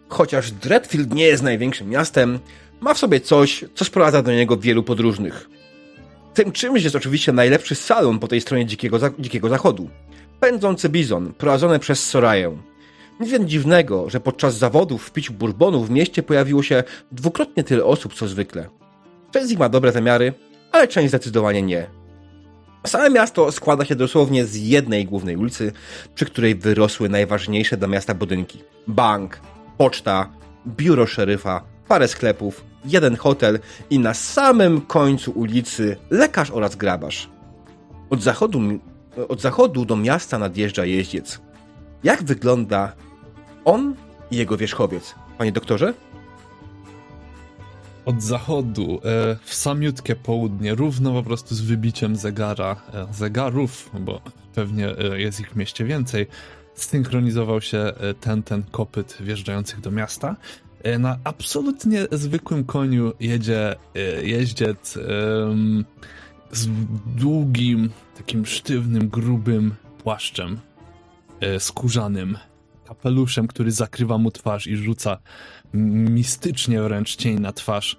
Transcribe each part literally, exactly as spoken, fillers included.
Chociaż Dreadfield nie jest największym miastem, ma w sobie coś, co sprowadza do niego wielu podróżnych. Tym czymś jest oczywiście najlepszy salon po tej stronie dzikiego, dzikiego zachodu. Pędzący bizon, prowadzony przez Soraję. Nic więc dziwnego, że podczas zawodów w piciu bourbonu w mieście pojawiło się dwukrotnie tyle osób, co zwykle. Część z nich ma dobre zamiary, ale część zdecydowanie nie. Same miasto składa się dosłownie z jednej głównej ulicy, przy której wyrosły najważniejsze dla miasta budynki. Bank, poczta, biuro szeryfa, parę sklepów, jeden hotel i na samym końcu ulicy lekarz oraz grabarz. Od zachodu, od zachodu do miasta nadjeżdża jeździec. Jak wygląda on i jego wierzchowiec, panie doktorze? Od zachodu, e, w samiutkie południe, równo po prostu z wybiciem zegara, e, zegarów, bo pewnie e, jest ich w mieście więcej, synchronizował się e, ten, ten kopyt wjeżdżających do miasta. E, na absolutnie zwykłym koniu jedzie e, jeździec e, z długim, takim sztywnym, grubym płaszczem e, skórzanym, kapeluszem, który zakrywa mu twarz i rzuca mistycznie wręcz cień na twarz.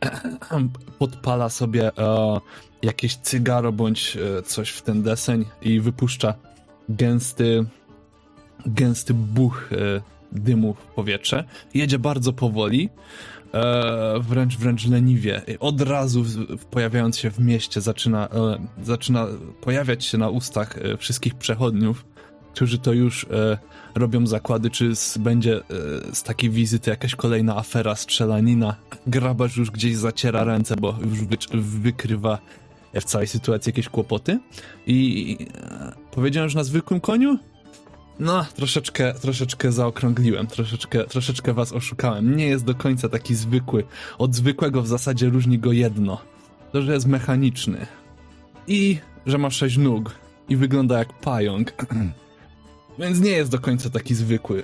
Podpala sobie e, jakieś cygaro bądź e, coś w ten deseń i wypuszcza gęsty gęsty buch e, dymu w powietrze. Jedzie bardzo powoli, e, wręcz wręcz leniwie. Od razu w, pojawiając się w mieście zaczyna, e, zaczyna pojawiać się na ustach e, wszystkich przechodniów, którzy to już e, robią zakłady, czy z, będzie e, z takiej wizyty jakaś kolejna afera, strzelanina. Grabarz już gdzieś zaciera ręce, bo już wy, wykrywa w całej sytuacji jakieś kłopoty. I e, powiedziałem, że na zwykłym koniu? No, troszeczkę, troszeczkę zaokrągliłem, troszeczkę, troszeczkę was oszukałem. Nie jest do końca taki zwykły. Od zwykłego w zasadzie różni go jedno. To, że jest mechaniczny. I że ma sześć nóg. I wygląda jak pająk. Więc nie jest do końca taki zwykły.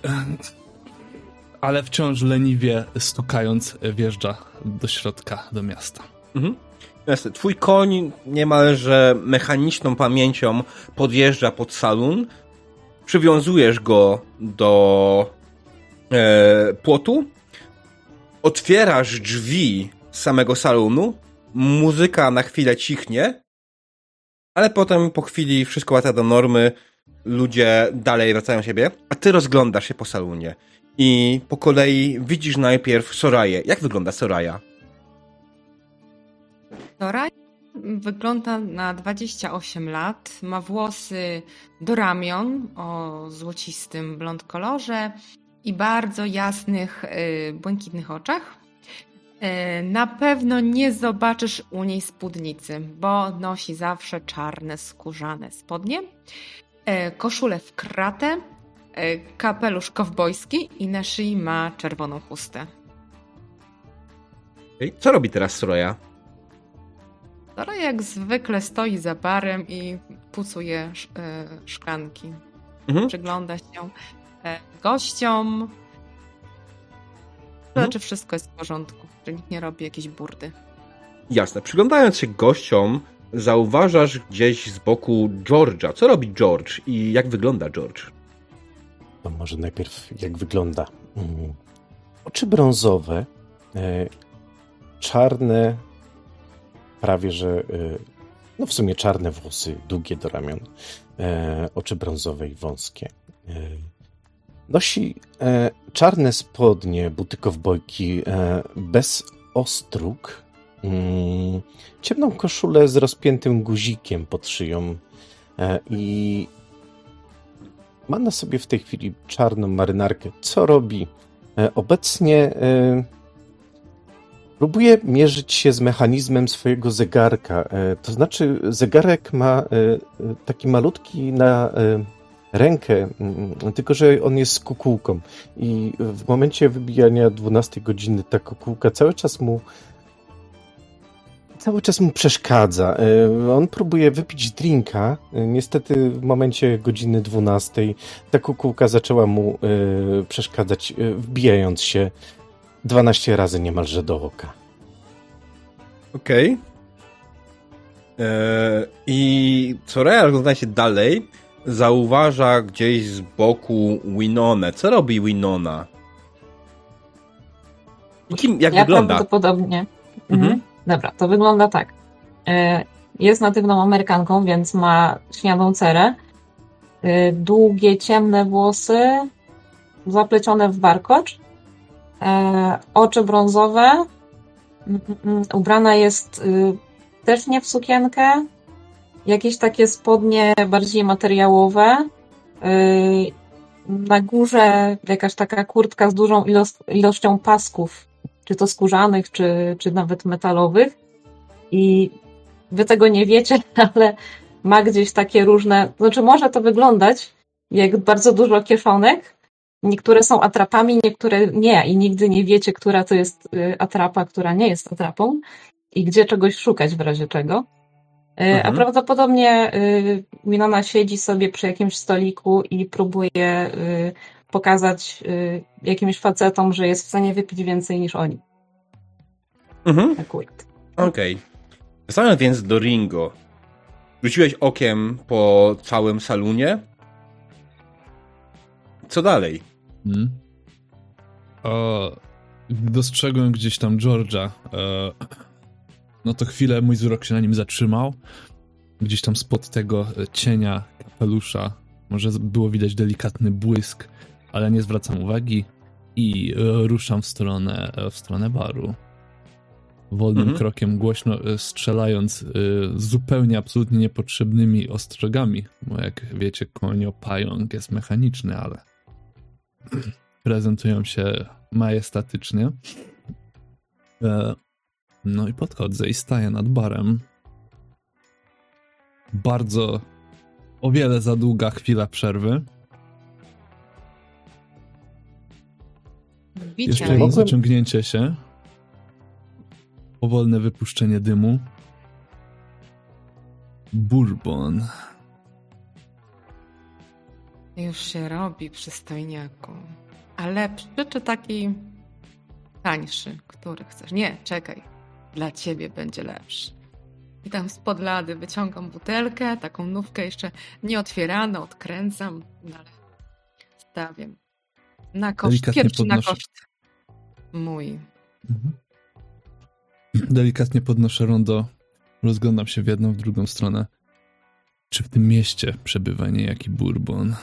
Ale wciąż leniwie stukając wjeżdża do środka, do miasta. Mhm. Jasne. Twój koń niemalże mechaniczną pamięcią podjeżdża pod salon, przywiązujesz go do e, płotu, otwierasz drzwi z samego salonu, muzyka na chwilę cichnie, ale potem po chwili wszystko wraca do normy, ludzie dalej wracają do siebie, a ty rozglądasz się po salonie i po kolei widzisz najpierw Soraję. Jak wygląda Soraya? Soraya wygląda na dwadzieścia osiem lat, ma włosy do ramion o złocistym blond kolorze i bardzo jasnych, yy, błękitnych oczach. Yy, na pewno nie zobaczysz u niej spódnicy, bo nosi zawsze czarne, skórzane spodnie, yy, koszulę w kratę, yy, kapelusz kowbojski i na szyi ma czerwoną chustę. Co robi teraz Soraya? Soraya jak zwykle stoi za barem i pucuje sz, e, szklanki. Mhm. Przygląda się e, gościom. Mhm. Czy wszystko jest w porządku, że nikt nie robi jakiejś burdy. Jasne. Przyglądając się gościom, zauważasz gdzieś z boku George'a. Co robi George i jak wygląda George? No może najpierw jak wygląda. Hmm. Oczy brązowe, e, czarne, prawie że, no w sumie czarne włosy, długie do ramion, e, oczy brązowe i wąskie. E, nosi e, czarne spodnie, buty kowbojki e, bez ostróg, mm, ciemną koszulę z rozpiętym guzikiem pod szyją e, i ma na sobie w tej chwili czarną marynarkę. Co robi? E, obecnie e, próbuje mierzyć się z mechanizmem swojego zegarka. To znaczy, zegarek ma taki malutki na rękę, tylko że on jest z kukułką. I w momencie wybijania dwunastej godziny ta kukułka cały czas mu cały czas mu przeszkadza. On próbuje wypić drinka. Niestety w momencie godziny dwunastej ta kukułka zaczęła mu przeszkadzać, wbijając się dwanaście razy niemalże do oka. Okej. Okay. Eee, I Soraya, rozgląda się dalej, zauważa gdzieś z boku Winonę. Co robi Winona? Kim, jak ja wygląda? Prawdopodobnie. Mhm. Mhm. Dobra, to wygląda tak. E, Jest natywną Amerykanką, więc ma śniadą cerę. E, Długie, ciemne włosy, zaplecione w warkocz. E, Oczy brązowe. Mm, mm, Ubrana jest y, też nie w sukienkę. Jakieś takie spodnie bardziej materiałowe. Y, Na górze jakaś taka kurtka z dużą ilość, ilością pasków, czy to skórzanych, czy, czy nawet metalowych. I wy tego nie wiecie, ale ma gdzieś takie różne... Znaczy może to wyglądać jak bardzo dużo kieszonek. Niektóre są atrapami, niektóre nie. I nigdy nie wiecie, która to jest y, atrapa, która nie jest atrapą. I gdzie czegoś szukać w razie czego. Y, Mhm. A prawdopodobnie y, Winona siedzi sobie przy jakimś stoliku i próbuje y, pokazać y, jakimś facetom, że jest w stanie wypić więcej niż oni. Mhm. Akurat. Okej. Wracając więc do Ringo. Rzuciłeś okiem po całym salonie. Co dalej? Hmm. O, dostrzegłem gdzieś tam George'a. E, no to chwilę mój wzrok się na nim zatrzymał. Gdzieś tam spod tego cienia kapelusza może było widać delikatny błysk, ale nie zwracam uwagi i e, ruszam w stronę, w stronę baru. Wolnym Mhm. krokiem, głośno e, strzelając e, zupełnie absolutnie niepotrzebnymi ostrogami, bo jak wiecie, koniopająk jest mechaniczny, ale prezentują się majestatycznie. E, no i podchodzę i staję nad barem. Bardzo, o wiele za długa chwila przerwy. Widzicie. Jeszcze jedno Mogłem- zaciągnięcie się. Powolne wypuszczenie dymu. Bourbon. Już się robi, przystojniaku. A lepszy czy taki tańszy? Który chcesz? Nie, czekaj. Dla ciebie będzie lepszy. I tam spod lady wyciągam butelkę, taką nówkę jeszcze nieotwieraną, odkręcam, no ale stawiam. Na koszt, Delikatnie pierwszy na podnoszę. koszt mój. Mhm. Delikatnie podnoszę rondo. Rozglądam się w jedną, w drugą stronę. Czy w tym mieście przebywa niejaki Bourbon?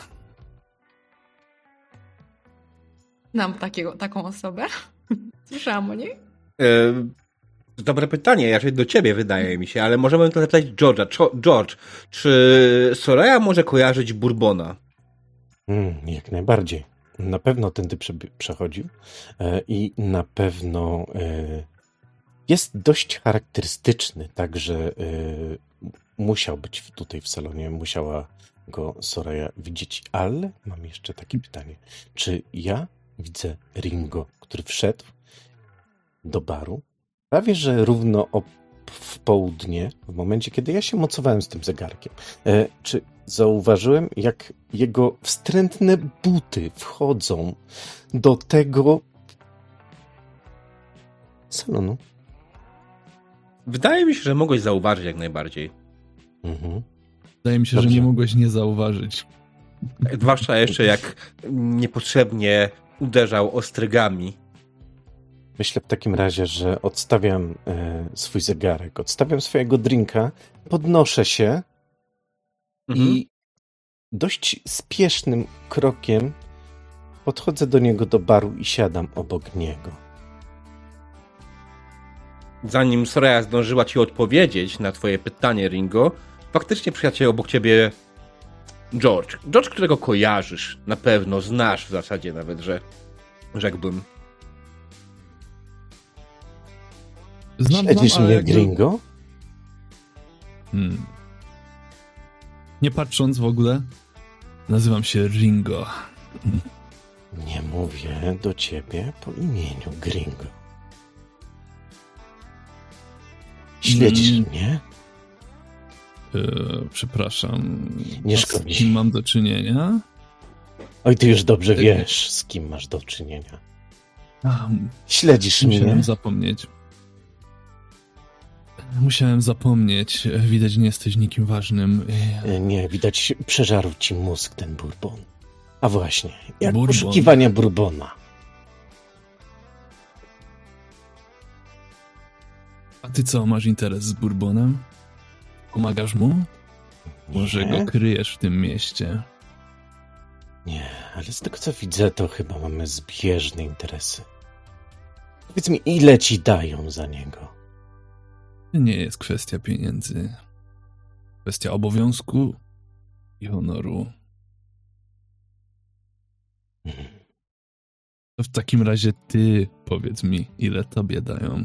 Znam takiego, taką osobę. Słyszałam o niej. E, dobre pytanie, raczej do ciebie wydaje mi się, ale możemy to zapytać George'a. Czo- George, czy Soraya może kojarzyć Bourbona? Mm, jak najbardziej. Na pewno tędy przebi- przechodził e, i na pewno e, jest dość charakterystyczny, także e, musiał być w- tutaj w salonie, musiała go Soraya widzieć, ale mam jeszcze takie pytanie. Czy ja widzę Ringo, który wszedł do baru prawie że równo o w południe, w momencie, kiedy ja się mocowałem z tym zegarkiem. E, czy zauważyłem, jak jego wstrętne buty wchodzą do tego salonu? Wydaje mi się, że mogłeś zauważyć jak najbardziej. Mhm. Wydaje mi się, Dobrze. że nie mogłeś nie zauważyć. Zwłaszcza jeszcze jak niepotrzebnie uderzał ostrygami. Myślę w takim razie, że odstawiam e, swój zegarek, odstawiam swojego drinka, podnoszę się Mhm. i dość spiesznym krokiem podchodzę do niego do baru i siadam obok niego. Zanim Soraya zdążyła ci odpowiedzieć na twoje pytanie, Ringo, faktycznie przyjaciel obok ciebie George. George, którego kojarzysz, na pewno znasz w zasadzie nawet, że rzekłbym. Znam, Śledzisz znam, ale mnie, jakby- gringo? Hmm. Nie patrząc w ogóle, nazywam się Ringo. Nie mówię do ciebie po imieniu, gringo. Śledzisz Mm. mnie? E, przepraszam. Nie A z szkodzi. kim mam do czynienia? Oj, ty już dobrze wiesz, z kim masz do czynienia. A, Śledzisz musiałem mnie? zapomnieć. Musiałem zapomnieć. Widać, nie jesteś nikim ważnym. E, Nie, widać, przeżarł ci mózg ten bourbon. A właśnie, jak Bourbon. poszukiwania bourbona. A ty co, masz interes z Bourbonem? Pomagasz mu? Może Nie. go kryjesz w tym mieście? Nie, ale z tego co widzę, to chyba mamy zbieżne interesy. Powiedz mi, ile ci dają za niego? To nie jest kwestia pieniędzy. Kwestia obowiązku i honoru. Hmm. To w takim razie ty powiedz mi, ile tobie dają.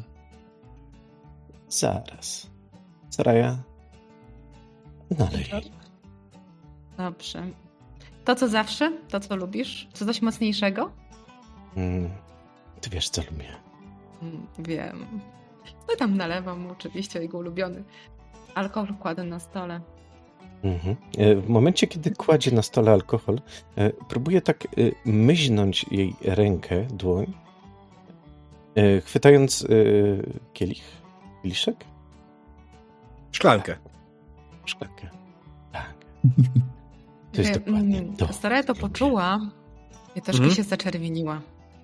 Zaraz. Soraya, nalej. Dobrze. To, co zawsze? To, co lubisz? Co coś mocniejszego? Mm, ty wiesz, co lubię. Mm, Wiem. No i tam nalewam mu oczywiście jego ulubiony. Alkohol kładę na stole. Mhm. E, W momencie, kiedy kładzie na stole alkohol, e, próbuje tak e, myźnąć jej rękę, dłoń, e, chwytając e, kielich, kieliszek, Szklankę. szklankę. Tak. To jest Wie- dokładnie mm, to. Soraya to lubię. poczuła i troszkę Mhm. się zaczerwieniła.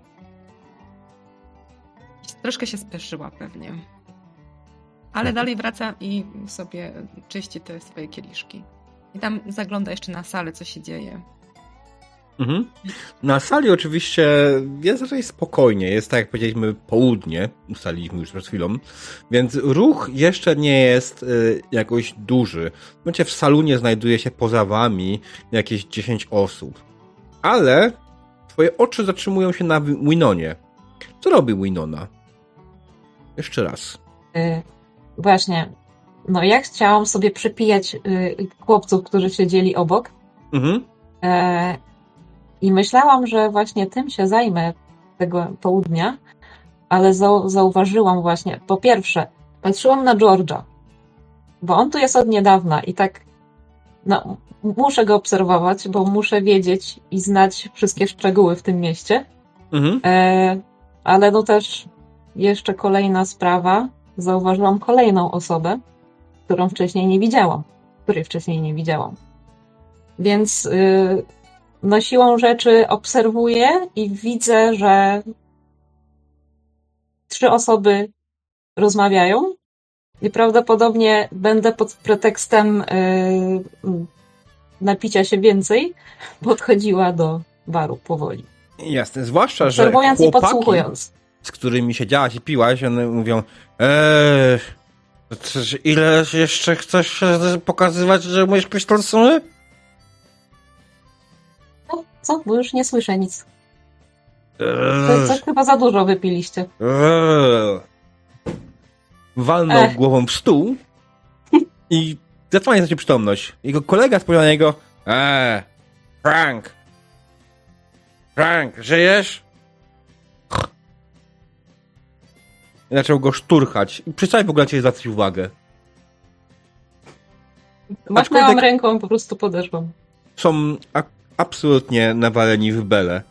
Troszkę się spieszyła pewnie. Ale Mhm. dalej wraca i sobie czyści te swoje kieliszki. I tam zagląda jeszcze na salę, co się dzieje. Mhm. Na sali oczywiście jest raczej spokojnie. Jest tak jak powiedzieliśmy południe, ustaliliśmy już przed chwilą, więc ruch jeszcze nie jest y, jakoś duży. Wiecie, w salonie znajduje się poza wami jakieś dziesięć osób. Ale twoje oczy zatrzymują się na Wi- Winonie. Co robi Winona? Jeszcze raz. Y, Właśnie. No ja chciałam sobie przypijać y, chłopców, którzy siedzieli obok. Mhm. E, I myślałam, że właśnie tym się zajmę tego południa, ale zau- zauważyłam właśnie, po pierwsze, patrzyłam na George'a, bo on tu jest od niedawna i tak, no, m- muszę go obserwować, bo muszę wiedzieć i znać wszystkie szczegóły w tym mieście. Mhm. E, ale no też jeszcze kolejna sprawa, zauważyłam kolejną osobę, którą wcześniej nie widziałam, której wcześniej nie widziałam. Więc y, no siłą rzeczy obserwuję i widzę, że trzy osoby rozmawiają i prawdopodobnie będę pod pretekstem y, napicia się więcej podchodziła do baru powoli. Jasne, zwłaszcza, że Obserwując i chłopaki, podsłuchując. z którymi siedziałaś i piłaś, one mówią eee, to ile jeszcze chcesz pokazywać, że umiesz pić kalsony? No, co? Bo już nie słyszę nic. Eee, To, coś chyba za dużo wypiliście. eee. Walnął Ech. głową w stół i zatrzymał się przytomność. Jego kolega spojrzał na niego eee, Frank, Frank, żyjesz? I zaczął go szturchać. I przestał w ogóle na ciebie zwracać uwagę. Machnęłam Aczkolwiek- ręką, po prostu podeszłam. Są a- absolutnie nawaleni w belę.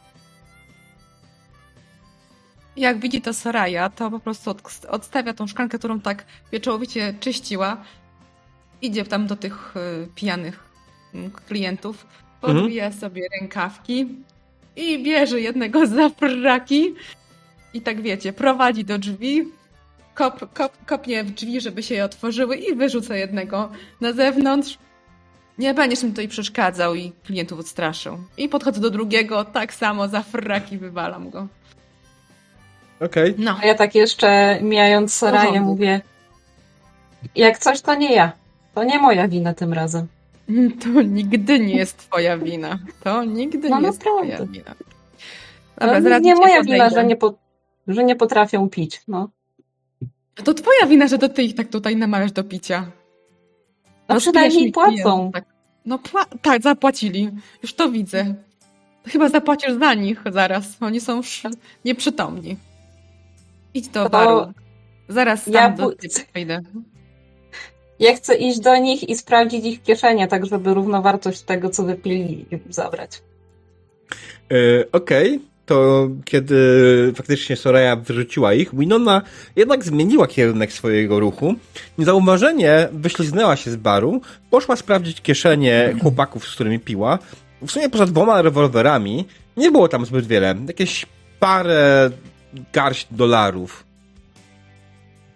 Jak widzi to Soraya, to po prostu od, odstawia tą szklankę, którą tak pieczołowicie czyściła. Idzie tam do tych y, pijanych y, klientów, podbija sobie rękawki i bierze jednego za fraki i tak wiecie, prowadzi do drzwi, kop, kop, kopnie w drzwi, żeby się je otworzyły i wyrzuca jednego na zewnątrz. Nie będziesz mi tutaj przeszkadzał i klientów odstraszył. I podchodzę do drugiego, tak samo za fraki wywalam go. Okej. No. A ja tak jeszcze mijając Soraję Porządek. mówię, jak coś to nie ja. To nie moja wina tym razem. To nigdy nie jest twoja wina. To nigdy No nie jest naprawdę. twoja wina. To zaraz nie do moja ciebie wina, podejdę. że nie, po, że nie potrafią pić. No. To twoja wina, że to ty ich tak tutaj namawiasz do picia. No No, przynajmniej śmiesznie płacą. piją, Tak. No pła- tak, zapłacili. Już to widzę. To chyba zapłacisz za nich zaraz. Oni są już nieprzytomni. Idź do To baru. Zaraz ja sam do pu- ciebie pójdę. Ja chcę iść do nich i sprawdzić ich kieszenie, tak żeby równowartość tego, co wypili, zabrać. E, Okej, to kiedy faktycznie Soraya wyrzuciła ich, Winona jednak zmieniła kierunek swojego ruchu. Niezauważenie wyśliznęła się z baru, poszła sprawdzić kieszenie chłopaków, z którymi piła. W sumie poza dwoma rewolwerami nie było tam zbyt wiele. Jakieś parę garść dolarów.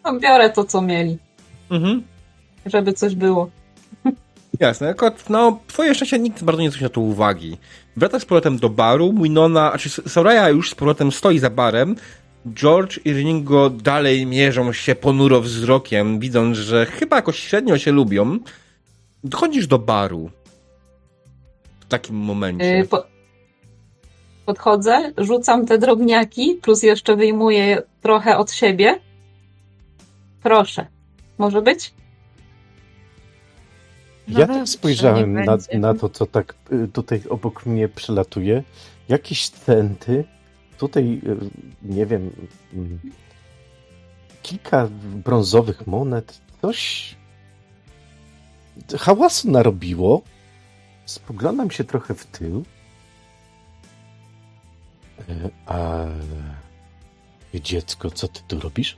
No, biorę to, co mieli, Mhm. żeby coś było. Jasne, jako, no, twoje szczęście nikt bardzo nie zwróci na to uwagi. Wracasz z powrotem do baru, Winona, znaczy Soraya już z powrotem stoi za barem, George i Ringo dalej mierzą się ponuro wzrokiem, widząc, że chyba jakoś średnio się lubią. Dochodzisz do baru. W takim momencie. Yy, po... Podchodzę, rzucam te drobniaki, plus jeszcze wyjmuję trochę od siebie. Proszę. Może być? No Ja dobrze, tak spojrzałem niech na, będzie. na to, co tak y, tutaj obok mnie przelatuje. Jakieś centy. Tutaj, y, nie wiem, mm, kilka brązowych monet. Coś hałasu narobiło. Spoglądam się trochę w tył. Y, A dziecko, co ty tu robisz?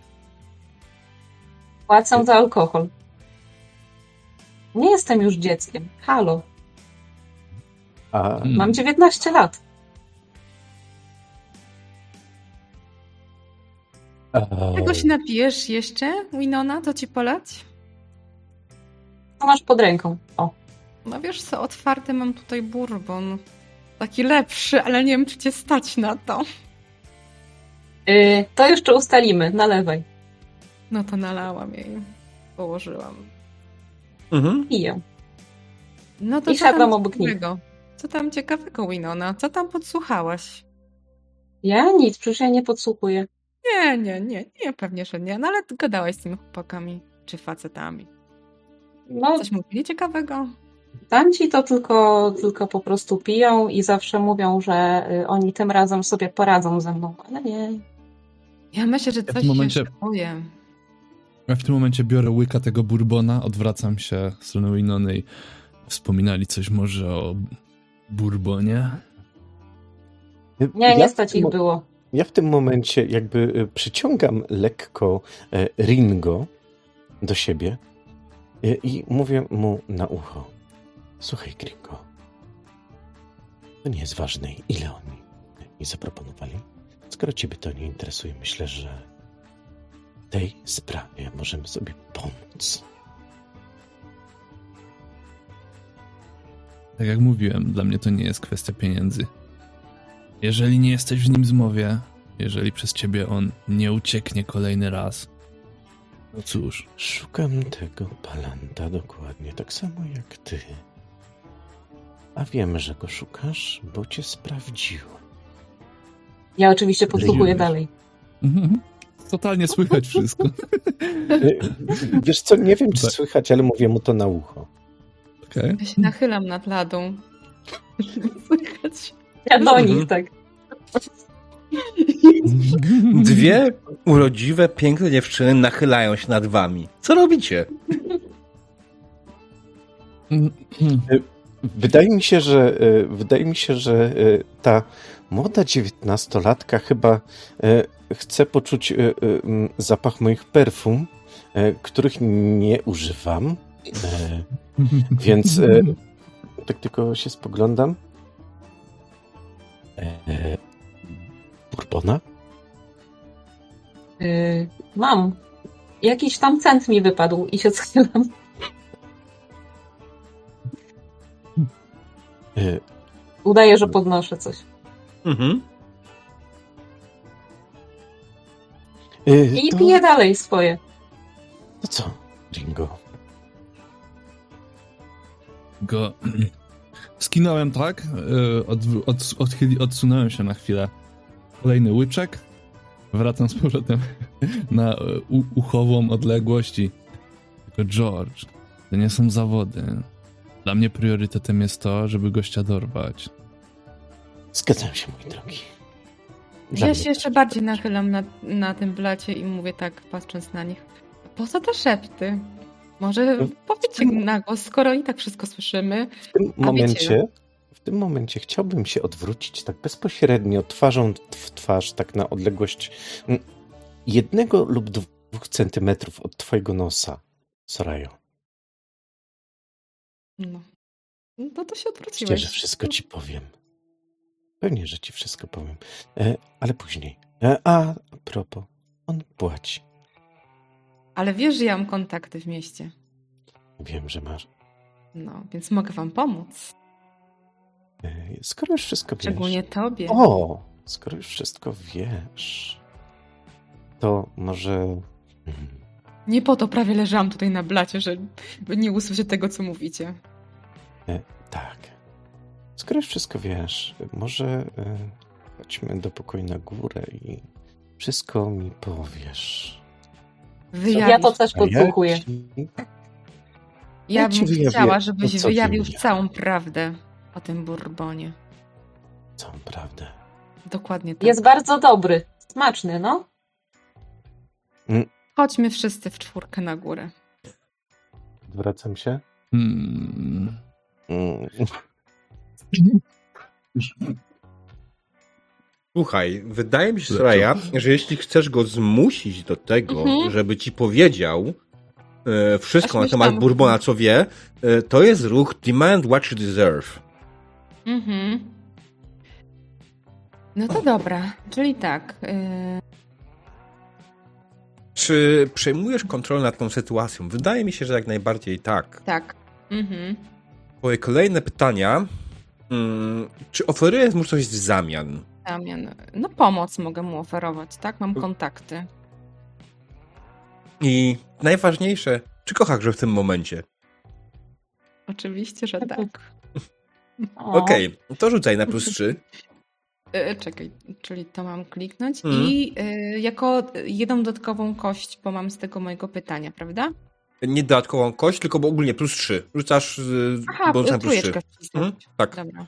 Płacę za alkohol. Nie jestem już dzieckiem. Halo. A Hmm. Mam dziewiętnaście lat. a, Czego się napijesz jeszcze, Winona? To ci polać? Co masz pod ręką? O. No wiesz co, otwarty mam tutaj bourbon. Taki lepszy, ale nie wiem, czy cię stać na to. Yy, to jeszcze ustalimy. Nalewaj. No to nalałam jej. Położyłam. Mhm. Piję. No to I co tam siadam obok niej. ciekawego? Co tam ciekawego, Winona? Co tam podsłuchałaś? Ja nic, przecież ja nie podsłuchuję. Nie, nie, nie, nie, pewnie, że nie. No ale ty gadałaś z tymi chłopakami czy facetami. No, Coś mówili ciekawego? tamci to tylko, tylko po prostu piją i zawsze mówią, że y, oni tym razem sobie poradzą ze mną, ale nie. Ja myślę, że Ja w coś tym momencie- się szykuje. Ja w tym momencie biorę łyka tego bourbona, odwracam się w stronę Winony i wspominali coś może o bourbonie? Nie, ja nie w stać tym ich mo- było. Ja w tym momencie jakby y, przyciągam lekko e, Ringo do siebie y, i mówię mu na ucho. Słuchaj, Ringo, to nie jest ważne, ile oni mi zaproponowali. Skoro ciebie to nie interesuje, myślę, że w tej sprawie możemy sobie pomóc. Tak jak mówiłem, dla mnie to nie jest kwestia pieniędzy. Jeżeli nie jesteś w nim zmowie, jeżeli przez ciebie on nie ucieknie kolejny raz, no cóż, Szukam tego palanta dokładnie tak samo jak ty. A wiem, że go szukasz, bo cię sprawdziłem. Ja oczywiście podsłuchuję Żyjesz. dalej. mhm, totalnie słychać wszystko. Y, Wiesz co, nie wiem, czy Tak. słychać, ale mówię mu to na ucho. Okej. Ja się nachylam nad ladą. Słychać. Ja do Mhm. nich tak. Dwie urodziwe, piękne dziewczyny nachylają się nad wami. Co robicie? Wydaje mi się, że y, wydaje mi się, że y, ta młoda dziewiętnastolatka chyba y, chce poczuć y, y, mm, zapach moich perfum, y, których nie używam. Y, Więc y, tak tylko się spoglądam. Y, Bourbona? Y, mam. Jakiś tam cent mi wypadł i się schylam. Y, Udaję, że podnoszę coś. Mhm. y, I to, piję dalej swoje. to co, Ringo? Go skinąłem tak, y, od, od, odchyli, odsunąłem się na chwilę. Kolejny łyczek, wracam z powrotem na y, u, uchową odległość i tylko George, to nie są zawody. Dla mnie priorytetem jest to, żeby gościa dorwać. Zgadzam się, mój drogi. Ja Żadnych się jeszcze bardziej nachylam na, na tym blacie i mówię tak, patrząc na nich. Po co te szepty? Może powiedzcie na głos, skoro i tak wszystko słyszymy. W tym A momencie, wiecie- w tym momencie chciałbym się odwrócić tak bezpośrednio, twarzą w twarz, tak na odległość mm, jednego lub dwóch centymetrów od twojego nosa, Sorajo. No, no to się odwróciłeś. Szczerze, wszystko ci powiem. Pewnie, że ci wszystko powiem. E, ale później. E, a, a propos, on płaci. Ale wiesz, że ja mam kontakty w mieście. Wiem, że masz. No, więc mogę wam pomóc. Ej, Skoro już wszystko wiesz... Szczególnie tobie. O! Skoro już wszystko wiesz... To może... Hmm, Nie po to prawie leżałam tutaj na blacie, żeby nie usłyszeć tego, co mówicie. e, tak. Skoro już wszystko wiesz, może e, chodźmy do pokoju na górę i wszystko mi powiesz. Wyjawisz. Ja to też A ja podbukuję. ci- Ja ja ci bym wyjawię chciała, to, żebyś co wyjawił wiem. całą prawdę o tym Bourbonie. Całą prawdę. Dokładnie tak. Jest bardzo dobry. Smaczny, no. Chodźmy wszyscy w czwórkę na górę. Zwracam się. Hmm. Mm. Słuchaj, wydaje mi się, Soraya, że jeśli chcesz go zmusić do tego, Mhm. żeby ci powiedział e, wszystko Aż na temat myślałam. Bourbona, co wie, e, to jest ruch Demand What You Deserve. Mhm. No to dobra, czyli tak. Yy, Czy przejmujesz kontrolę nad tą sytuacją? Wydaje mi się, że jak najbardziej tak. tak. Mhm. Twoje kolejne pytania. Mm, czy oferujesz mu coś w zamian? Damian, no pomoc mogę mu oferować, tak? Mam kontakty. I najważniejsze, czy kochasz go w tym momencie? Oczywiście, że tak. O, Okej, to rzucaj na plus trzy. Yy, czekaj, czyli to mam kliknąć. Mhm. I yy, jako jedną dodatkową kość, bo mam z tego mojego pytania, prawda? Nie dodatkową kość, tylko bo ogólnie plus trzy. Rzucasz z Aha, bonusem plus trzy. trójeczkę wcisnąć. Mhm, tak. Dobra.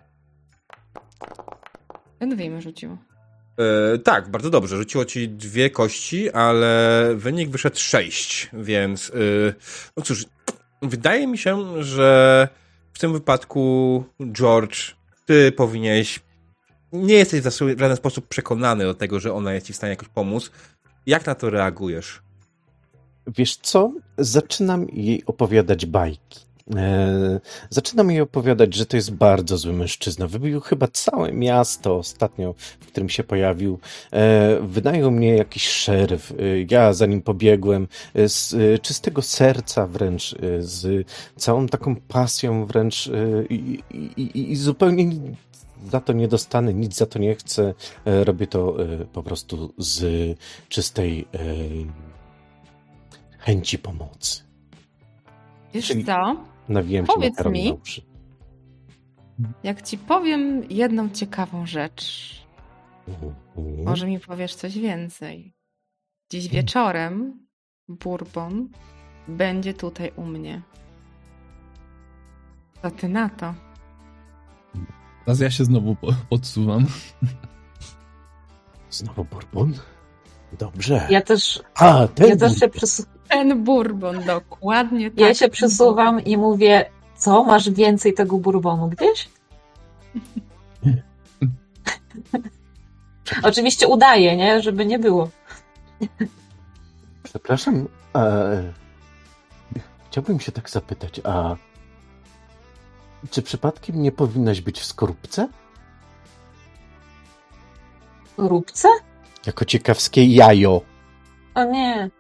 Dwie mi rzuciło. E, tak, bardzo dobrze. Rzuciło ci dwie kości, ale wynik wyszedł sześć, więc e, no cóż, wydaje mi się, że w tym wypadku, George, ty powinieneś, nie jesteś w żaden sposób przekonany do tego, że ona jest ci w stanie jakoś pomóc. Jak na to reagujesz? Wiesz co? Zaczynam jej opowiadać bajki. E, zaczynam jej opowiadać, że to jest bardzo zły mężczyzna. Wybił chyba całe miasto ostatnio, w którym się pojawił. E, wynajął mnie jakiś szeryf. E, ja za nim pobiegłem e, z e, czystego serca wręcz, e, z całą taką pasją wręcz e, i, i, i, i zupełnie nic za to nie dostanę, nic za to nie chcę. E, robię to e, po prostu z czystej e, chęci pomocy. Wiesz Czyli- co? Nawijam ci Powiedz makaron mi. na uszy. Jak ci powiem jedną ciekawą rzecz, Mhm. może mi powiesz coś więcej. Dziś wieczorem Bourbon będzie tutaj u mnie. Co ty na to? Teraz ja się znowu po- podsuwam. Znowu Bourbon? Dobrze. Ja też, A, ten ja też się Bourbon. przesu- Ten Bourbon, dokładnie tak. ja się przesuwam i mówię, co, masz więcej tego bourbonu gdzieś? Oczywiście udaję, nie? Żeby nie było. Przepraszam, a, chciałbym się tak zapytać, a czy przypadkiem nie powinnaś być w skorupce? Róbce? Jako ciekawskie jajo. O nie.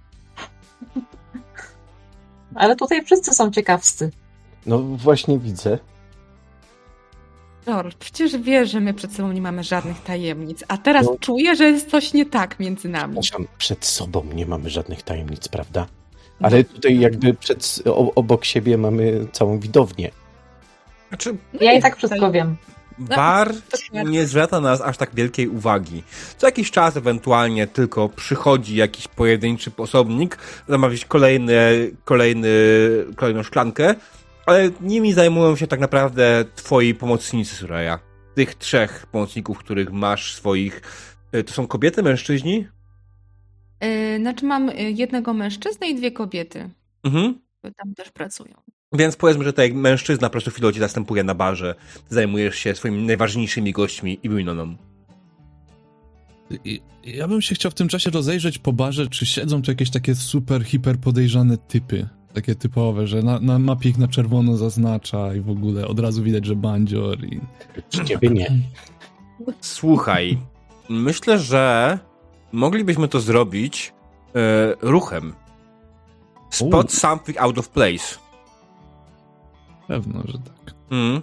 Ale tutaj wszyscy są ciekawscy. No właśnie widzę. George, przecież wiesz, że my przed sobą nie mamy żadnych tajemnic, a teraz No. czuję, że jest coś nie tak między nami. Przepraszam, przed sobą nie mamy żadnych tajemnic, prawda? Ale tutaj jakby przed, o, obok siebie mamy całą widownię. Znaczy, No Ja i jest tak wszystko tutaj- wiem. bar dokładnie. nie zwraca na nas aż tak wielkiej uwagi. Co jakiś czas ewentualnie tylko przychodzi jakiś pojedynczy osobnik, zamawiać kolejny, kolejny, kolejną szklankę, ale nimi zajmują się tak naprawdę twoi pomocnicy, Soraya. Tych trzech pomocników, których masz swoich... y, To są kobiety, mężczyźni? Yy, znaczy mam y, jednego mężczyznę i dwie kobiety, Mhm. które tam też pracują. Więc powiedzmy, że tutaj mężczyzna po prostu chwilę ci zastępuje na barze. Ty zajmujesz się swoimi najważniejszymi gośćmi i Winoną. I- Ja bym się chciał w tym czasie rozejrzeć po barze, czy siedzą tu jakieś takie super, hiper podejrzane typy. Takie typowe, że na, na mapie ich na czerwono zaznacza i w ogóle od razu widać, że bandzior i... Czy ciebie nie? Słuchaj, myślę, że moglibyśmy to zrobić e, ruchem. Spot U. something out of place. Pewno, że tak. Mm.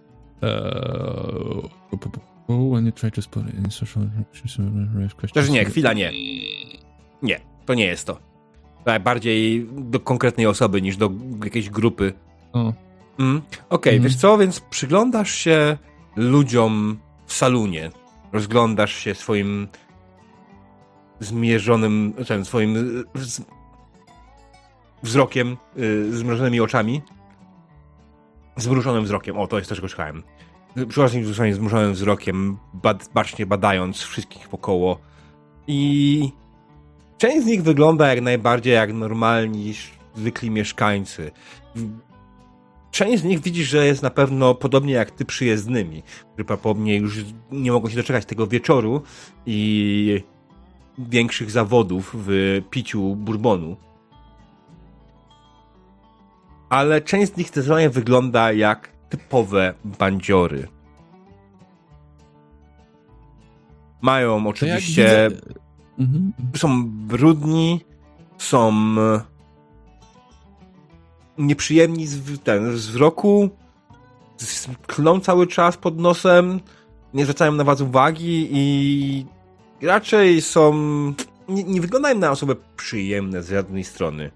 Eee, when you try to spot any social Też nie, chwila nie. Nie, to nie jest to. Bardziej do konkretnej osoby niż do jakiejś grupy. O. Mm. Okej, okay, Mm. wiesz co, więc przyglądasz się ludziom w salonie. Rozglądasz się swoim zmierzonym, ten, swoim z, wzrokiem, y, zmrużonymi oczami. Zmrużonym wzrokiem, o, to jest to, czego szukałem. Przychodzą z zmrużonym wzrokiem, bad, bacznie badając wszystkich wokoło. I część z nich wygląda jak najbardziej jak normalni, zwykli mieszkańcy. Część z nich widzisz, że jest na pewno podobnie jak ty przyjezdnymi, którzy prawdopodobnie już nie mogą się doczekać tego wieczoru i większych zawodów w piciu bourbonu. Ale część z nich zdecydowanie wygląda jak typowe bandziory. Mają oczywiście... widzę... mhm. Są brudni, są nieprzyjemni z, ten, z wzroku, klną cały czas pod nosem, nie zwracają na was uwagi i raczej są... Nie, nie wyglądają na osoby przyjemne z żadnej strony.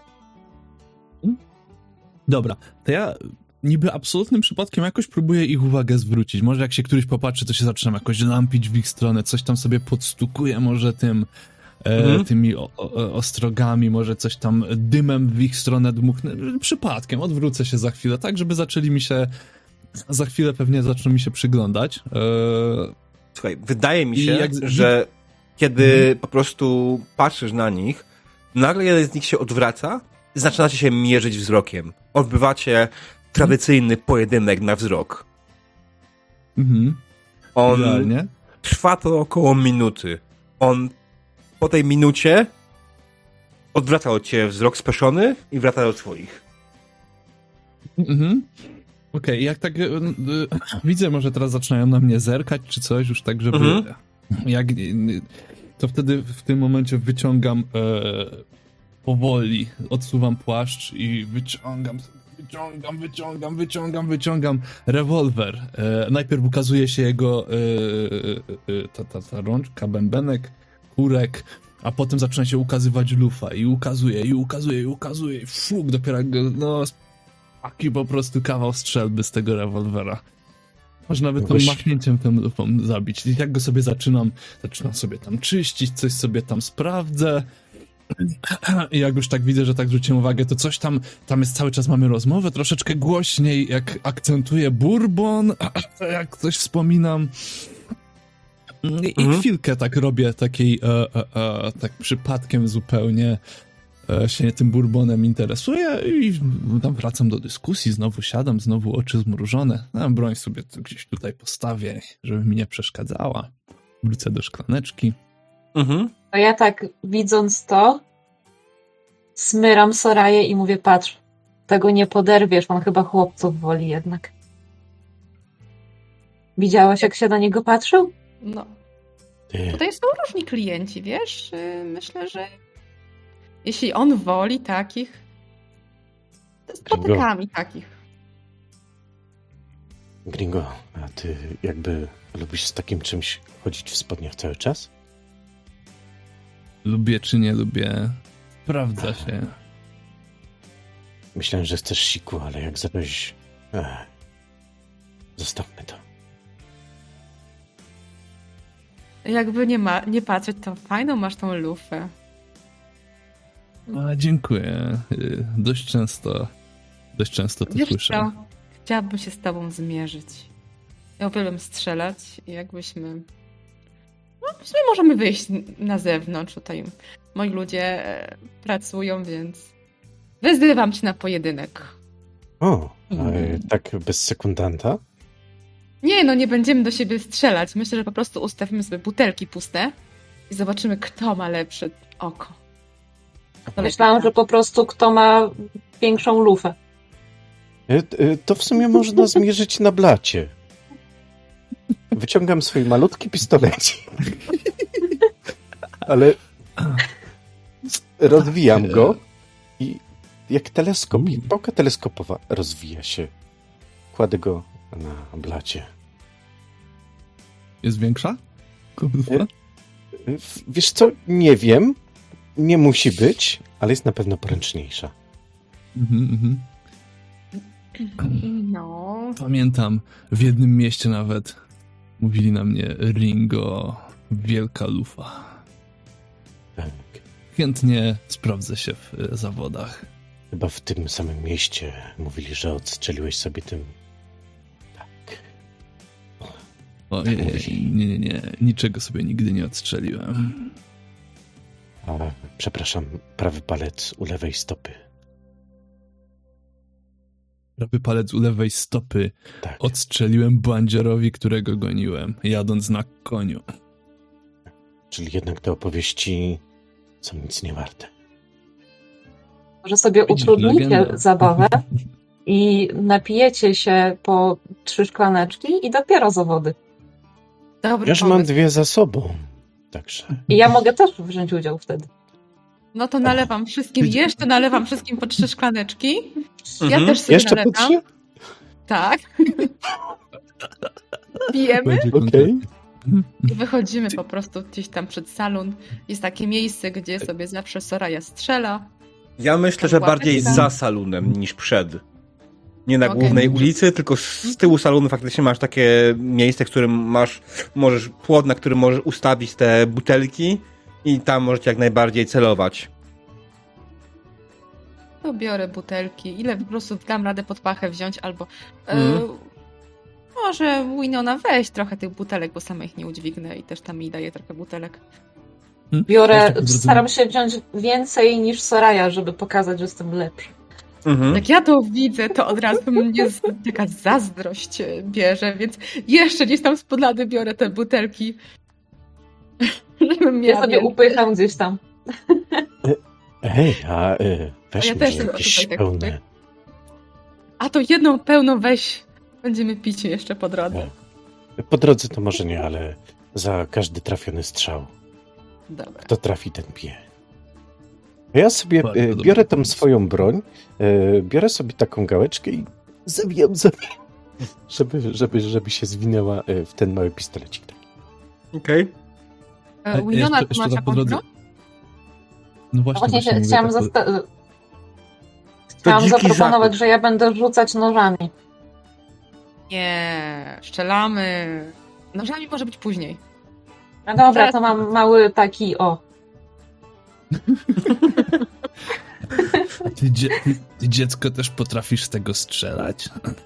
Dobra, to ja niby absolutnym przypadkiem jakoś próbuję ich uwagę zwrócić. Może jak się któryś popatrzy, to się zaczynam jakoś lampić w ich stronę, coś tam sobie podstukuję może tym, mhm. e, tymi o, o, ostrogami, może coś tam dymem w ich stronę dmuchnę. Przypadkiem, odwrócę się za chwilę, tak żeby zaczęli mi się, za chwilę pewnie zaczną mi się przyglądać. E... Słuchaj, wydaje mi się, jak... że kiedy mhm. po prostu patrzysz na nich, nagle jeden z nich się odwraca, zaczynacie się mierzyć wzrokiem. Odbywacie tradycyjny pojedynek na wzrok. Mhm. On Idealnie. Trwa to około minuty. On po tej minucie odwraca od ciebie wzrok speszony i wraca do swoich. Mhm. Okej, okay, jak tak y, y, widzę, może teraz zaczynają na mnie zerkać czy coś, już tak, żeby mhm. jak y, to wtedy w tym momencie wyciągam e, powoli, odsuwam płaszcz i wyciągam wyciągam, wyciągam, wyciągam, wyciągam rewolwer. E, najpierw ukazuje się jego e, e, ta, ta, ta rączka, bębenek, kurek, a potem zaczyna się ukazywać lufa i ukazuje, i ukazuje, i ukazuje, i fuk, dopiero go, no, taki po prostu kawał strzelby z tego rewolwera. Może nawet tam machnięciem tą lufą zabić. I jak go sobie zaczynam, zaczynam sobie tam czyścić, coś sobie tam sprawdzę. I jak już tak widzę, że tak zwróciłem uwagę, to coś tam, tam jest cały czas, mamy rozmowę, troszeczkę głośniej, jak akcentuję bourbon, jak coś wspominam. I, mhm. i chwilkę tak robię takiej, e, e, e, tak przypadkiem zupełnie e, się tym bourbonem interesuję i tam wracam do dyskusji, znowu siadam, znowu oczy zmrużone. No, broń sobie tu gdzieś tutaj postawię, żeby mi nie przeszkadzała. Wrócę do szklaneczki. Mhm. To ja tak, widząc to, smyram Soraję i mówię, patrz, tego nie poderwiesz, on chyba chłopców woli jednak. Widziałaś, jak się na niego patrzył? No. Tutaj są różni klienci, wiesz? Myślę, że jeśli on woli takich, to spotykamy takich. Gringo, a ty jakby lubisz z takim czymś chodzić w spodniach cały czas? Lubię czy nie lubię, sprawdza się. Myślałem, że chcesz siku, ale jak zacząłeś... Ech. Zostawmy to. Jakby nie, ma, nie patrzeć, to fajną masz tą lufę. A, dziękuję. Dość często, dość często to Wiesz słyszę. Co? Chciałabym się z tobą zmierzyć. Ja uwielbiam strzelać i jakbyśmy... No, w sumie możemy wyjść na zewnątrz. Tutaj moi ludzie pracują, więc wyzywam cię na pojedynek. O, mm. tak bez sekundanta? Nie, no nie będziemy do siebie strzelać. Myślę, że po prostu ustawimy sobie butelki puste i zobaczymy, kto ma lepsze oko. Kto Myślałam, że po prostu kto ma większą lufę. To w sumie można zmierzyć na blacie. Wyciągam swój malutki pistolecik. Ale rozwijam go i jak teleskop, jak pałka teleskopowa rozwija się. Kładę go na blacie. Jest większa? Kurwa. Wiesz co, nie wiem. Nie musi być, ale jest na pewno poręczniejsza. Mhm, mhm. No. Pamiętam, w jednym mieście nawet mówili na mnie Ringo, wielka lufa. Tak. Chętnie sprawdzę się w e, zawodach. Chyba w tym samym mieście mówili, że odstrzeliłeś sobie tym. Tak. O, nie, nie, nie, nie, niczego sobie nigdy nie odstrzeliłem. A, przepraszam, prawy palec u lewej stopy. Prawy palec u lewej stopy Tak. odstrzeliłem bandziorowi, którego goniłem, jadąc na koniu. Czyli jednak te opowieści są nic nie warte. Może sobie Widzisz, utrudnicie legenda. zabawę i napijecie się po trzy szklaneczki i dopiero zawody. Dobry Ja już mam pomysł. dwie za sobą. Także. I ja mogę też wziąć udział wtedy. No to nalewam wszystkim, jeszcze nalewam wszystkim po trzy szklaneczki. Ja Mhm. też sobie Jeszcze po nalewam. trzy? Tak. Pijemy Będzie Okej. i wychodzimy po prostu gdzieś tam przed salon. Jest takie miejsce, gdzie sobie zawsze Soraya strzela. Ja myślę, Tam że była bardziej pyska. za salonem niż przed. Nie na Okej. głównej ulicy, tylko z, z tyłu salonu faktycznie masz takie miejsce, w którym masz, możesz płot, na którym możesz ustawić te butelki i tam możecie jak najbardziej celować. To biorę butelki. Ile po prostu dam radę pod pachę wziąć, albo Mhm. e, może Winona weź trochę tych butelek, bo sama ich nie udźwignę i też tam mi daje trochę butelek. Biorę, Jeszcze po drodze- staram się wziąć więcej niż Soraya, żeby pokazać, że jestem lepszy. Mhm. Jak ja to widzę, to od razu mnie z- taka zazdrość e, bierze, więc jeszcze gdzieś tam spod lady biorę te butelki. Żebym Ja miała sobie więcej. upycham gdzieś tam. Ej, a y, weź A ja może też sobie jakieś tutaj tak pełne. mówię. A to jedną pełną weź. Będziemy pić jeszcze po drodze. Po drodze to może nie, ale za każdy trafiony strzał. Dobra. Kto trafi, ten pije. Ja sobie Bardzo y, dobry biorę tą pomysł. swoją broń, y, biorę sobie taką gałeczkę i zawijam, zawijam, żeby, żeby, żeby się zwinęła y, w ten mały pistolecik. Okej. A E, Winona, jeszcze- ty masz jeszcze tak po jakąś drodze- broń? No właśnie, Właśnie właśnie się, mówię, chciałam, tak, zasta- chciałam dziki zaproponować, zachód. że ja będę rzucać nożami. Nie, strzelamy. Nożami może być później. No dobra, Teraz- to mam mały taki, o. Ty, dzie- ty, ty dziecko też potrafisz z tego strzelać.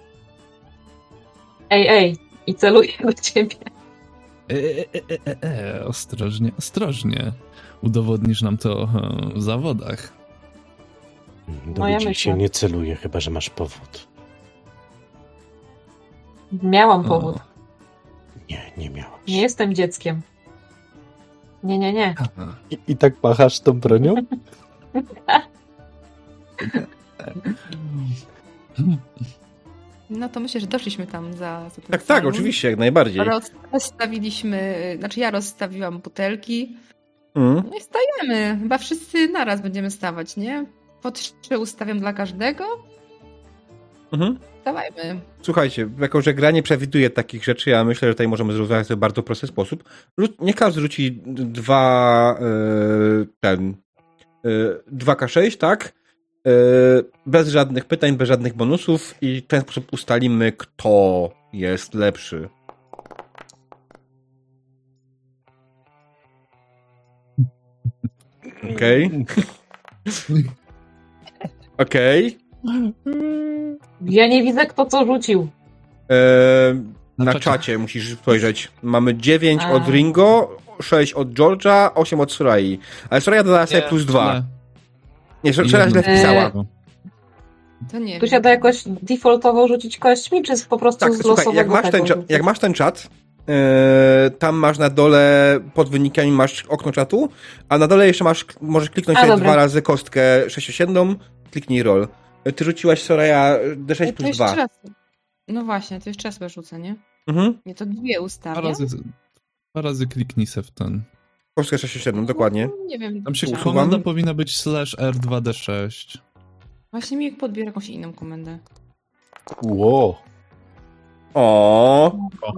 Ej, ej, i celuję do ciebie. E, e, e, e, e, ostrożnie, ostrożnie. Udowodnisz nam to e, w zawodach. Do No ja ludzi myślę. się nie celuje, chyba że masz powód. Miałam powód. Nie, nie miałaś. Nie jestem dzieckiem. Nie, nie, nie. Aha. I, I tak machasz tą bronią? No to myślę, że doszliśmy tam za, za ten Tak, tak, salon. oczywiście, jak najbardziej. Roz, rozstawiliśmy, znaczy ja rozstawiłam butelki. Mhm. No i stajemy. Chyba wszyscy naraz będziemy stawać, nie? Po trzy ustawiam dla każdego. Mhm. Stawajmy. Słuchajcie, jako że gra nie przewiduje takich rzeczy, ja myślę, że tutaj możemy zrozumieć to w bardzo prosty sposób. Rzu- Nie każdy rzuci dwa e, ten e, dwa K sześć, tak? E, bez żadnych pytań, bez żadnych bonusów i w ten sposób ustalimy, kto jest lepszy. Okej. Okej. Ja nie widzę, kto co rzucił. E, Na Na czacie. czacie musisz spojrzeć. Mamy dziewięć A. od Ringo, sześć od George'a, osiem od Sorai. Ale Soraya dodała sobie Nie, plus dwa. źle. Nie, Soraya źle Jedno. wpisała. To nie Tu wiem. się da jakoś defaultowo rzucić kośćmi, czy po prostu Tak, z słuchaj, losowego jak masz, ten, tego cza- rzucić? jak masz ten czat, e, tam masz na dole pod wynikami masz okno czatu, a na dole jeszcze masz, możesz kliknąć A, sobie dobra. dwa razy kostkę sześciosiedem, kliknij roll. E, Ty rzuciłaś Soraya D sześć To plus jeszcze dwa. raz. No właśnie, to jeszcze raz chyba rzucę, nie? Mhm. Nie, to dwie Dwa ustawię. razy, dwa razy kliknij se w ten. Polska sześćdziesiąt siedem, dokładnie. Nie wiem. Tam się czy- Usuwam. komenda powinna być slash R dwa D sześć. Właśnie mi podbiera jakąś inną komendę. Ło. O.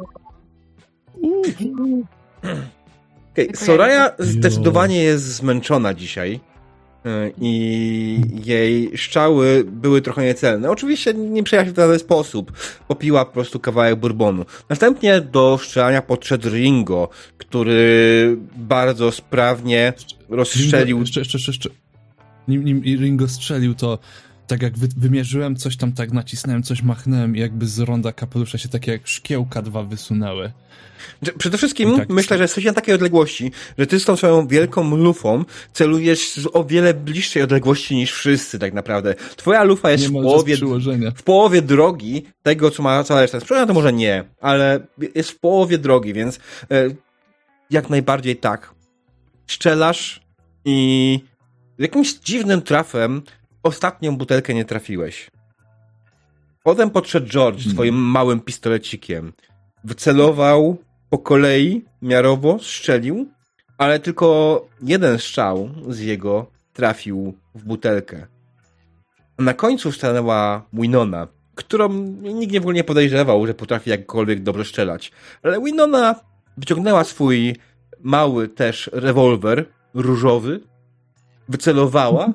Okay. Soraya zdecydowanie jest zmęczona dzisiaj yy, i jej strzały były trochę niecelne. Oczywiście nie przejęła się w ten sposób. Popiła po prostu kawałek bourbonu. Następnie do strzelania podszedł Ringo, który bardzo sprawnie rozstrzelił... Ringo, jeszcze, jeszcze, jeszcze, jeszcze. Nim, nim Ringo strzelił, to tak jak wy, wymierzyłem, coś tam tak nacisnąłem, coś machnąłem i jakby z ronda kapelusza się takie jak szkiełka dwa wysunęły. Przede wszystkim tak, myślę, że jesteś na takiej odległości, że ty z tą swoją wielką lufą celujesz z o wiele bliższej odległości niż wszyscy tak naprawdę. Twoja lufa jest w połowie, w połowie drogi tego, co ma cała reszta. Sprzedaż to może nie, ale jest w połowie drogi, więc e, jak najbardziej tak. Strzelasz i jakimś dziwnym trafem ostatnią butelkę nie trafiłeś. Potem podszedł George hmm. swoim małym pistolecikiem. Wycelował po kolei, miarowo, strzelił, ale tylko jeden strzał z jego trafił w butelkę. Na końcu stanęła Winona, którą nikt w ogóle nie podejrzewał, że potrafi jakkolwiek dobrze strzelać. Ale Winona wyciągnęła swój mały też rewolwer różowy, wycelowała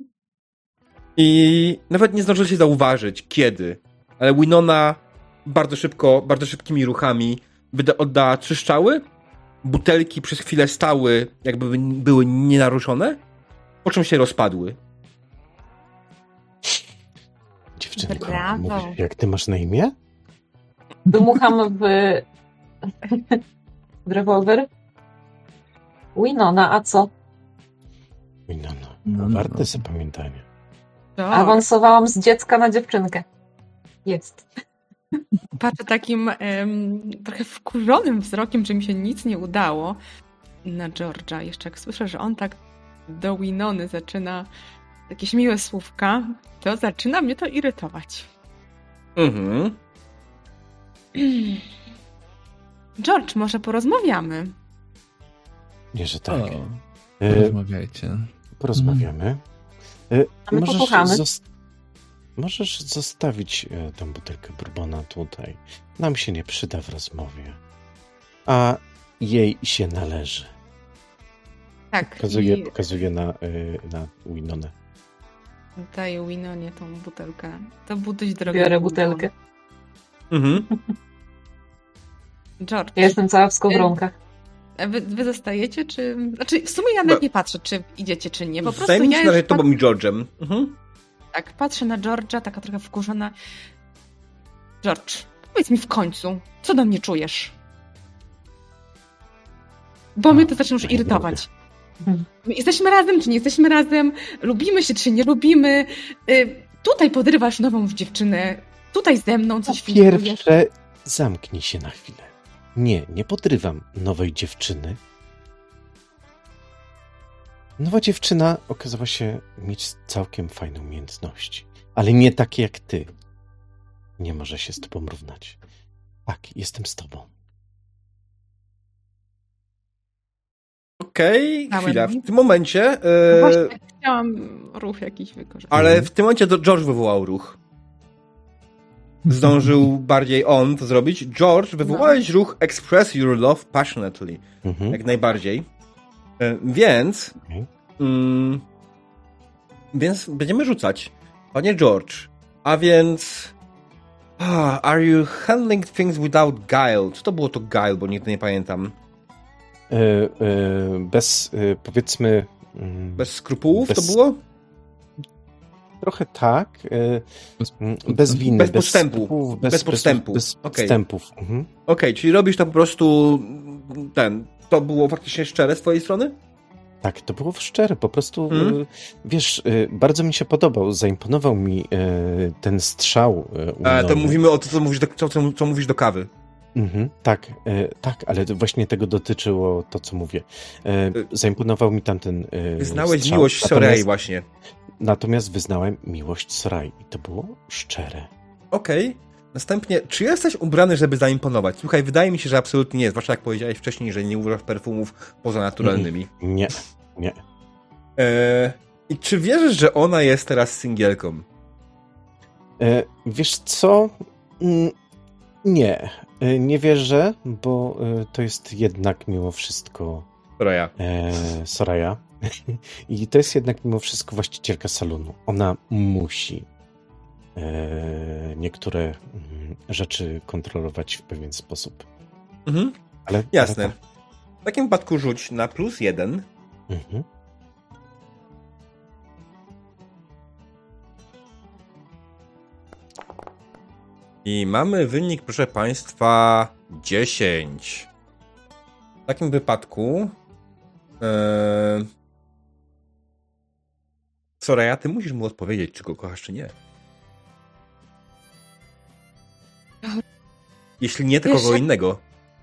i nawet nie zdążył się zauważyć, kiedy. Ale Winona bardzo szybko, bardzo szybkimi ruchami wyda- oddała trzy strzały, butelki przez chwilę stały, jakby były nienaruszone, po czym się rozpadły. Dziewczynko, Brawo. mówisz, jak ty masz na imię? Dmucham w, w rewolwer. Winona, a co? Winona, No, no, no, warte no. zapamiętania. To, Awansowałam z dziecka na dziewczynkę. Jest. patrzę takim em, trochę wkurzonym wzrokiem, że mi się nic nie udało na George'a. Jeszcze jak słyszę, że on tak do Winony zaczyna jakieś miłe słówka, to zaczyna mnie to irytować. Mhm. George, może porozmawiamy? Nie, że tak. O, E, rozmawiajcie. porozmawiamy. E, A my możesz, posłuchamy. zos- możesz zostawić e, tą butelkę bourbona tutaj. Nam się nie przyda w rozmowie. A jej się należy. Tak. Pokazuję, i pokazuję na, e, na Winonę. daję Winonie tą butelkę. To był dość drogi. Biorę butelkę. Mhm. George, Ja jestem cała w skowronkach. a wy, wy zostajecie, czy... Znaczy, w sumie ja nawet nie patrzę, czy idziecie, czy nie. Po prostu Zajmij ja się na razie już tobą i George'em. Mhm. tak, patrzę na George'a, taka trochę wkurzona. George, powiedz mi w końcu, co do mnie czujesz? Bo mnie to zaczyna już nie irytować. mogę. My jesteśmy razem, czy nie jesteśmy razem? Lubimy się, czy nie lubimy? Y, tutaj podrywasz nową dziewczynę. Tutaj ze mną Po coś filmujesz. pierwsze, zamknij się na chwilę. Nie, nie podrywam nowej dziewczyny. Nowa dziewczyna okazała się mieć całkiem fajne umiejętności, ale nie takie jak ty. Nie może się z tobą równać. Tak, jestem z tobą. Okej, Dałem chwila. mi. W tym momencie... No E, właśnie, chciałam ruch jakiś wykorzystać. ale w tym momencie do George wywołał ruch. Zdążył bardziej on to zrobić. George, wywołałeś ruch Express Your Love Passionately. Mhm. Jak najbardziej. E, więc... Okej. Mm, więc będziemy rzucać. Panie George, a więc... Ah, are you handling things without guile? Co to było to guile, bo nigdy nie pamiętam. E, e, bez, e, powiedzmy... mm, Bez skrupułów Bez- to było? Trochę tak. E, Bez- mm, bez winy. Bez podstępu. skrupułów, Bez podstępu. Bez, bez Okej. podstępów. Mhm. Okej, czyli robisz to po prostu ten... To było faktycznie szczere z twojej strony? Tak, to było szczere, po prostu, Mhm. y, wiesz, y, bardzo mi się podobał, zaimponował mi y, ten strzał. Y, E, Winony. to mówimy o to, co mówisz do, co, co, co mówisz do kawy. Mhm, tak, y, tak, ale to właśnie tego dotyczyło to, co mówię. Y, zaimponował mi tamten y, Wyznałeś strzał. miłość Sorei Natomiast- właśnie. Natomiast wyznałem miłość Sorai i to było szczere. Okej. Następnie, czy jesteś ubrany, żeby zaimponować? Słuchaj, wydaje mi się, że absolutnie nie, zwłaszcza jak powiedziałeś wcześniej, że nie używasz perfumów poza naturalnymi. Nie, nie. E, I czy wierzysz, że ona jest teraz singielką? E, wiesz co? Mm, nie. E, nie wierzę, bo e, to jest jednak mimo wszystko Soraya. E, Soraya. I to jest jednak mimo wszystko właścicielka salonu. Ona musi e, niektóre mm, rzeczy kontrolować w pewien sposób. Mhm. Ale, Jasne. Ale w takim wypadku rzuć na plus jeden. Mhm. I mamy wynik, proszę Państwa, dziesięć. W takim wypadku Eee... Soraya, ty musisz mu odpowiedzieć, czy go kochasz, czy nie. Jeśli nie, to Wiesz, kogo jak- innego.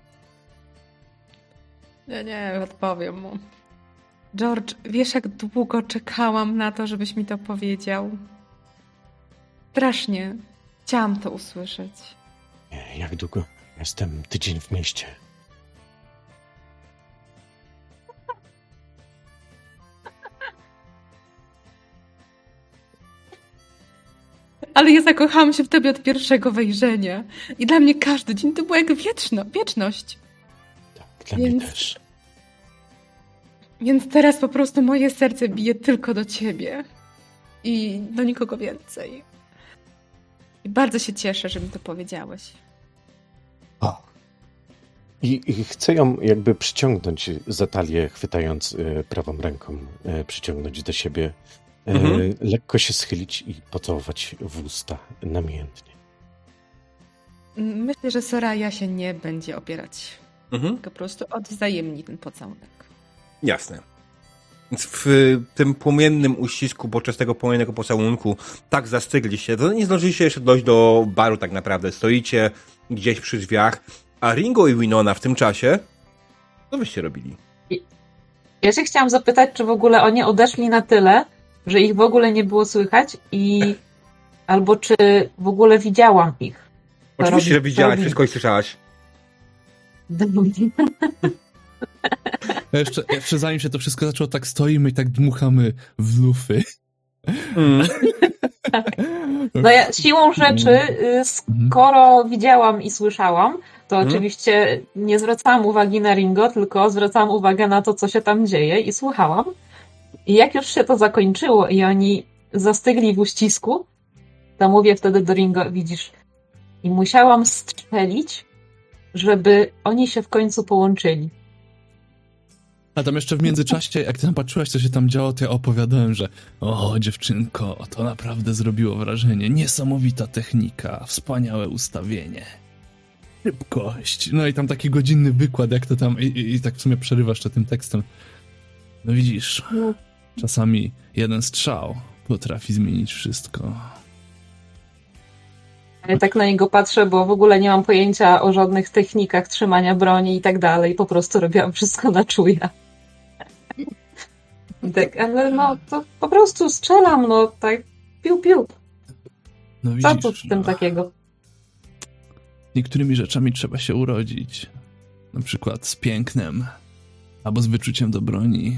Nie, nie, odpowiem mu. George, wiesz, jak długo czekałam na to, żebyś mi to powiedział? Strasznie. Chciałam to usłyszeć. Nie, jak długo? Jestem tydzień w mieście. Ale ja zakochałam się w tobie od pierwszego wejrzenia. I dla mnie każdy dzień to była jak wieczno, wieczność. Tak, dla Więc- mnie też. Więc teraz po prostu moje serce bije tylko do ciebie. I do nikogo więcej. I bardzo się cieszę, że mi to powiedziałeś. O. I, I chcę ją jakby przyciągnąć za talię, chwytając e, prawą ręką, e, przyciągnąć do siebie, e, Mhm. lekko się schylić i pocałować w usta namiętnie. Myślę, że Soraya się nie będzie opierać. Mhm. Po prostu odwzajemni ten pocałunek. Jasne. Więc w tym płomiennym uścisku podczas tego płomiennego pocałunku tak zastygliście, to nie zdążyliście jeszcze dojść do baru tak naprawdę. Stoicie gdzieś przy drzwiach, a Ringo i Winona w tym czasie co wyście robili? Ja się chciałam zapytać, czy w ogóle oni odeszli na tyle, że ich w ogóle nie było słychać i albo czy w ogóle widziałam ich. Co Oczywiście, że robi- widziałaś, co robi- wszystko i słyszałaś. A jeszcze, jeszcze zanim się to wszystko zaczęło, tak stoimy i tak dmuchamy w lufy. Mm. No ja siłą rzeczy, y, skoro widziałam i słyszałam, to Mhm. oczywiście nie zwracałam uwagi na Ringo, tylko zwracałam uwagę na to, co się tam dzieje i słuchałam. I jak już się to zakończyło i oni zastygli w uścisku, to mówię wtedy do Ringo, widzisz, i musiałam strzelić, żeby oni się w końcu połączyli. A tam jeszcze w międzyczasie, jak ty tam patrzyłaś, co się tam działo, to ja opowiadałem, że o, dziewczynko, to naprawdę zrobiło wrażenie. Niesamowita technika, wspaniałe ustawienie. Szybkość. No i tam taki godzinny wykład, jak to tam, i, i, i tak w sumie przerywasz to tym tekstem. No widzisz, No. czasami jeden strzał potrafi zmienić wszystko. Ja tak na niego patrzę, bo w ogóle nie mam pojęcia o żadnych technikach trzymania broni i tak dalej. Po prostu robiłam wszystko na czuja. Tak, ale no to po prostu strzelam, no tak piu piu. No Co widzisz, tu w tym no. takiego? Niektórymi rzeczami trzeba się urodzić. Na przykład z pięknem, albo z wyczuciem do broni.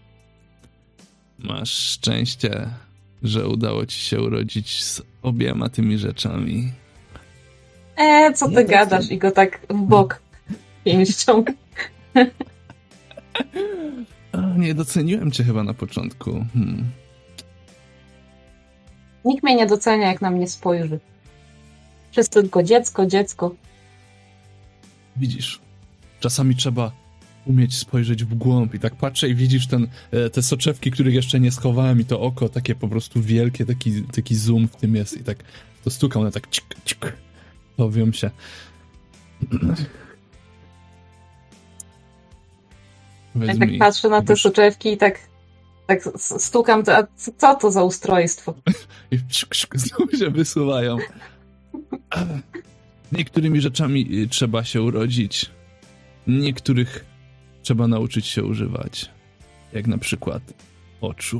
Masz szczęście, że udało ci się urodzić z obiema tymi rzeczami. E, co ty Nie, to gadasz? ty- I go tak w bok pięścią. A, nie doceniłem cię chyba na początku. Hmm. Nikt mnie nie docenia, jak na mnie spojrzy. Wszyscy tylko dziecko, dziecko. Widzisz, czasami trzeba umieć spojrzeć w głąb i tak patrzę i widzisz ten, e, te soczewki, których jeszcze nie schowałem i to oko takie po prostu wielkie, taki, taki zoom w tym jest i tak to stukam, one tak cik, cik, powią się. Ja Weź tak mi- patrzę na te wiesz, soczewki i tak, tak s- stukam, to, a c- co to za ustrojstwo? I pszk, pszk, znowu się wysuwają. Niektórymi rzeczami y, trzeba się urodzić. Niektórych trzeba nauczyć się używać. Jak na przykład oczu.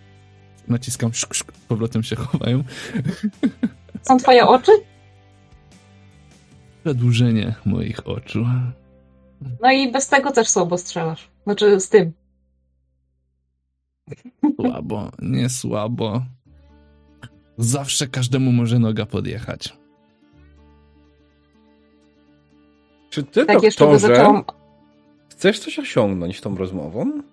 Naciskam szk, szk, z powrotem się chowają. Są twoje oczy? Przedłużenie moich oczu. No i bez tego też słabo strzelasz. Znaczy z tym. Słabo, nie słabo. Zawsze każdemu może noga podjechać. Czy ty, Tak jeszcze go doktorze, zaczęłam... chcesz coś osiągnąć tą rozmową?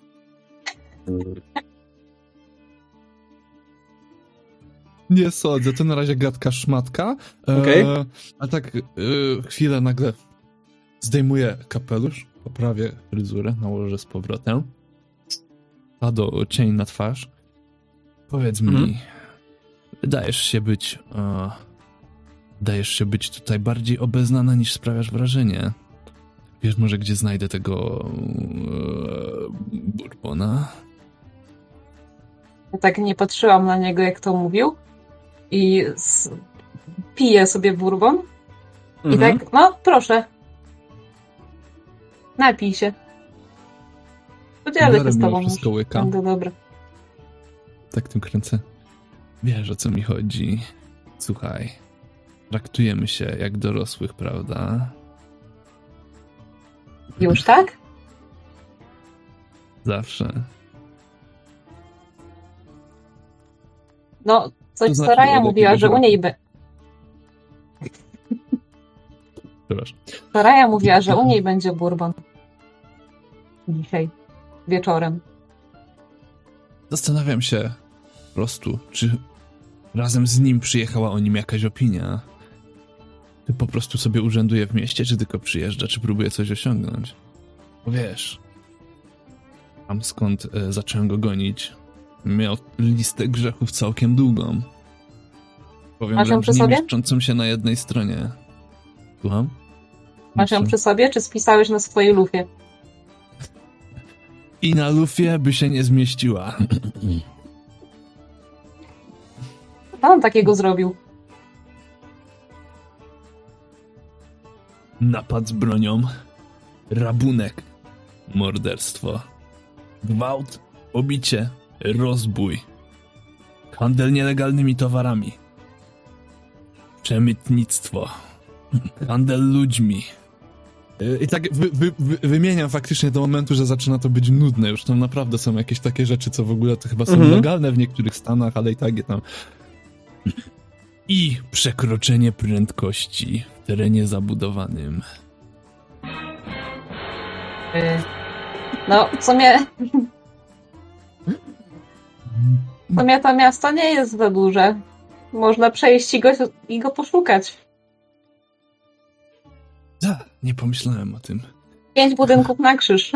Nie sądzę, to na razie gadka szmatka. E, Okej. A tak e, chwilę nagle zdejmuję kapelusz, poprawię fryzurę, nałożę z powrotem. A do cień na twarz. Powiedz Mhm. mi, wydajesz się być... E, wydajesz się być tutaj bardziej obeznana niż sprawiasz wrażenie. Wiesz może, gdzie znajdę tego... E, bourbona? Ja tak nie patrzyłam na niego, jak to mówił. I z... piję sobie bourbon. I Mhm. tak, no proszę. Napij się. Podzielę się Biorę z mimo tobą. wszystko łyka. Będę dobra. Tak tym kręcę. Wiesz, o co mi chodzi. Słuchaj, traktujemy się jak dorosłych, prawda? Już tak? Zawsze. No, coś To znaczy, Soraya od mówiła, jakiego że u roku? niej by... Przepraszam. Soraya mówiła, że u niej będzie bourbon. Dzisiaj. Wieczorem. Zastanawiam się po prostu, czy razem z nim przyjechała o nim jakaś opinia. Czy po prostu sobie urzęduje w mieście, czy tylko przyjeżdża, czy próbuje coś osiągnąć. Bo wiesz, tam skąd e, zacząłem go gonić, miał listę grzechów całkiem długą. Powiem Masz ją wręcz przy nie sobie? mieszczącą się na jednej stronie. Słucham? Masz ją Muszę. przy sobie, czy spisałeś na swojej lufie? I na lufie by się nie zmieściła. Co on takiego zrobił? Napad z bronią, rabunek, morderstwo, gwałt, pobicie, rozbój, handel nielegalnymi towarami, przemytnictwo, handel ludźmi. I tak wy, wy, wy, wymieniam faktycznie do momentu, że zaczyna to być nudne. Już tam naprawdę są jakieś takie rzeczy, co w ogóle to chyba są Mhm. legalne w niektórych stanach, ale i tak je tam... I przekroczenie prędkości w terenie zabudowanym. Yy, No, w sumie... W sumie to miasto nie jest za duże. Można przejść i go, i go poszukać. Ja, nie pomyślałem o tym. Pięć budynków na krzyż.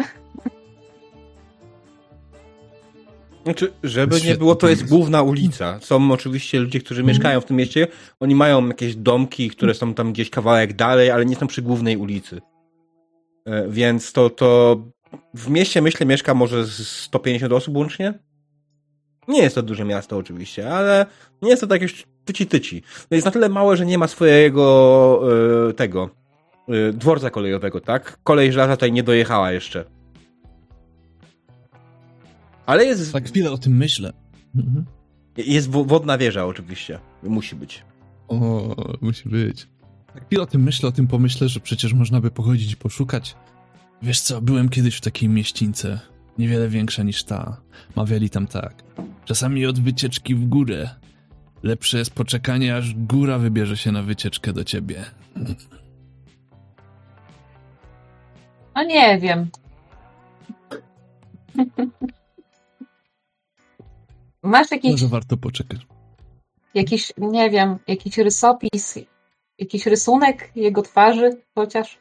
Znaczy, żeby nie Świetny było, to jest pomysł. główna ulica. Są oczywiście ludzie, którzy Mhm. mieszkają w tym mieście. Oni mają jakieś domki, które są tam gdzieś kawałek dalej, ale nie są przy głównej ulicy. E, Więc to, to w mieście, myślę, mieszka może z sto pięćdziesiąt osób łącznie. Nie jest to duże miasto oczywiście, ale nie jest to tak już tyci-tyci. To jest na tyle małe, że nie ma swojego e, tego e, dworca kolejowego, tak? Kolej żelaza tutaj nie dojechała jeszcze. Ale jest, Tak chwilę o tym myślę. Mhm. jest wo- wodna wieża oczywiście. Musi być. O, musi być. Tak chwilę o tym myślę, o tym pomyślę, że przecież można by pochodzić i poszukać. Wiesz co, byłem kiedyś w takiej mieścińce, niewiele większa niż ta. Mawiali tam tak. Czasami od wycieczki w górę. Lepsze jest poczekanie, aż góra wybierze się na wycieczkę do ciebie. No nie wiem. Masz jakiś, Może warto poczekać. jakiś, nie wiem, jakiś rysopis, jakiś rysunek jego twarzy chociaż?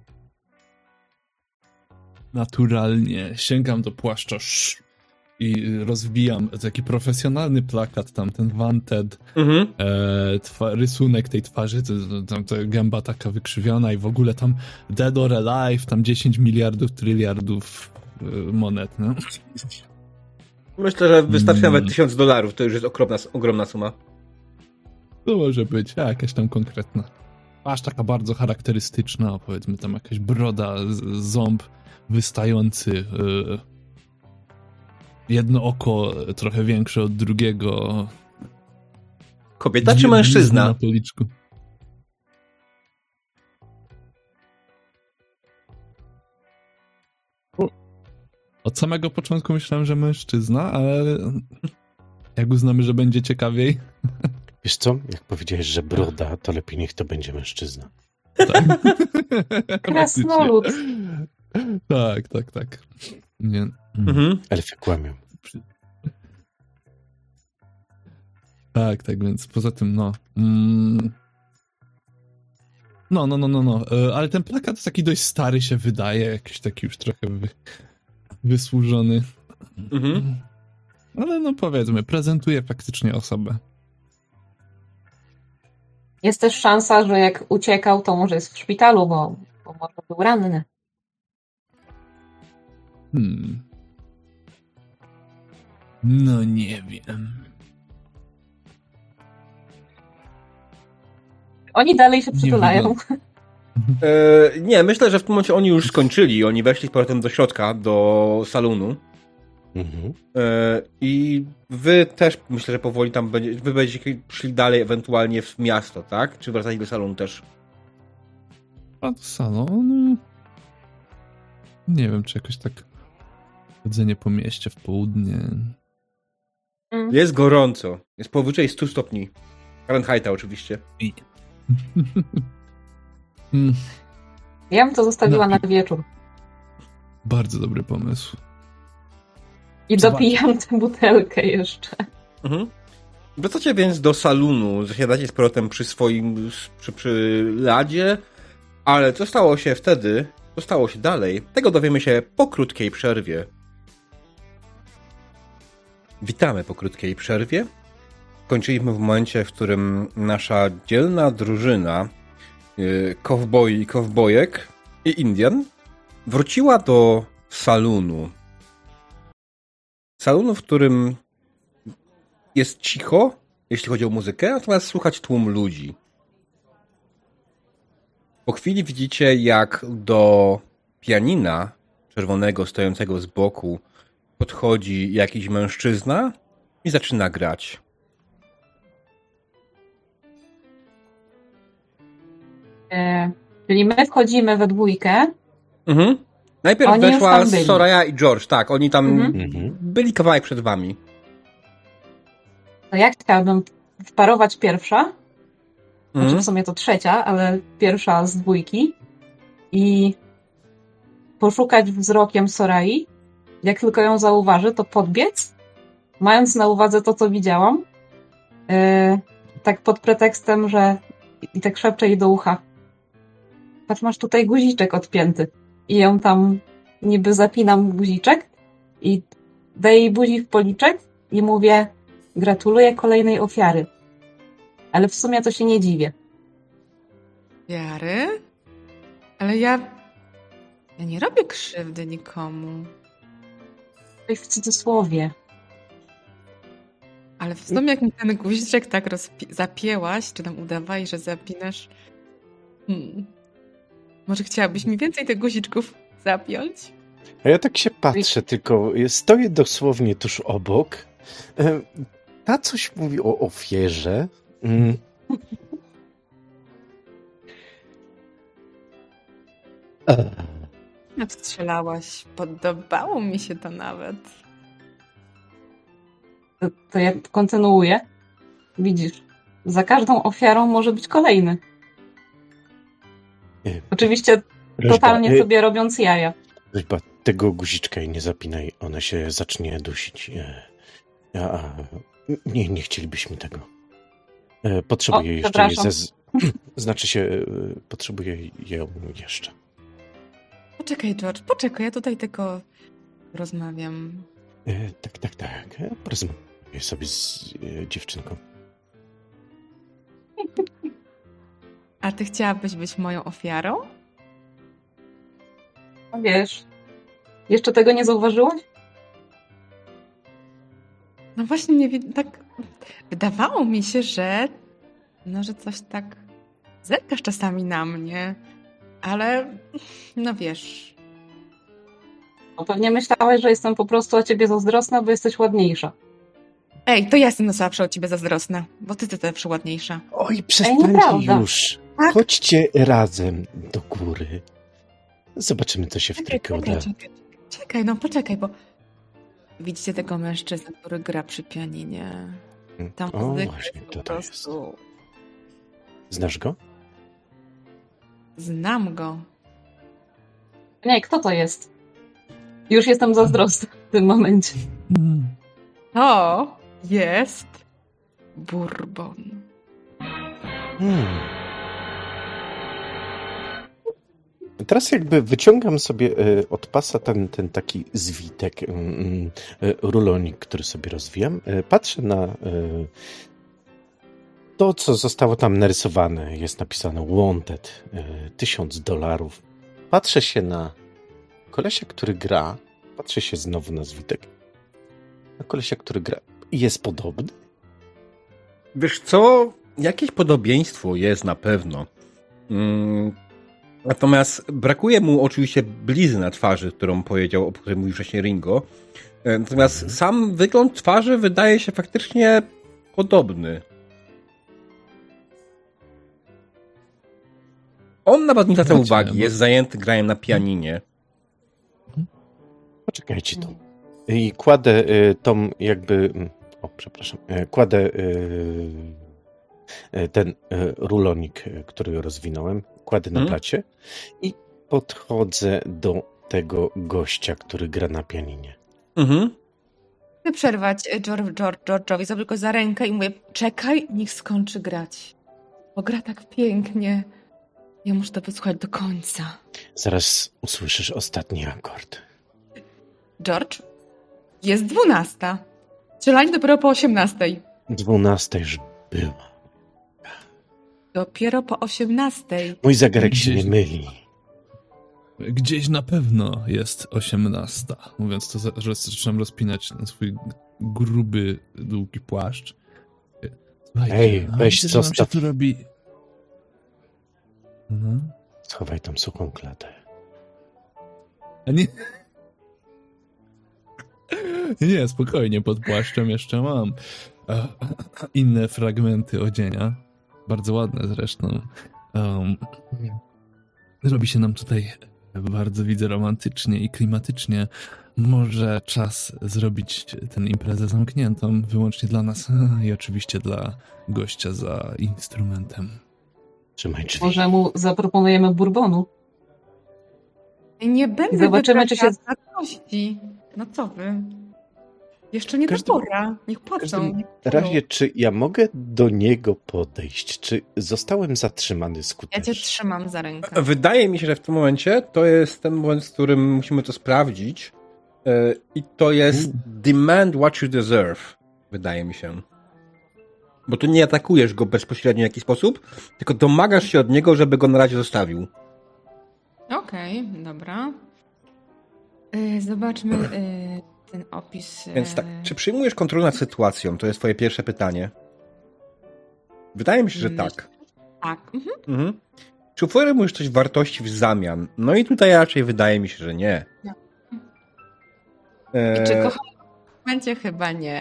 Naturalnie sięgam do płaszcza sz, i rozwijam taki profesjonalny plakat, tam ten wanted, Mhm. e, twa, rysunek tej twarzy, to, to, tam ta gęba taka wykrzywiona i w ogóle tam dead or alive, tam dziesięć miliardów, tryliardów e, monet, no. Myślę, że wystarczy Mm. nawet tysiąc dolarów, to już jest ogromna, ogromna suma. To może być, a, jakaś tam konkretna. Aż taka bardzo charakterystyczna, powiedzmy tam jakaś broda, z, ząb wystający, e, jedno oko trochę większe od drugiego. Kobieta czy Dwie blizny mężczyzna? na policzku. Od samego początku myślałem, że mężczyzna, ale jak uznamy, że będzie ciekawiej. Wiesz co? Jak powiedziałeś, że broda, to lepiej niech to będzie mężczyzna. Tak. Krasnolud. Tak, tak, tak. Nie. Mhm. Elfy kłamią. Tak, tak, więc poza tym, no. Mm, no, no, no, no, no. E, Ale ten plakat taki dość stary się wydaje, jakiś taki już trochę wy, wysłużony. Mhm. Ale no powiedzmy, prezentuje faktycznie osobę. Jest też szansa, że jak uciekał, to może jest w szpitalu, bo, bo może był ranny. Hmm. No nie wiem. Oni dalej się Nie przytulają. E, nie, myślę, że w tym momencie oni już skończyli. Oni weszli z powrotem do środka, do salonu. Mhm. E, I wy też, myślę, że powoli tam będzie, wy będziecie szli dalej ewentualnie w miasto, tak? Czy wracali do salonu też? A do salonu... Nie wiem, czy jakoś tak chodzenie po mieście w południe... Mm. Jest gorąco. Jest powyżej stu stopni. Fahrenheita oczywiście. I... Mm, Ja bym to zostawiła No. na wieczór. bardzo dobry pomysł. I Zobacz. dopijam tę butelkę jeszcze. Mhm. Wracacie więc do salonu, zasiadacie z powrotem przy swoim, przy, przy ladzie, ale co stało się wtedy, co stało się dalej, tego dowiemy się po krótkiej przerwie. Witamy po krótkiej przerwie. Kończyliśmy w momencie, w którym nasza dzielna drużyna yy, kowboi i kowbojek i Indian wróciła do salonu. Salonu, w którym jest cicho, jeśli chodzi o muzykę, natomiast słychać tłum ludzi. Po chwili widzicie, jak do pianina czerwonego stojącego z boku podchodzi jakiś mężczyzna i zaczyna grać. E, czyli my wchodzimy we dwójkę. Mhm. Najpierw Oni już weszła tam byli. Soraya i George, tak, oni tam Mhm. Mhm. byli kawałek przed wami. To ja chciałabym wparować pierwsza. Znaczy Mhm. w sumie to trzecia, ale pierwsza z dwójki. I poszukać wzrokiem Sorai. Jak tylko ją zauważy, to podbiec. Mając na uwadze to, co widziałam. E, tak pod pretekstem, że i tak szepczę jej do ucha. Patrz, masz tutaj guziczek odpięty. I ją tam niby zapinam guziczek i daję jej buzi w policzek i mówię: gratuluję kolejnej ofiary. Ale w sumie to się nie dziwię. Wiary? Ale ja... Ja nie robię krzywdy nikomu. Coś w cudzysłowie. Ale w sumie jak mi ten guziczek tak rozpi- zapięłaś, czy tam udawaj, że zapinasz... Hmm. Może chciałabyś mi więcej tych guziczków zapiąć? A ja tak się patrzę, tylko stoję dosłownie tuż obok. E, Ta coś mówi o ofierze. Mm. Ech. Strzelałaś. Podobało mi się to nawet. To, to ja kontynuuję. Widzisz, za każdą ofiarą może być kolejny. E, Oczywiście Prośba, totalnie e, sobie robiąc jaja. prośba, tego guziczka jej nie zapinaj, ona się zacznie dusić. E, a, a, nie, nie chcielibyśmy tego. E, Potrzebuję O, jeszcze jej przepraszam. ze... Znaczy się, e, potrzebuję ją jeszcze. Poczekaj, George, poczekaj, ja tutaj tylko rozmawiam. E, Tak, tak, tak. E, Porozmawiaj sobie z e, dziewczynką. A ty chciałabyś być moją ofiarą? No wiesz, jeszcze tego nie zauważyłaś? No właśnie, nie wi- tak wydawało mi się, że no, że coś tak zerkasz czasami na mnie, ale no wiesz, No pewnie myślałeś, że jestem po prostu o ciebie zazdrosna, bo jesteś ładniejsza. ej, to ja jestem zawsze o ciebie zazdrosna, bo ty ty zawsze ładniejsza. Oj, przestańcie nieprawda. już. Tak? Chodźcie razem do góry. Zobaczymy, co się w Czekaj, trójkę czekaj, uda. czekaj, czekaj. Czekaj, no poczekaj, bo widzicie tego mężczyznę, który gra przy pianinie. Tam O, muzyka właśnie, jest to po to jest. prostu... Znasz go? Znam go. Nie, kto to jest? Już jestem zazdrosna w tym momencie. To jest Bourbon. Hmm. Teraz jakby wyciągam sobie e, od pasa ten, ten taki zwitek, mm, e, rulonik, który sobie rozwijam. E, patrzę na e, to, co zostało tam narysowane. Jest napisane wanted, e, tysiąc dolarów. Patrzę się na kolesia, który gra. Patrzę się znowu na zwitek. Na kolesia, który gra. Jest podobny? Wiesz co? Jakieś podobieństwo jest na pewno. Mm. Natomiast brakuje mu oczywiście blizny na twarzy, którą powiedział, o której mówił wcześniej Ringo. Natomiast mhm. sam wygląd twarzy wydaje się faktycznie podobny. On nawet nie zwraca uwagi, jest zajęty graniem na pianinie. Poczekajcie tu. I kładę y, tą jakby... O, przepraszam. Y, kładę y, y, ten y, rulonik, y, który rozwinąłem. Kładę na hmm. placie i podchodzę do tego gościa, który gra na pianinie. Mhm. Chcę przerwać George, George, George'owi, zrobię go za rękę i mówię, czekaj, niech skończy grać. Bo gra tak pięknie. Ja muszę to wysłuchać do końca. Zaraz usłyszysz ostatni akord. George, jest dwunasta. Strzelanie dopiero po osiemnastej. Dwunasta już była. Dopiero po osiemnastej. Mój zegarek się nie myli. Gdzieś na pewno jest osiemnasta. Mówiąc to, że zaczynam rozpinać ten swój gruby, długi płaszcz. Słuchajcie, Ej, weź co zostaw. się tu robi? Mhm. Schowaj tą suchą klatę. A nie... Nie, spokojnie, pod płaszczem jeszcze mam inne fragmenty odzienia. Bardzo ładne zresztą. Um, robi się nam tutaj bardzo, widzę, romantycznie i klimatycznie. Może czas zrobić tę imprezę zamkniętą wyłącznie dla nas i oczywiście dla gościa za instrumentem. Trzymaj drzwi. Może mu zaproponujemy bourbonu? Nie będę zobaczymy, czy się... gości. No co wy? Jeszcze nie Każdy... do pora. Niech płacą. W razie, czy ja mogę do niego podejść? Czy zostałem zatrzymany skutecznie? Ja cię trzymam za rękę. Wydaje mi się, że w tym momencie to jest ten moment, w którym musimy to sprawdzić. Yy, I to jest mm. demand what you deserve. Wydaje mi się. Bo tu nie atakujesz go bezpośrednio w jakiś sposób, tylko domagasz się od niego, żeby go na razie zostawił. Okej, okay, dobra. Yy, zobaczmy... Yy... ten opis... Więc tak, czy przyjmujesz kontrolę nad sytuacją? To jest twoje pierwsze pytanie. Wydaje mi się, że tak. Tak. Mhm. Mhm. Czy oferujesz coś wartości w zamian? No i tutaj raczej wydaje mi się, że nie. No. E... I czy kocham w tym momencie? Chyba nie.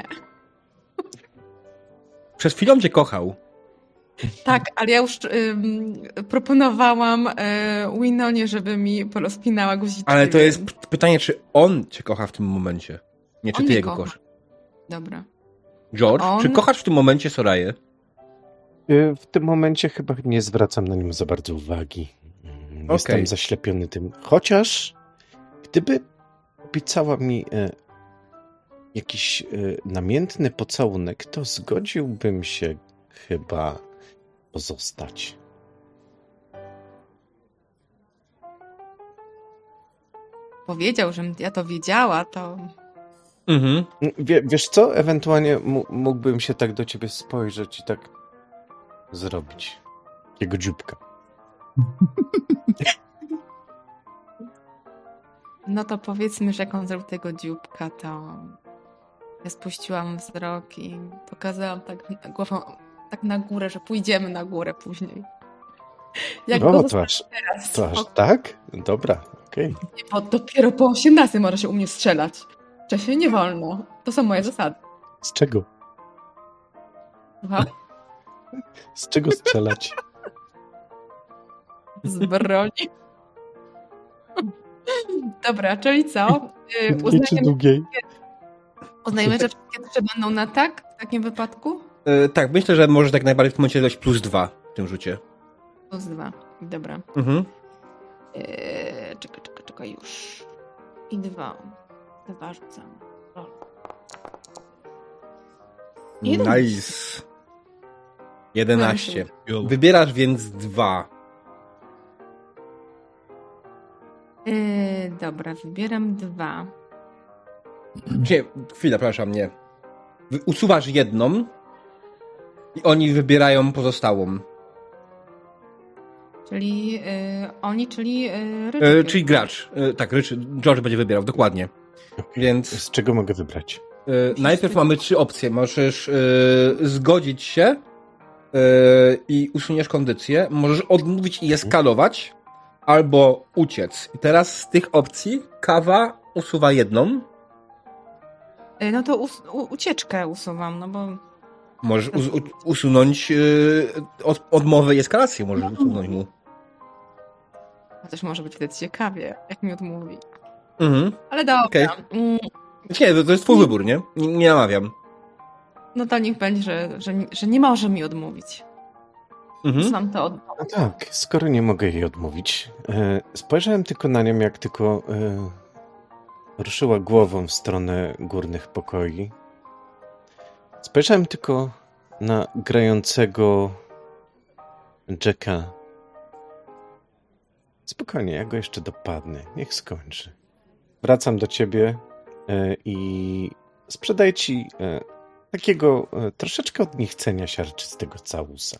Przez chwilę cię kochał. Tak, ale ja już ym, proponowałam y, Winonie, żeby mi porozpinała guziczki. Ale to jest p- pytanie, czy on cię kocha w tym momencie? Nie, czy on ty nie jego kocha. kochasz? Dobra. George, on... czy kochasz w tym momencie Soraję? W tym momencie chyba nie zwracam na nią za bardzo uwagi. Jestem okay. zaślepiony tym. Chociaż gdyby obiecała mi e, jakiś e, namiętny pocałunek, to zgodziłbym się chyba pozostać. Powiedział, żebym ja to wiedziała, to... Mhm. Wie, wiesz co? Ewentualnie m- mógłbym się tak do ciebie spojrzeć i tak zrobić. Jego dzióbka. No to powiedzmy, że jak on zrobił tego dzióbka, to ja spuściłam wzrok i pokazałam tak głową tak na górę, że pójdziemy na górę później. Jak no, to aż, teraz, to aż tak? Dobra, okej. Okay. Bo dopiero po osiemnastej może się u mnie strzelać. Wcześniej nie wolno. To są moje zasady. Z czego? Aha. Z czego strzelać? Z broni. Dobra, czyli co? Y, Krótkiej czy Uznajemy, długiej? uznajemy, że wszystkie trzy będą na tak w takim wypadku? E, tak, myślę, że może tak najbardziej w tym momencie dać plus dwa w tym rzucie. Plus dwa. Dobra. Mhm. Eee, czekaj, czekaj, czekaj, już. I dwa. Dwa rzucam. O. Jedenaście. Nice. jedenaście. Jolo. Wybierasz więc dwa. Eee, dobra, wybieram dwa. Nie, chwila, przepraszam, nie. Wy- Usuwasz jedną i oni wybierają pozostałą. Czyli y, oni, czyli y, E, Ryczek. czyli gracz. E, tak, Rich, George będzie wybierał, dokładnie. Więc Z czego mogę wybrać? e, najpierw mamy trzy opcje. Możesz e, zgodzić się e, i usuniesz kondycję. Możesz odmówić i eskalować, albo uciec. I teraz z tych opcji kawa usuwa jedną. Y, No to us, u, ucieczkę usuwam, no bo Możesz us, u, usunąć e, od, odmowę i eskalację. Możesz usunąć mu. to też może być wtedy ciekawie, jak mi odmówi. Mhm. Ale dobra. Okej. Mm, Nie, to, to jest twój wybór, nie? Nie, nie namawiam. No to niech będzie, że, że, że nie może mi odmówić. Mhm. Znam to od... No tak, skoro nie mogę jej odmówić. E, spojrzałem tylko na nią, jak tylko e, ruszyła głową w stronę górnych pokoi. Spojrzałem tylko na grającego Jacka. Spokojnie, ja go jeszcze dopadnę. Niech skończy. Wracam do ciebie e, i sprzedaję ci e, takiego e, troszeczkę od niechcenia siarczystego całusa.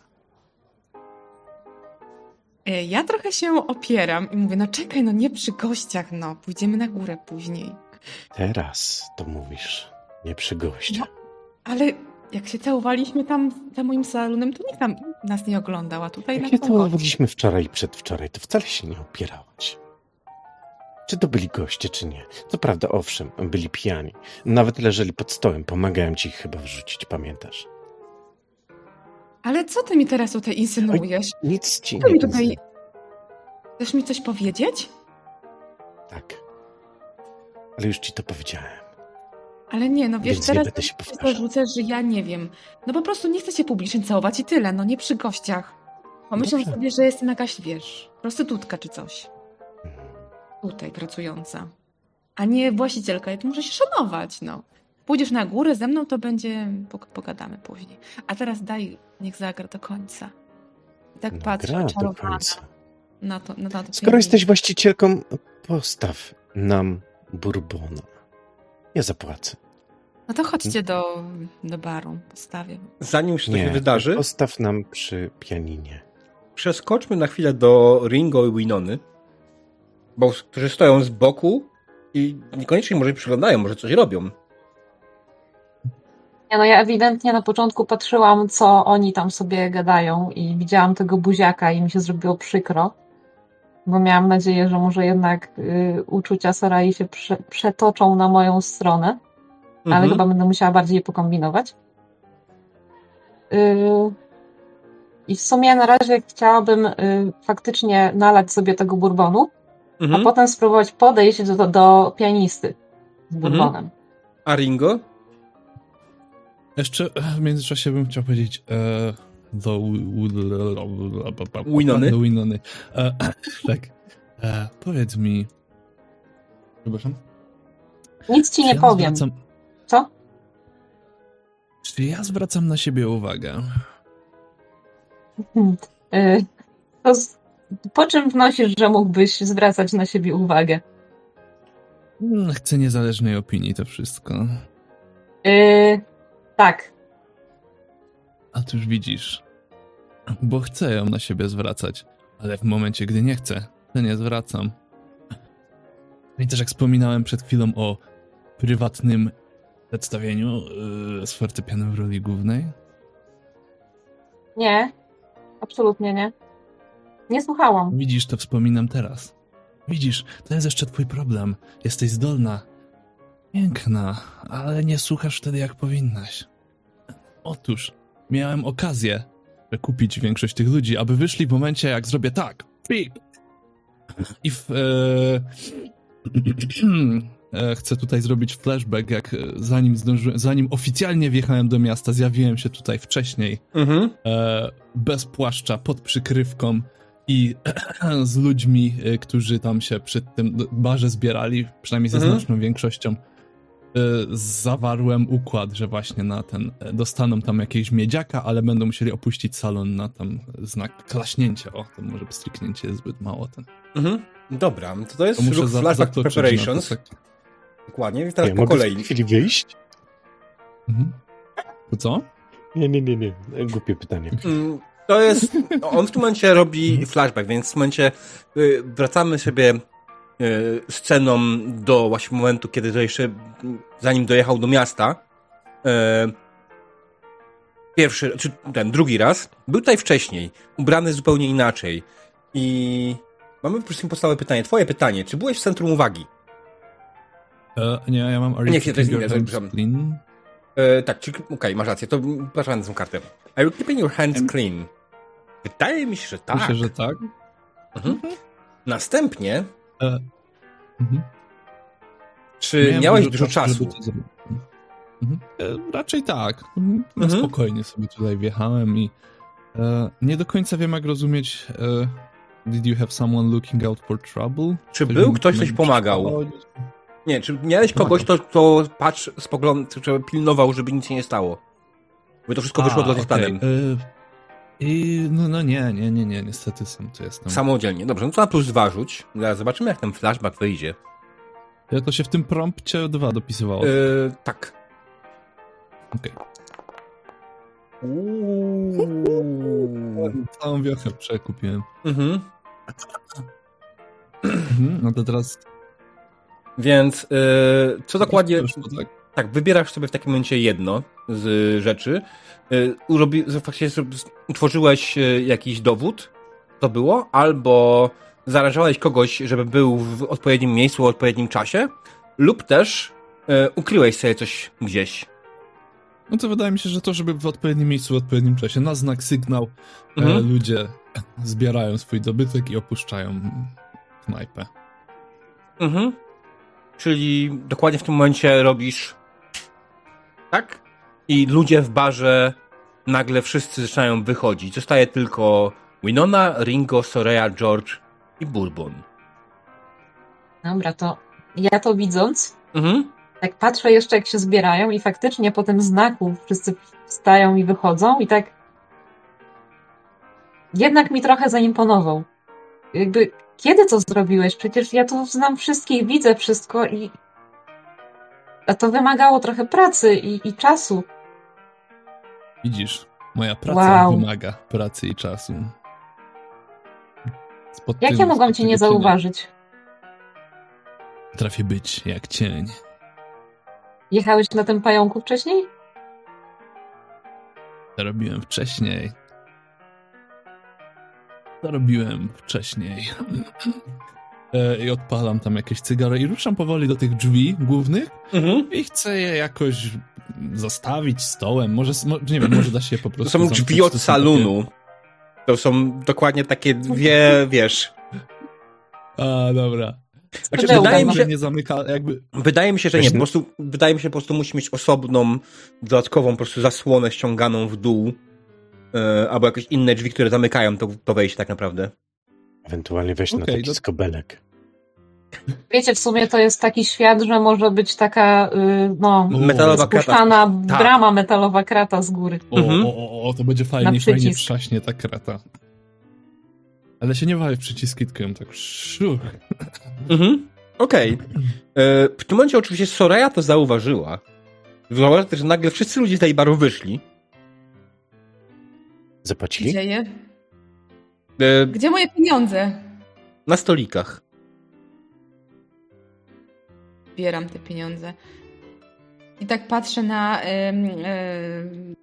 Y, Ja trochę się opieram i mówię, no czekaj, no nie przy gościach, no. Pójdziemy na górę później. Teraz to mówisz, nie przy gościach. No, ale jak się całowaliśmy tam za moim salonem, to nikt tam nas nie oglądał, a tutaj Jak na je pokoju. całowaliśmy wczoraj i przedwczoraj, to wcale się nie opierałaś. Czy to byli goście, czy nie? Co prawda, owszem, byli pijani. Nawet leżeli pod stołem, pomagałem ci ich chyba wrzucić, pamiętasz? Ale co ty mi teraz tutaj insynuujesz? Nic ci Co nie mi tutaj... widzę. Chcesz mi coś powiedzieć? Tak. Ale już ci to powiedziałem. Ale nie, no wiesz, Więc nie teraz będę się to powtarzał. rzucę, że ja nie wiem. No po prostu nie chcę się publicznie całować i tyle, no nie przy gościach. Pomyślą Dobrze. sobie, że jestem jakaś, wiesz, prostytutka czy coś. Mhm. Tutaj pracująca. A nie właścicielka, ja tu muszę się szanować, no. Pójdziesz na górę ze mną, to będzie... pog- Pogadamy później. A teraz daj, niech zagra do końca. I tak No, patrzę, gra do oczarowana końca. na to, na to Skoro piękne. jesteś właścicielką, postaw nam bourbona. Ja zapłacę. No to chodźcie do, do baru, postawię. Zanim już to Nie, się wydarzy, postaw nam przy pianinie. przeskoczmy na chwilę do Ringo i Winony, bo którzy stoją z boku i niekoniecznie może przyglądają, może coś robią. Nie, no ja ewidentnie na początku patrzyłam, co oni tam sobie gadają i widziałam tego buziaka i mi się zrobiło przykro, bo miałam nadzieję, że może jednak y, uczucia Sarai się prze, przetoczą na moją stronę, ale Mhm. chyba będę musiała bardziej pokombinować. Y, I w sumie na razie chciałabym y, faktycznie nalać sobie tego bourbonu, Mhm. a potem spróbować podejść do, do pianisty z bourbonem. A Ringo? Jeszcze w międzyczasie bym chciał powiedzieć e, do Winony? Do Winony. E, tak. E, powiedz mi... Przepraszam? Nic ci Czy nie ja powiem. Zwracam, Co? czy ja zwracam na siebie uwagę? Hmm. Y, to z, po czym wnosisz, że mógłbyś zwracać na siebie uwagę? Mm, Chcę niezależnej opinii to wszystko. Y, tak. A tu już widzisz. Bo chcę ją na siebie zwracać, ale w momencie, gdy nie chcę, to nie zwracam. I też jak wspominałem przed chwilą o prywatnym przedstawieniu yy, z fortepianem w roli głównej. Nie. Absolutnie nie. Nie słuchałam. Widzisz, to wspominam teraz. Widzisz, to jest jeszcze twój problem. Jesteś zdolna. Piękna, ale nie słuchasz wtedy jak powinnaś. Otóż, miałem okazję kupić większość tych ludzi, aby wyszli w momencie, jak zrobię tak. Pik. I w, e, Chcę tutaj zrobić flashback, jak zanim zdążyłem, zanim oficjalnie wjechałem do miasta, zjawiłem się tutaj wcześniej, Mhm. bez płaszcza, pod przykrywką i z ludźmi, którzy tam się przy tym barze zbierali, przynajmniej ze Mhm. znaczną większością. Zawarłem układ, że właśnie na ten dostaną tam jakiegoś miedziaka, ale będą musieli opuścić salon na tam znak klaśnięcia. O, to może stryknięcie jest zbyt mało. Ten. Mhm. Dobra, to to jest To muszę ruch za- Flashback zatoczyć Preparations. na to, tak. Dokładnie, więc teraz Nie, po mogę w kolei. tej chwili wyjść? Mhm. To co? Nie, nie, nie, nie. Głupie pytanie. Mm, To jest... On w tym momencie robi flashback, więc w tym momencie y, wracamy sobie y, sceną do właśnie momentu, kiedy to jeszcze, zanim dojechał do miasta, y, pierwszy, czy ten drugi raz, był tutaj wcześniej, ubrany zupełnie inaczej. I mamy po prostu podstawowe pytanie. Twoje pytanie, czy byłeś w centrum uwagi? E, nie, ja mam... Are you Nie, nie, to jest keeping inne, your hands przepraszam. clean? E, tak, czy... Okej, okay, masz rację, to patrzę na tę kartę. Are you keeping your hands clean? Wydaje mi się, że tak. Myślę, że tak. Mhm. Następnie, E, mhm. czy Miałem miałeś dużo żeby czasu? to zrobić. Mhm. E, raczej tak. Na Mhm. spokojnie sobie tutaj wjechałem i e, nie do końca wiem, jak rozumieć e, did you have someone looking out for trouble? Czy Ktoś był mi- ktoś, coś mi pomagał? przeszkodził? Nie, czy miałeś kogoś, to, to patrz, spogląd, czy pilnował, żeby nic się nie stało? By to wszystko wyszło A, zgodnie z okej. planem. E, I, no, no nie, nie, nie, nie, niestety sam tu jestem. Samodzielnie. Dobrze, no to na plus dwa rzuć. Zaraz zobaczymy, jak ten flashback wyjdzie. Ja to się w tym prompcie dwa dopisywało. E, tak. Okej. Uuu. Całą wiochę przekupiłem. Mhm. Mhm, no to teraz... Więc e, co dokładnie... Wyszło, tak? Tak, wybierasz sobie w takim momencie jedno z rzeczy. Y, Urobi, faktycznie zro- utworzyłeś y, jakiś dowód, to było, albo zarażałeś kogoś, żeby był w odpowiednim miejscu, w odpowiednim czasie, lub też y, ukryłeś sobie coś gdzieś. No to wydaje mi się, że to, żeby w odpowiednim miejscu, w odpowiednim czasie, na znak, sygnał, Mhm. e, ludzie zbierają swój dobytek i opuszczają knajpę. Mhm. Czyli dokładnie w tym momencie robisz tak? I ludzie w barze nagle wszyscy zaczynają wychodzić. Zostaje tylko Winona, Ringo, Soraya, George i Bourbon. Dobra, to ja to widząc, Mhm. tak patrzę jeszcze, jak się zbierają i faktycznie po tym znaku wszyscy wstają i wychodzą i tak jednak mi trochę zaimponował. Jakby, kiedy to zrobiłeś? Przecież ja tu znam wszystkich, widzę wszystko i a to wymagało trochę pracy i, i czasu. Widzisz, moja praca Wow. wymaga pracy i czasu. Spod Jak tyłu, ja mogłam spod cię nie tego cienia. zauważyć? Potrafię być jak cień. Jechałeś na tym pająku wcześniej? To robiłem wcześniej. To robiłem wcześniej. E, I odpalam tam jakieś cygaro i ruszam powoli do tych drzwi głównych Mhm. i chcę je jakoś zastawić stołem. Może, mo- nie wiem, może da się je po To prostu są zamknąć. drzwi od To są salonu. To są dokładnie takie dwie, wiesz... Takie... A, dobra. Znaczy, Pudełka wydaje mi mam. się, Nie zamyka, jakby... wydaje mi się, że nie. Po prostu, wydaje mi się, po prostu musi mieć osobną, dodatkową po prostu zasłonę ściąganą w dół. e, albo jakieś inne drzwi, które zamykają to, to wejście tak naprawdę. Ewentualnie weź na Okej, taki no- skobelek. Wiecie, w sumie to jest taki świat, że może być taka, y, no, Metalowa krata. spuszczana Tak. brama, metalowa krata z góry. O, Mhm. o, o, o, to będzie fajnie, Na fajnie przycisk. trzaśnie ta krata. Ale się nie bawię w przyciski, tylko ją tak szuch. Mhm. Okej. E, W tym momencie oczywiście Soraya to zauważyła. Zauważyła też, że nagle wszyscy ludzie z tej baru wyszli. Zapłacili? Gdzie je? E, Gdzie moje pieniądze? Na stolikach. Bieram te pieniądze. I tak patrzę na ym, ym,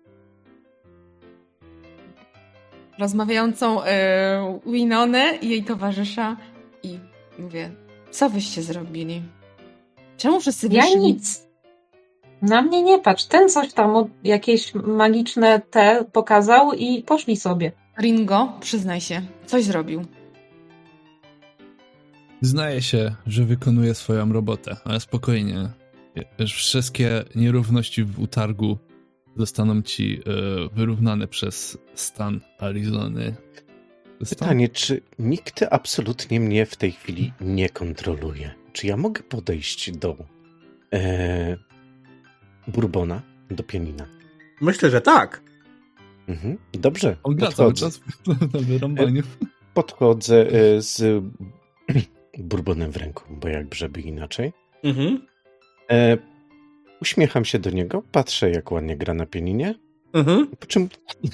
rozmawiającą y, Winonę i jej towarzysza i mówię, co wyście zrobili? Czemu wszyscy Ja wyszli? nic. Na mnie nie patrz. Ten coś tam od- jakieś magiczne te pokazał i poszli sobie. Ringo, przyznaj się, coś zrobił. Zdaje się, że wykonuje swoją robotę, ale spokojnie. Wszystkie nierówności w utargu zostaną ci e, wyrównane przez stan Arizony. Pytanie, czy nikt absolutnie mnie w tej chwili nie kontroluje? Czy ja mogę podejść do e, Bourbona, do pianina? Myślę, że tak. Mhm. Dobrze. On gra cały czas na wyrąbaniu. Podchodzę e, z Bourbonem w ręku, bo jak żeby inaczej. Mhm. E, uśmiecham się do niego, patrzę jak ładnie gra na pianinie, Mhm. po czym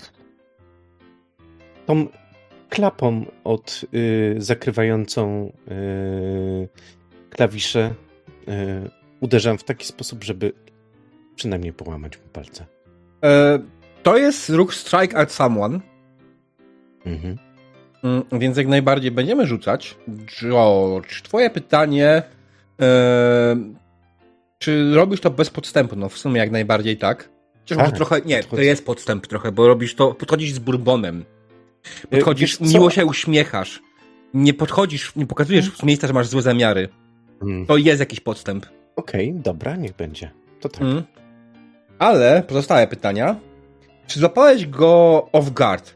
tą klapą od y, zakrywającą y, klawisze y, uderzam w taki sposób, żeby przynajmniej połamać mu palce. E, to jest ruch Strike at Someone. Mhm. Mm, więc jak najbardziej będziemy rzucać. George, twoje pytanie, e, czy robisz to bez podstępu? No w sumie jak najbardziej tak. Chociaż Tak, może trochę, nie, podchodzę. to jest podstęp trochę, bo robisz to, podchodzisz z Bourbonem. Podchodzisz, Wiesz co? miło się uśmiechasz. Nie podchodzisz, nie pokazujesz z miejsca, że masz złe zamiary. Mm. To jest jakiś podstęp. Okej, dobra, niech będzie. To tak. Mm. Ale pozostałe pytania. Czy złapałeś go off guard?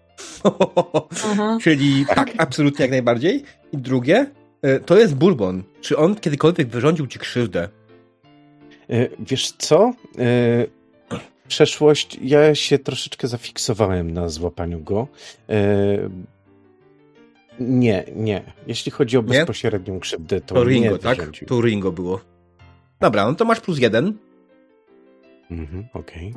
Mhm. Czyli tak, absolutnie jak najbardziej. I drugie, y, to jest Bourbon. Czy on kiedykolwiek wyrządził ci krzywdę? E, Wiesz co? E, Przeszłość, ja się troszeczkę zafiksowałem na złapaniu go. E, Nie, nie. Jeśli chodzi o Nie? bezpośrednią krzywdę, to, To nie Ringo, tak? wyrządził. To Ringo było. Dobra, no to masz plus jeden. Mhm, okej.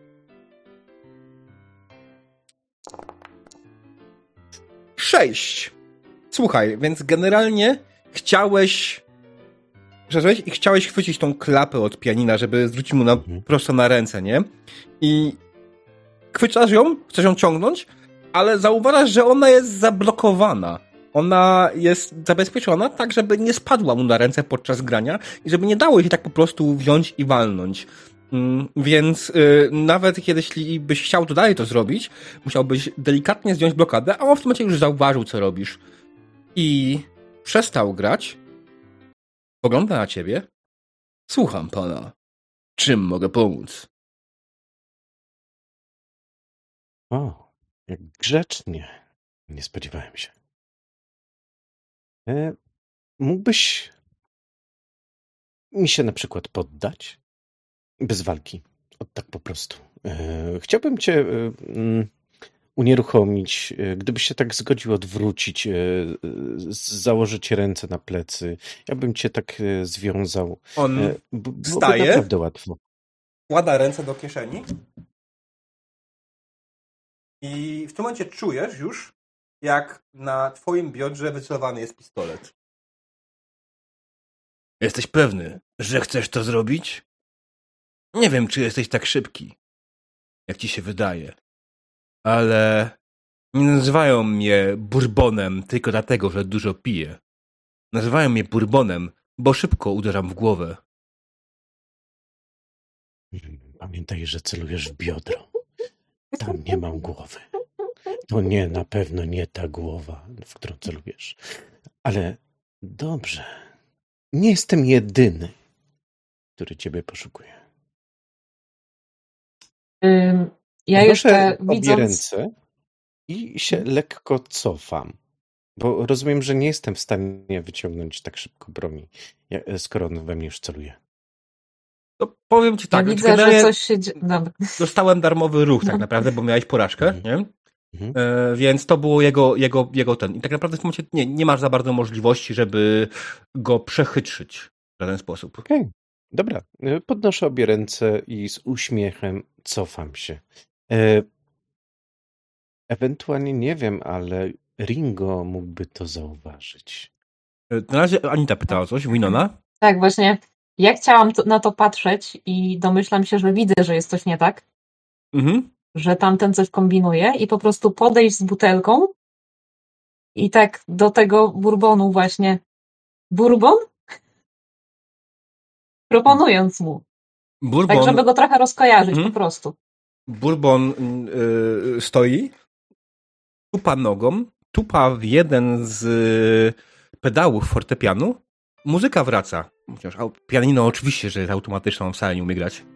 Sześć. Słuchaj, więc generalnie chciałeś... Przeszłeś i chciałeś chwycić tą klapę od pianina, żeby zwrócić mu na, Mhm. prosto na ręce, nie? I chwycasz ją, chcesz ją ciągnąć, ale zauważasz, że ona jest zablokowana. Ona jest zabezpieczona tak, żeby nie spadła mu na ręce podczas grania i żeby nie dało jej się tak po prostu wziąć i walnąć. Mm, Więc y, nawet kiedy jeśli byś chciał to dalej to zrobić, musiałbyś delikatnie zdjąć blokadę, a on w tym momencie już zauważył, co robisz. I przestał grać. Pogląda na ciebie. Słucham pana. Czym mogę pomóc? O, jak grzecznie. Nie spodziewałem się. E, mógłbyś mi się na przykład poddać? Bez walki. O, tak po prostu. E, chciałbym cię e, mm, unieruchomić. E, Gdybyś się tak zgodził odwrócić, e, z- założyć ręce na plecy. Ja bym cię tak e, związał. On E, b- byłoby wstaje. naprawdę łatwo. wkłada ręce do kieszeni i w tym momencie czujesz już, jak na twoim biodrze wycelowany jest pistolet. Jesteś pewny, że chcesz to zrobić? Nie wiem, czy jesteś tak szybki, jak ci się wydaje, ale nie nazywają mnie Bourbonem tylko dlatego, że dużo piję. Nazywają mnie Bourbonem, bo szybko uderzam w głowę. Pamiętaj, że celujesz w biodro. Tam nie mam głowy. To nie, na pewno nie ta głowa, w którą celujesz. Ale dobrze. Nie jestem jedyny, który ciebie poszukuje. Ym, Ja Podnoszę jeszcze obie widząc... ręce i się lekko cofam. Bo rozumiem, że nie jestem w stanie wyciągnąć tak szybko broni, jak- skoro on we mnie już celuje. To powiem ci tak, ja znaczy widzę, że generalnie coś się dzieje. Dobra. dostałem darmowy ruch tak No. naprawdę, bo miałeś porażkę, Mhm. nie? Mhm. E, więc to było jego, jego, jego ten. I tak naprawdę w tym momencie nie, nie masz za bardzo możliwości, żeby go przechytrzyć w żaden sposób. Okej, dobra. E, Podnoszę obie ręce i z uśmiechem cofam się. E, ewentualnie nie wiem, ale Ringo mógłby to zauważyć. E, Na razie Anita pytała o coś, Winona. Tak, właśnie. Ja chciałam to, na to patrzeć i domyślam się, że widzę, że jest coś nie tak, Mhm. że tamten coś kombinuje i po prostu podejść z butelką i tak do tego bourbonu właśnie. Bourbon? Proponując mu. Bourbon, Tak, żeby go trochę rozkojarzyć Mhm. po prostu. Bourbon y, stoi, tupa nogą, tupa w jeden z pedałów fortepianu muzyka wraca. Chociaż pianino oczywiście, że jest automatyczne, on wcale nie umie grać.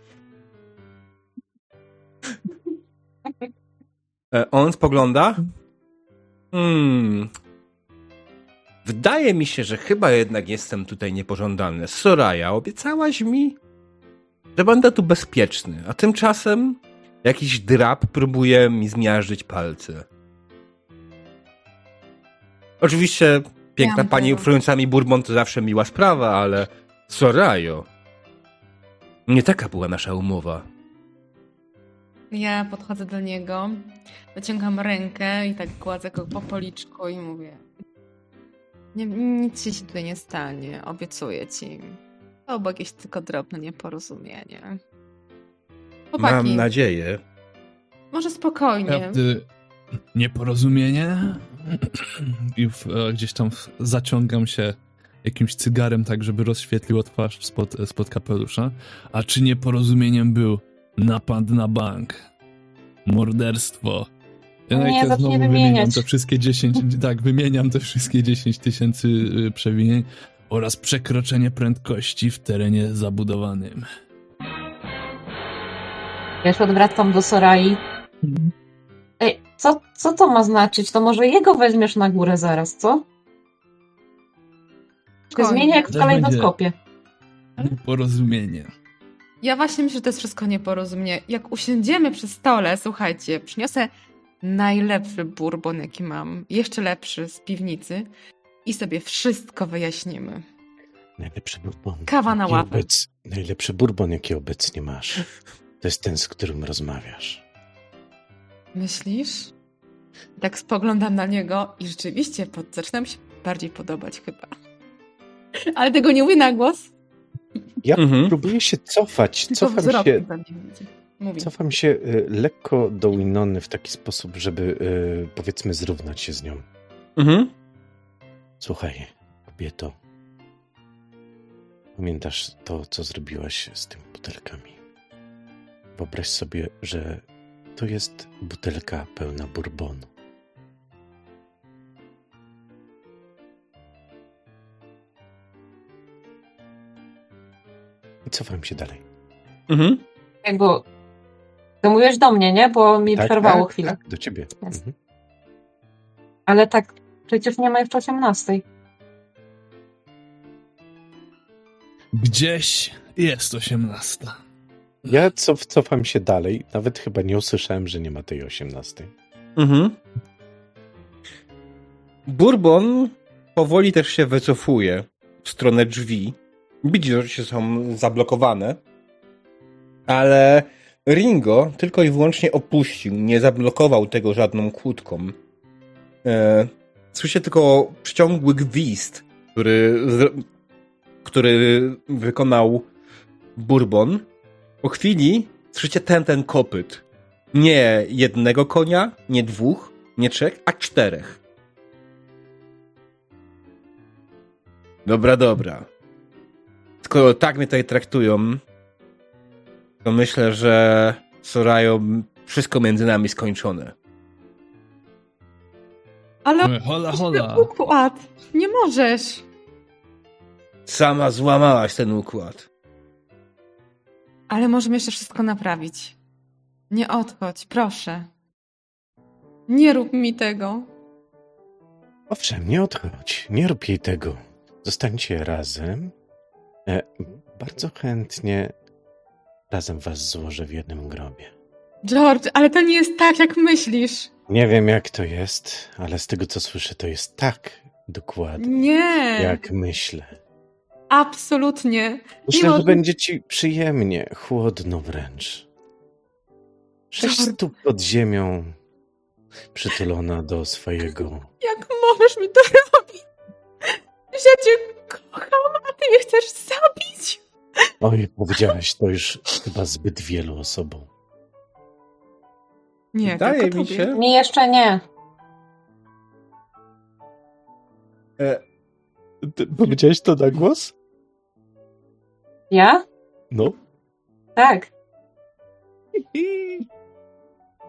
On spogląda. Hmm. Wydaje mi się, że chyba jednak jestem tutaj niepożądany. Soraya, obiecałaś mi, że będę tu bezpieczny, a tymczasem jakiś drab próbuje mi zmiażdżyć palce. Oczywiście piękna Ja pani to- oferująca mi bourbon to zawsze miła sprawa, ale Sorajo, nie taka była nasza umowa. Ja podchodzę do niego, wyciągam rękę i tak gładzę go po policzku i mówię: nie, nic ci się tutaj nie stanie, obiecuję ci. To było jakieś tylko drobne nieporozumienie. Chłopaki, Mam nadzieję. może spokojnie. Prawdy nieporozumienie? I w, e, gdzieś tam w, zaciągam się jakimś cygarem tak, żeby rozświetliło twarz spod, spod kapelusza. A czy nieporozumieniem był napad na bank? Morderstwo? Ja Nie, no i te zacznij znowu wymieniam wymieniać. te wszystkie dziesięć, tak, wymieniam te wszystkie dziesięć tysięcy y, przewinień oraz przekroczenie prędkości w terenie zabudowanym. Ja się odwracam do Sorai. Ej, co, co to ma znaczyć? To może jego weźmiesz na górę zaraz, co? Się Spokojnie. zmienia jak w Też będzie. kalejdoskopie. Porozumienie. Ja właśnie myślę, że to jest wszystko nieporozumienie. Jak usiądziemy przy stole, słuchajcie, przyniosę najlepszy bourbon, jaki mam, jeszcze lepszy z piwnicy i sobie wszystko wyjaśnimy. Najlepszy bourbon. Kawa na jaki ławę. Obec... Najlepszy bourbon, jaki obecnie masz. To jest ten, z którym rozmawiasz. Myślisz? Tak spoglądam na niego i rzeczywiście pod... zaczynam się bardziej podobać chyba. Ale tego nie mówię na głos. Ja Mhm. próbuję się cofać. Tylko Cofam wzrok się, we mnie widzi. Mówi. cofam się y, lekko do Winony w taki sposób, żeby y, powiedzmy zrównać się z nią. Mhm. Słuchaj, kobieto. Pamiętasz to, co zrobiłaś z tymi butelkami? Wyobraź sobie, że to jest butelka pełna bourbonu. I cofam się dalej. Mhm. Jakby... To mówiłeś do mnie, nie? Bo mi przerwało tak, chwilę. Tak, do ciebie. Jest. Mhm. Ale tak, przecież nie ma jeszcze osiemnastej. Gdzieś jest osiemnasta. Ja cof, cofam się dalej. Nawet chyba nie usłyszałem, że nie ma tej osiemnastej. Mhm. Bourbon powoli też się wycofuje w stronę drzwi. Widzi, że oczywiście są zablokowane, ale Ringo tylko i wyłącznie opuścił, nie zablokował tego żadną kłódką. E, słyszę tylko przyciągły gwizd, który, zro- który wykonał Bourbon. Po chwili słyszycie ten, ten kopyt. Nie jednego konia, nie dwóch, nie trzech, a czterech. Dobra, dobra. Skoro tak mnie tutaj traktują, to myślę, że Sorajo, wszystko między nami skończone. Ale Hola, hola. układ. Nie możesz. Sama złamałaś ten układ. Ale możemy jeszcze wszystko naprawić. Nie odchodź, proszę. Nie rób mi tego. Owszem, nie odchodź. Nie rób jej tego. Zostańcie razem. E, bardzo chętnie razem was złożę w jednym grobie. George, ale to nie jest tak, jak myślisz. Nie wiem, jak to jest, ale z tego, co słyszę, to jest tak dokładnie, Nie. jak myślę. Absolutnie. Myślę, może- że będzie ci przyjemnie, chłodno wręcz. Sześć George. stóp pod ziemią, przytulona do swojego... Jak możesz mi to robić? Ja cię kocham, a ty mnie chcesz zabić. Oj, powiedziałeś to już chyba zbyt wielu osobom. Nie, Wydaje tylko mi tobie. się... Mi jeszcze nie. E, Ty powiedziałeś to na głos? Ja? No. Tak.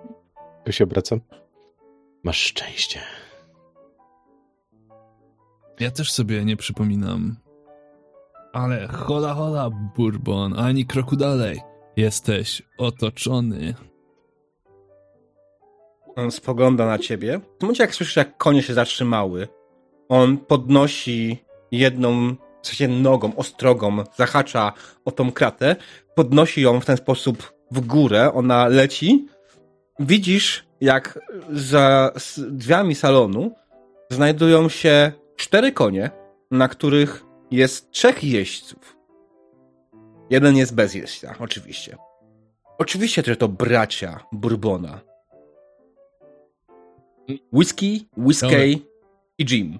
Tu się obracam. Masz szczęście. Ja też sobie nie przypominam. Ale hola hola, Bourbon, ani kroku dalej. Jesteś otoczony. On spogląda na ciebie. W momencie, jak słyszysz, jak konie się zatrzymały, on podnosi jedną, w sensie nogą, ostrogą, zahacza o tą kratę, podnosi ją w ten sposób w górę, ona leci. Widzisz, jak za drzwiami salonu znajdują się cztery konie, na których jest trzech jeźdźców. Jeden jest bez jeźdźca, oczywiście. Oczywiście, że to bracia Bourbona. Whisky, Whiskey i Jim.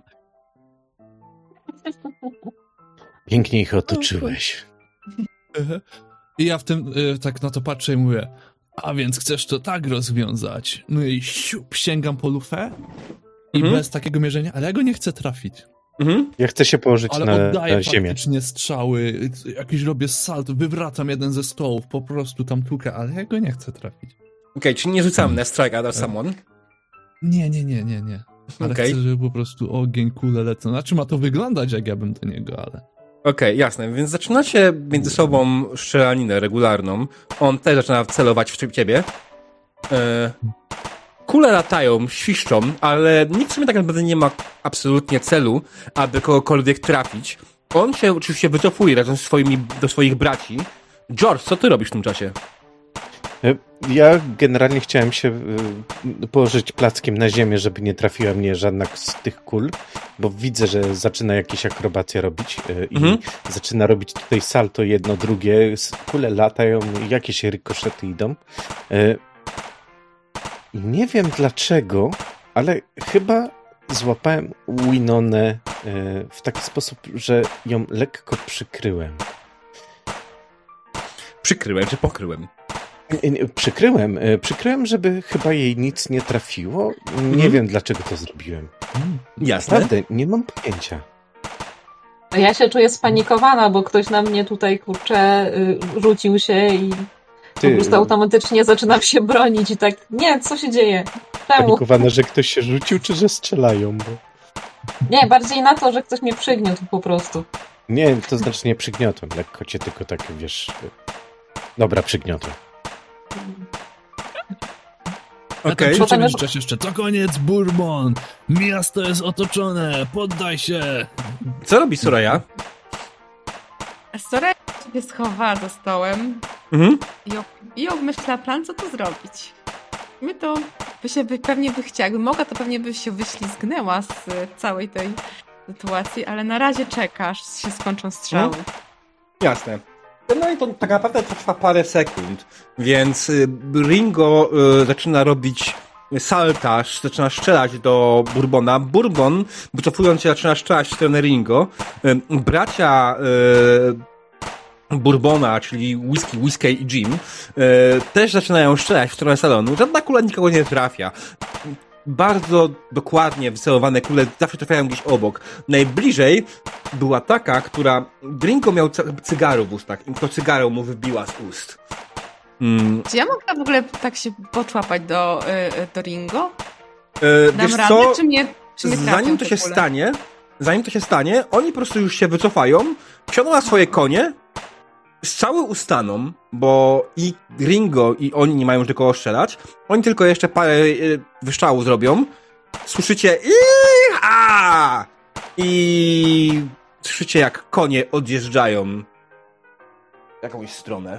Pięknie ich otoczyłeś. I ja w tym y, tak na to patrzę i mówię, a więc chcesz to tak rozwiązać. No i siup, sięgam po lufę i Mhm. bez takiego mierzenia, ale ja go nie chcę trafić. Mhm. Ja chcę się położyć Ale na, oddaję na ziemię. faktycznie strzały, jakiś robię salt, wywracam jeden ze stołów, po prostu tam tłukę, ale ja go nie chcę trafić. Okej, okay, czyli nie rzucamy na strike out of someone. Nie, nie, nie, nie, nie. Ale Okej. chcę, żeby po prostu ogień, kule lecą. Znaczy ma to wyglądać, jak ja bym do niego, ale... Okej, okay, jasne. Więc zaczynacie między sobą strzelaninę regularną. On też zaczyna celować w ciebie. E, kule latają, świszczą, ale nikt w sumie tak naprawdę nie ma absolutnie celu, aby kogokolwiek trafić. On się oczywiście wycofuje razem z swoimi, do swoich braci. George, co ty robisz w tym czasie? Ja generalnie chciałem się y, położyć plackiem na ziemię, żeby nie trafiła mnie żadna z tych kul, bo widzę, że zaczyna jakieś akrobacje robić y, Mhm. i zaczyna robić tutaj salto jedno, drugie, s- kule latają, jakieś rykoszety idą. Y, I nie wiem dlaczego, ale chyba złapałem Winonę y, w taki sposób, że ją lekko przykryłem. Przykryłem czy pokryłem? Nie, nie, Przykryłem, e, przykryłem, żeby chyba jej nic nie trafiło. Nie Mhm. wiem, dlaczego to zrobiłem. Mm. Jasne. Naprawdę, nie mam pojęcia. A ja się czuję spanikowana, bo ktoś na mnie tutaj, kurczę, y, rzucił się i po Ty, prostu automatycznie zaczynam się bronić i tak, nie, co się dzieje? Czemu? panikowana, że ktoś się rzucił, czy że strzelają? Bo... Nie, bardziej na to, że ktoś mnie przygniótł po prostu. Nie, to znaczy nie przygniotłem. Lekko cię tylko tak, wiesz... e, Dobra, przygniotłem. A Okej. tam Potem krzyczymy już- jeszcze, jeszcze, to koniec, Bourbon! Miasto jest otoczone, poddaj się! Co robi Soraya? Soraya się schowała za stołem Mhm. i, ob- i obmyśla plan, co tu zrobić. My to by się by, pewnie by chciała, jakby mogła, to pewnie by się wyślizgnęła z e, całej tej sytuacji, ale na razie czekasz, się skończą strzały. Jasne. No i to tak naprawdę to trwa parę sekund, więc y, Ringo y, zaczyna robić saltaż, zaczyna strzelać do Bourbona. Bourbon, wycofując się, zaczyna strzelać w stronę Ringo. Y, bracia y, Bourbona, czyli Whisky, Whiskey i Jim, y, też zaczynają strzelać w stronę salonu. Żadna kula nikogo nie trafia. Bardzo dokładnie wycelowane kule zawsze trafiają gdzieś obok. Najbliżej była taka, która... Ringo miał cy- cygaro w ustach i to cygaro mu wybiła z ust. Mm. Czy ja mogę w ogóle tak się poczłapać do, e, do Ringo? E, Dam wiesz radę, co? czy mnie, czy mnie trafią Zanim to te się kule? stanie, zanim to się stanie, oni po prostu już się wycofają, wsiądą na swoje konie, strzały ustaną, bo i Ringo i oni nie mają już do kogo strzelać, oni tylko jeszcze parę e, wystrzałów zrobią, słyszycie iha! I słyszycie jak konie odjeżdżają w jakąś stronę.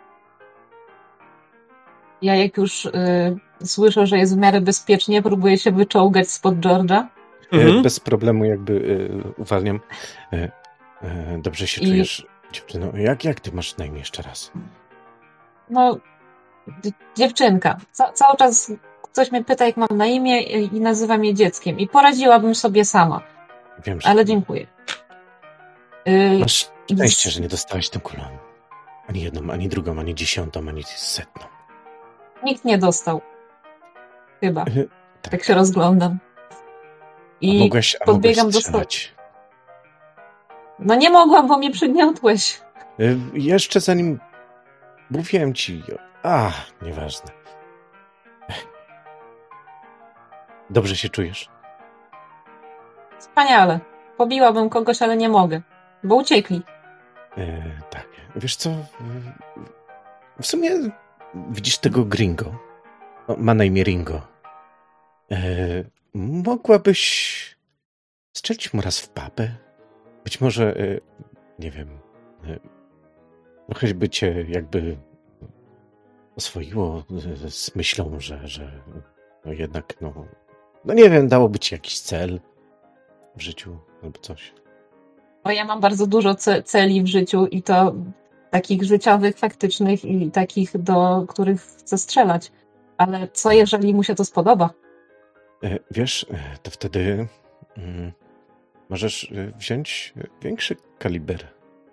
Ja jak już y, słyszę, że jest w miarę bezpiecznie, próbuję się wyczołgać spod George'a. Mhm. E, Bez problemu jakby e, uwalniam. E, e, Dobrze się I- czujesz, dziewczyno? Jak, jak ty masz na imię jeszcze raz? No, d- dziewczynka. Ca- cały czas ktoś mnie pyta, jak mam na imię i, i nazywa mnie dzieckiem. I poradziłabym sobie sama, Wiem, że ale dziękuję. Y, masz szczęście, że nie dostałaś tą kulą. Ani jedną, ani drugą, ani dziesiątą, ani setną. Nikt nie dostał. Chyba. E, Tak. Tak się rozglądam. A I mogłaś, a podbiegam mogłaś do strzelać. no nie mogłam, bo mnie przygniotłeś. E, Jeszcze zanim mówiłem ci... Ach, nieważne. Ech. Dobrze się czujesz? Wspaniale. pobiłabym kogoś, ale nie mogę, bo uciekli. E, tak, wiesz co, w sumie widzisz tego Gringo, no, ma na imię Ringo. E, mogłabyś strzelić mu raz w papę? Być może, e, nie wiem, e, trochę by cię jakby oswoiło z, z myślą, że, że no jednak, no, no nie wiem, dałoby ci jakiś cel w życiu albo coś. Bo ja mam bardzo dużo ce- celi w życiu i to takich życiowych, faktycznych i takich, do których chcę strzelać. Ale co jeżeli mu się to spodoba? E, wiesz, to wtedy mm, możesz wziąć większy kaliber.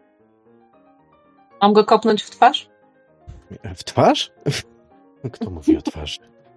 Mam go kopnąć w twarz? W twarz? Kto mówi o twarzy?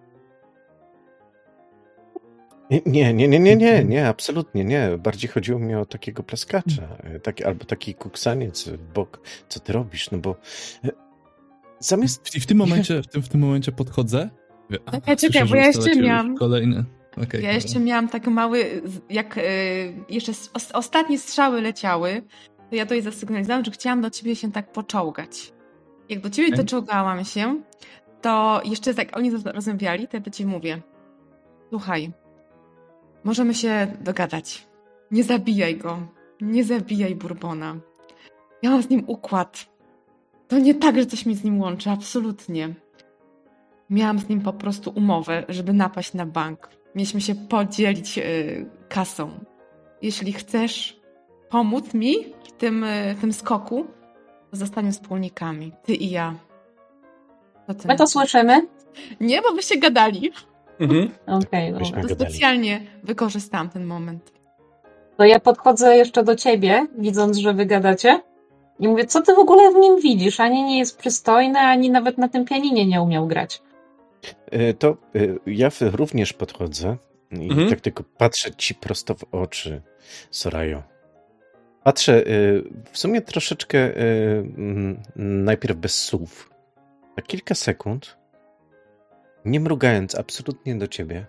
Nie, nie, nie, nie, nie, nie, absolutnie nie. Bardziej chodziło mi o takiego plaskacza, taki, albo taki kuksaniec w bok. Co ty robisz? No bo zamiast... I w tym momencie, w tym, w tym momencie podchodzę. A, czekaj, czekaj, bo ja jeszcze miałam... Kolejny. Okay, ja jeszcze miałam taki mały, jak y, jeszcze os, ostatnie strzały leciały, to ja to jej zasygnalizowałam, że chciałam do ciebie się tak poczołgać. Jak do ciebie okay. doczołgałam się, to jeszcze jak oni rozmawiali, to ja do ciebie mówię: słuchaj, możemy się dogadać. Nie zabijaj go. Nie zabijaj Bourbona. Ja mam z nim układ. To nie tak, że coś mnie z nim łączy. Absolutnie. Miałam z nim po prostu umowę, żeby napaść na bank. Mieliśmy się podzielić yy, kasą. Jeśli chcesz pomóc mi w tym, yy, tym skoku, to zostaniemy wspólnikami. Ty i ja. To My to słyszymy? Nie, bo byście gadali. Mhm. Okej, okay, no. To specjalnie wykorzystałam ten moment. To ja podchodzę jeszcze do ciebie, widząc, że wy gadacie, i mówię: co ty w ogóle w nim widzisz? Ani nie jest przystojny, ani nawet na tym pianinie nie umiał grać. To ja również podchodzę i mhm. tak tylko patrzę ci prosto w oczy, Sorajo. Patrzę w sumie troszeczkę najpierw bez słów. Na kilka sekund, nie mrugając absolutnie do ciebie,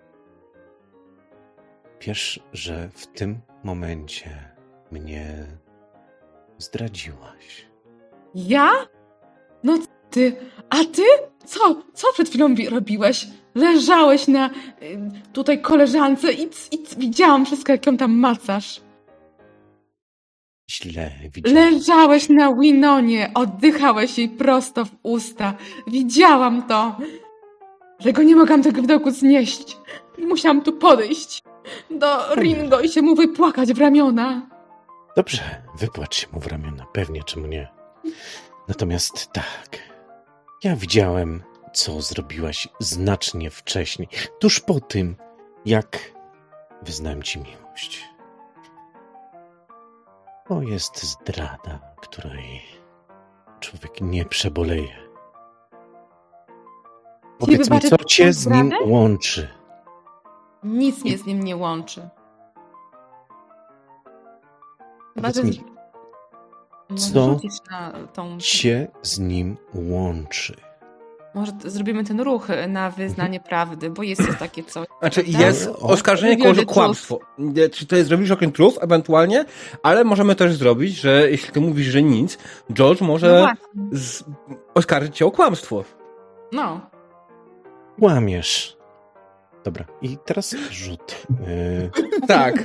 wiesz, że w tym momencie mnie zdradziłaś. Ja? No ty, a ty? Co? Co przed chwilą robiłeś? Leżałeś na tutaj koleżance i, i widziałam wszystko, jak ją tam macasz. Źle widziałam. Leżałeś na Winonie, oddychałeś jej prosto w usta. Widziałam to. Dlatego nie mogłam tego widoku znieść. Musiałam tu podejść do Ringo i się mu wypłakać w ramiona. Dobrze, wypłacz się mu w ramiona. Pewnie, czemu nie. Natomiast tak, ja widziałem, co zrobiłaś znacznie wcześniej. Tuż po tym, jak wyznałem ci miłość. To jest zdrada, której człowiek nie przeboleje. Powiedz mi, co cię z nim łączy? Nic mnie z nim nie łączy. Chyba, że... mi, co tą... cię z nim łączy? Może zrobimy ten ruch na wyznanie mhm. prawdy, bo jest to takie coś. Znaczy jest o, oskarżenie kogoś o kłamstwo. Czy to jest zrobisz okręt truth ewentualnie, ale możemy też zrobić, że jeśli ty mówisz, że nic, George może no z... oskarżyć cię o kłamstwo. No. Kłamiesz. Dobra, i teraz rzut. Yy... tak.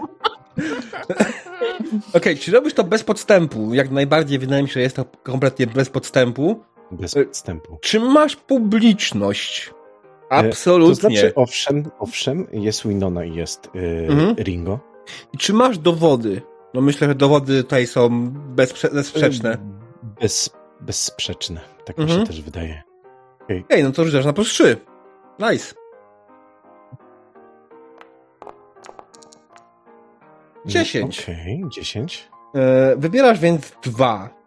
Okej, okay, czy robisz to bez podstępu? Jak najbardziej wydaje mi się, że jest to kompletnie bez podstępu. Bez podstępu. Czy masz publiczność? Absolutnie. To znaczy, owszem, owszem, jest Winona i jest yy, mhm. Ringo. I czy masz dowody? No myślę, że dowody tutaj są bezprze- bezsprzeczne. Bez, bezsprzeczne, tak mhm. mi się też wydaje. Okej, okay. no to rzucasz na plus trzy. Nice. Dziesięć. Okej, okay, dziesięć. Yy, wybierasz więc dwa.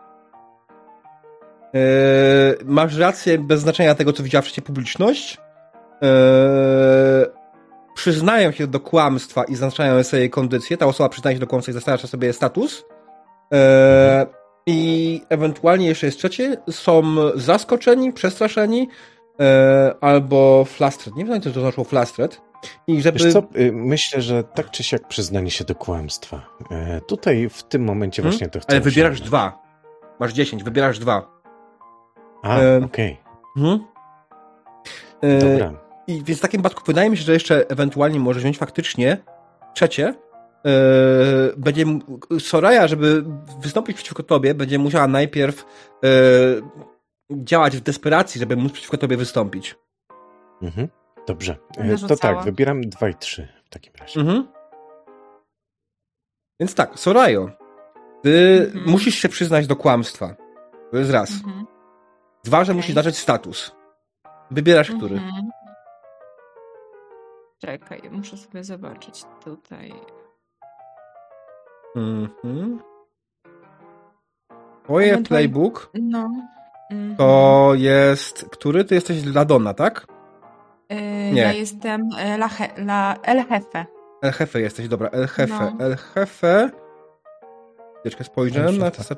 Yy, masz rację, bez znaczenia tego, co widziała wcześniej publiczność. Yy, przyznają się do kłamstwa i zaznaczają sobie jej kondycję. Ta osoba przyznaje się do kłamstwa i zaznacza sobie status. Yy, mhm. I ewentualnie jeszcze jest trzecie. Są zaskoczeni, przestraszeni yy, albo flastred. Nie wiem, co to znaczyło flastred. I żeby... Wiesz co, y, myślę, że tak czy siak przyznanie się do kłamstwa. E, tutaj w tym momencie Hmm? właśnie to chcę. Ale wybierasz osiągnąć. dwa. Masz dziesięć, wybierasz dwa. A, E, okej. Mhm. E, Dobra. I więc w takim przypadku wydaje mi się, że jeszcze ewentualnie możesz wziąć faktycznie trzecie. E, będzie m- Soraya, żeby wystąpić przeciwko tobie, będzie musiała najpierw e, działać w desperacji, żeby móc przeciwko tobie wystąpić. Mhm. Dobrze. E, to Narzucała. tak, wybieram dwa i trzy w takim razie. Mhm. Więc tak, Sorajo, ty Mhm. musisz się przyznać do kłamstwa. To jest raz. Mhm. Dwa, że Okej. musisz zacząć status. Wybierasz który. Mhm. Czekaj, muszę sobie zobaczyć tutaj. Mhm. Twoje Ewentualnie- playbook No. Mhm. to jest... Który? Ty jesteś Ladonna, tak? Y, nie. Ja jestem y, La, He- La El Jefe. El Jefe jesteś, dobra. El Jefe. No. El Jefe... Chwileczkę spojrzę El na... Jefe.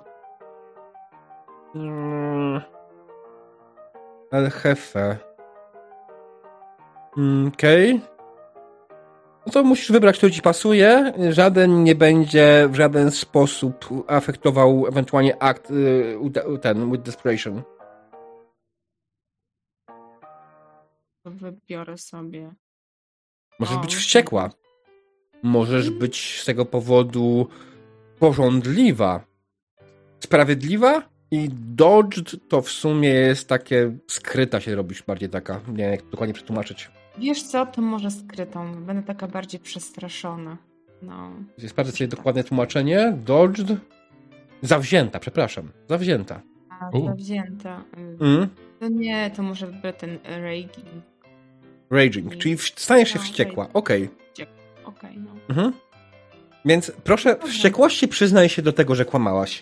Mm. El Jefe. Mm, Okej. Okay. No to musisz wybrać, który ci pasuje. Żaden nie będzie w żaden sposób afektował ewentualnie akt y, uda- ten, with desperation. To wybiorę sobie. Możesz O, być okej. wściekła. Możesz być z tego powodu pożądliwa. Sprawiedliwa i dodged to w sumie jest takie skryta się robisz, bardziej taka. Nie wiem, jak to dokładnie przetłumaczyć. Wiesz co, to może skrytą. Będę taka bardziej przestraszona. No. Sprawdzę sobie dokładne tłumaczenie. Dodged. Zawzięta, przepraszam. Zawzięta. A, U. zawzięta. Y, Mm. To nie, to może wybrać ten raging. Raging, czyli w- staniesz się No, wściekła. raging. Okej. Okej, no. Mhm. Więc proszę, w wściekłości przyznaj się do tego, że kłamałaś.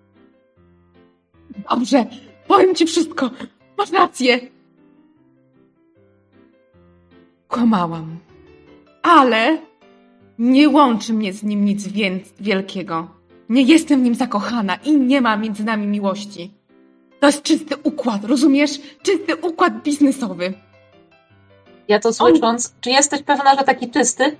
Dobrze, powiem ci wszystko. Masz rację. Kłamałam. Ale nie łączy mnie z nim nic wię- wielkiego. Nie jestem w nim zakochana i nie ma między nami miłości. To jest czysty układ, rozumiesz? Czysty układ biznesowy. Ja to słysząc, czy jesteś pewna, że taki czysty?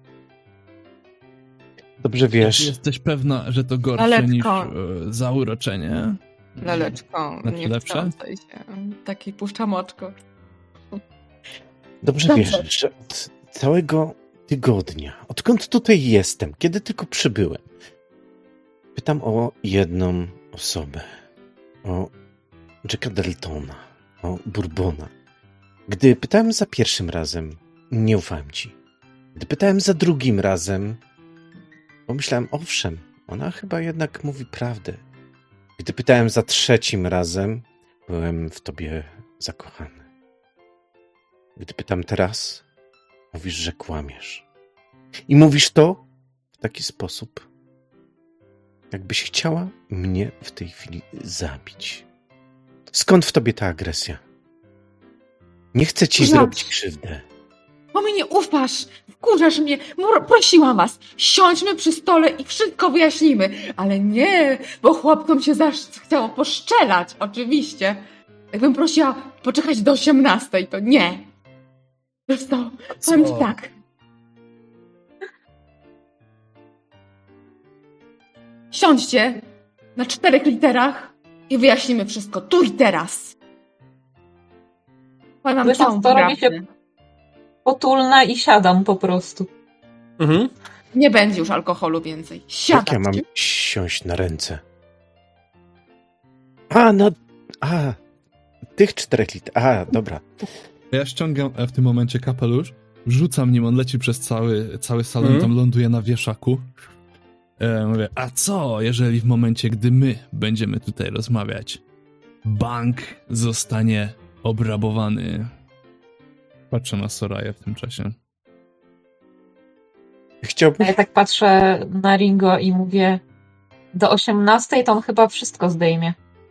Dobrze wiesz. Jesteś pewna, że to gorsze Laleczko. niż e, zauroczenie? Laleczko, Znaczy nie lepsze? wtrącaj się. Taki puszczam oczko. Dobrze, Dobrze. wiesz, że od całego tygodnia, odkąd tutaj jestem, kiedy tylko przybyłem, pytam o jedną osobę. O Jacka Daltona, o Bourbona. Gdy pytałem za pierwszym razem, nie ufałem ci. Gdy pytałem za drugim razem, pomyślałem, owszem, ona chyba jednak mówi prawdę. Gdy pytałem za trzecim razem, byłem w tobie zakochany. Gdy pytam teraz, mówisz, że kłamiesz. I mówisz to w taki sposób, jakbyś chciała mnie w tej chwili zabić. Skąd w tobie ta agresja? Nie chcę ci Żart. zrobić krzywdę. Bo mi nie ufasz, wkurzasz mnie, Mur- prosiłam was, siądźmy przy stole i wszystko wyjaśnimy. Ale nie, bo chłopcom się zaś chciało poszczelać, oczywiście. Jakbym prosiła poczekać do osiemnastej, to nie. Wiesz co, powiem ci tak. Siądźcie na czterech literach i wyjaśnimy wszystko tu i teraz. Powiem wam Słysząc całą to, robi się- prawdę. Potulna i siadam po prostu. Mhm. Nie będzie już alkoholu więcej. Jak Siadać. ja mam siąść na ręce? A, no... A, tych czterech lit... A, dobra. Ja ściągam w tym momencie kapelusz, rzucam nim, on leci przez cały, cały salon, Mhm. tam ląduje na wieszaku. E, mówię, a co, jeżeli w momencie, gdy my będziemy tutaj rozmawiać, bank zostanie obrabowany? Patrzę na Soraję w tym czasie. A Chciałbym... ja tak patrzę na Ringo i mówię, do osiemnastej to on chyba wszystko zdejmie.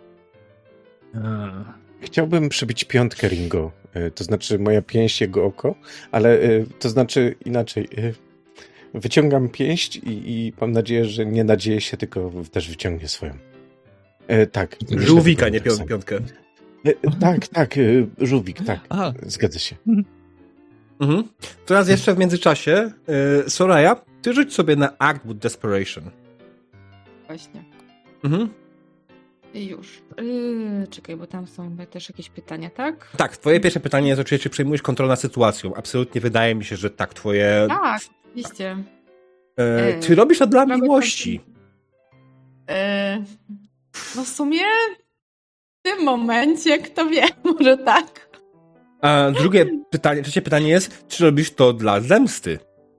A, Chciałbym przybić piątkę Ringo, y, to znaczy moja pięść, jego oko, ale y, to znaczy inaczej. y, Wyciągam pięść i, i mam nadzieję, że nie nadzieję się, tylko też wyciągnie swoją. Y, Tak. myślę, że Żółwika, powiem nie tak pią- samo. piątkę. Y, Tak, tak, y, żółwik, tak. a Zgadza się. Mhm. Teraz jeszcze w międzyczasie, yy, Soraya, ty rzuć sobie na Act with Desperation. Właśnie. Mhm. I już. Yy, czekaj, bo tam są też jakieś pytania, tak? Tak, twoje pierwsze pytanie jest oczywiście, czy przejmujesz kontrolę nad sytuacją. Absolutnie wydaje mi się, że tak, twoje... Tak, oczywiście. Yy, czy robisz to dla Robię miłości? Yy, no w sumie w tym momencie, kto wie, może tak. A drugie pytanie, trzecie pytanie jest, czy robisz to dla zemsty?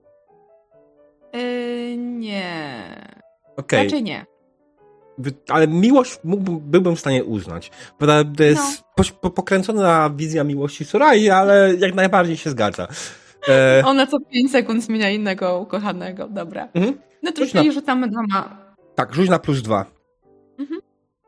Yy, nie. Okej. Raczej nie. Wy- Ale miłość mógłbym, byłbym w stanie uznać. Prawda, to jest po, po, pokręcona wizja miłości Sorai, ale jak najbardziej się zgadza. E, Ona co pięć sekund zmienia innego ukochanego. Dobra. mhm. No to Rzuć czyli na- rzucamy dwoma. Tak, rzuć na plus dwa. Mhm.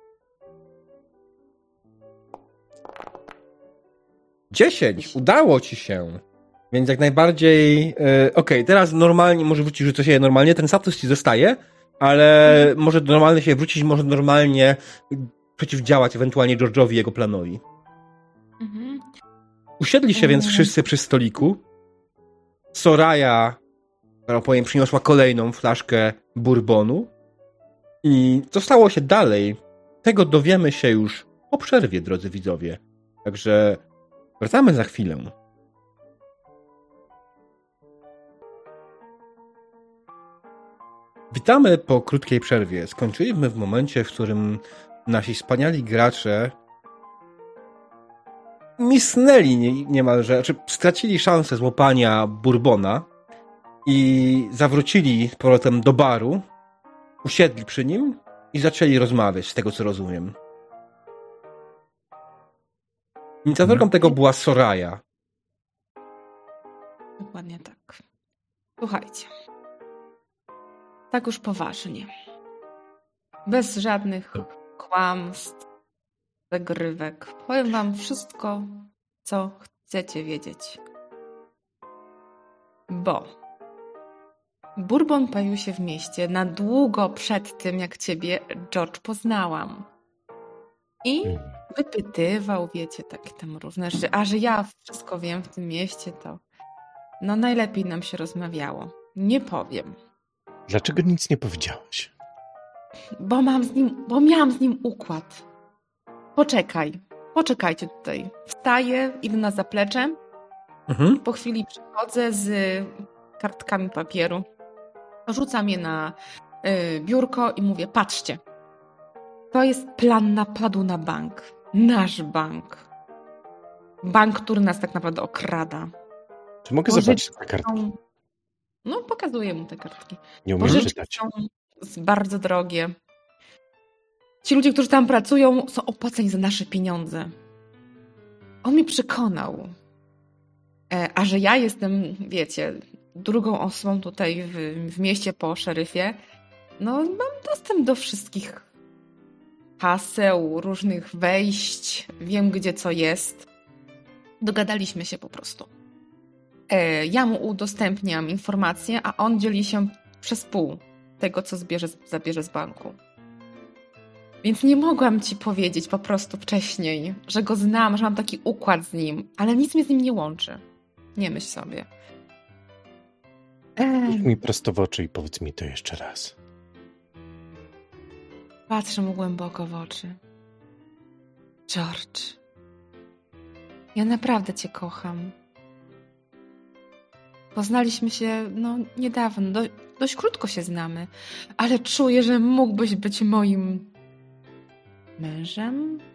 Dziesięć. Udało ci się. Więc jak najbardziej... E, Okej, teraz normalnie, może wrócić, że to się normalnie, ten status ci zostaje, ale może normalnie się wrócić, może normalnie przeciwdziałać ewentualnie George'owi i jego planowi. Mhm. Usiedli się więc wszyscy przy stoliku. Soraya, że powiem, przyniosła kolejną flaszkę bourbonu. I co stało się dalej, tego dowiemy się już po przerwie, drodzy widzowie. Także wracamy za chwilę. Witamy po krótkiej przerwie. Skończyliśmy w momencie, w którym nasi wspaniali gracze misnęli nie, niemalże, znaczy stracili szansę złapania bourbona i zawrócili z powrotem do baru, usiedli przy nim i zaczęli rozmawiać, z tego co rozumiem. Inicjatorką tego była Soraya. Dokładnie tak. Słuchajcie. Tak już poważnie. Bez żadnych kłamstw, zagrywek. Powiem wam wszystko, co chcecie wiedzieć. Bo Bourbon pojawił się w mieście na długo przed tym, jak ciebie, George, poznałam. I wypytywał, wiecie, takie tam różne rzeczy. A że ja wszystko wiem w tym mieście, to no najlepiej nam się rozmawiało. Nie powiem. Dlaczego nic nie powiedziałaś? Bo mam z nim, bo miałam z nim układ. Poczekaj. Poczekajcie tutaj. Wstaję, idę na zaplecze. Mhm. Po chwili przychodzę z kartkami papieru. Rzucam je na y, biurko i mówię, patrzcie. To jest plan napadu na bank. Nasz bank. Bank, który nas tak naprawdę okrada. Czy mogę Pożyczki zobaczyć te kartki? są- No, pokazuję mu te kartki. Nie umiem Pożyczki czytać. są z- bardzo drogie. Ci ludzie, którzy tam pracują, są opłaceni za nasze pieniądze. On mnie przekonał. E, a że ja jestem, wiecie, drugą osobą tutaj w, w mieście po szeryfie, no mam dostęp do wszystkich haseł, różnych wejść, wiem gdzie co jest. Dogadaliśmy się po prostu. E, ja mu udostępniam informacje, a on dzieli się przez pół tego, co zbierze, zabierze z banku. Więc nie mogłam ci powiedzieć po prostu wcześniej, że go znam, że mam taki układ z nim, ale nic mnie z nim nie łączy. Nie myśl sobie. Spójrz Eee, mi prosto w oczy i powiedz mi to jeszcze raz. patrzę mu głęboko w oczy. George, ja naprawdę cię kocham. Poznaliśmy się, no, niedawno, do, dość krótko się znamy, ale czuję, że mógłbyś być moim mężem?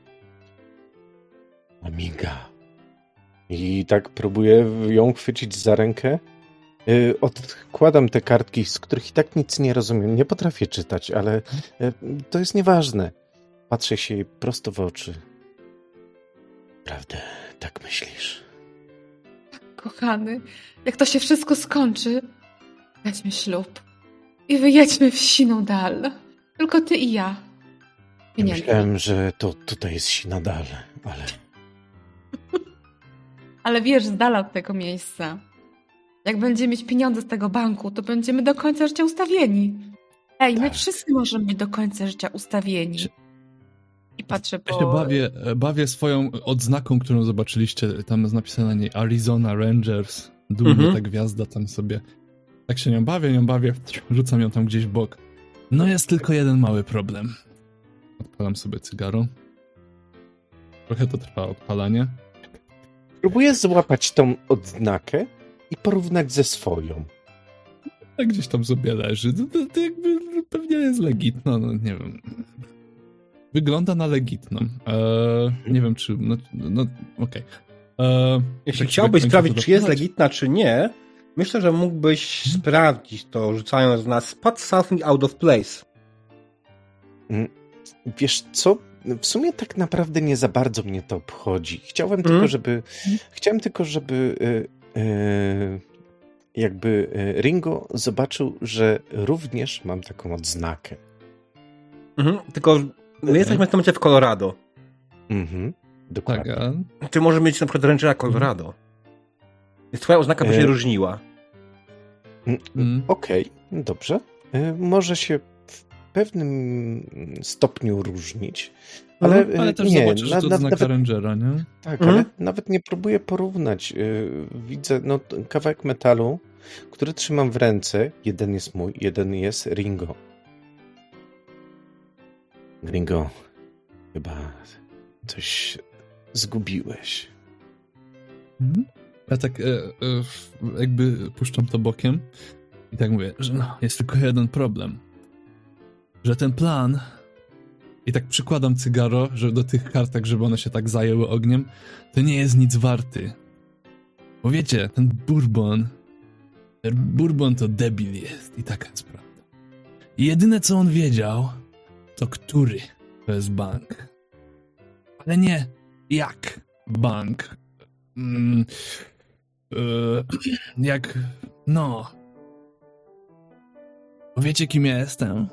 Amiga. I tak próbuję ją chwycić za rękę. Yy, Odkładam te kartki, z których i tak nic nie rozumiem. Nie potrafię czytać, ale yy, to jest nieważne. Patrzę się jej prosto w oczy. Prawda, tak myślisz? Kochany, jak to się wszystko skończy, weźmy ślub i wyjedźmy w siną dal. Tylko ty i ja. Ja Pieniędzy. myślałem, że to tutaj jest Sinadal, ale Ale wiesz, z dala od tego miejsca. Jak będziemy mieć pieniądze z tego banku, to będziemy do końca życia ustawieni. Ej, my Tak. wszyscy możemy być do końca życia ustawieni. Czy- I patrzę Ja po... się bawię, bawię swoją odznaką, którą zobaczyliście. Tam jest napisane na niej Arizona Rangers Dumnie Mhm. ta gwiazda tam sobie... Tak się nią bawię, nią bawię, rzucam ją tam gdzieś w bok. No jest tylko jeden mały problem. Odpalam sobie cygaro. Trochę to trwa odpalanie. Próbuję złapać tą odznakę i porównać ze swoją. Tak gdzieś tam sobie leży. To, to, to jakby pewnie jest legitna, no nie wiem. Wygląda na legitną. Eee, nie wiem, czy... No, no okej. Okay. Eee, Jeśli tak chciałbyś sobie sprawdzić, kończę czy jest dodawać. legitna, czy nie, myślę, że mógłbyś Mhm. sprawdzić to, rzucając na spot something out of place. Wiesz co? W sumie tak naprawdę nie za bardzo mnie to obchodzi. Chciałem Mhm. tylko, żeby... Chciałem tylko, żeby... y, y, jakby y, Ringo zobaczył, że również mam taką odznakę. Mhm. Tylko my jesteśmy w tym momencie w Colorado. Mhm. Tak, Dokładnie. a Ty możesz mieć na przykład Rangera Colorado. Więc twoja oznaka by się E, różniła. mm, Okej, dobrze. Y, Może się w pewnym stopniu różnić, ale, Mhm. ale y, też nie, zobaczysz, że na, to na, znaka nawet, Rangera, nie? tak, Mhm. ale nawet nie próbuję porównać. Y, Widzę no, t- kawałek metalu, który trzymam w ręce. Jeden jest mój, jeden jest Ringo. Ringo, chyba coś zgubiłeś. Mhm. Ja tak e, e, jakby puszczam to bokiem i tak mówię, że no, jest tylko jeden problem. Że ten plan i tak przykładam cygaro, że do tych kartek, żeby one się tak zajęły ogniem, to nie jest nic warty. Bo wiecie, ten bourbon, ten bourbon to debil jest i taka jest prawda. I jedyne co on wiedział, to który to jest bank. Ale nie jak bank. Mm, e, jak, no. Wiecie, kim ja jestem?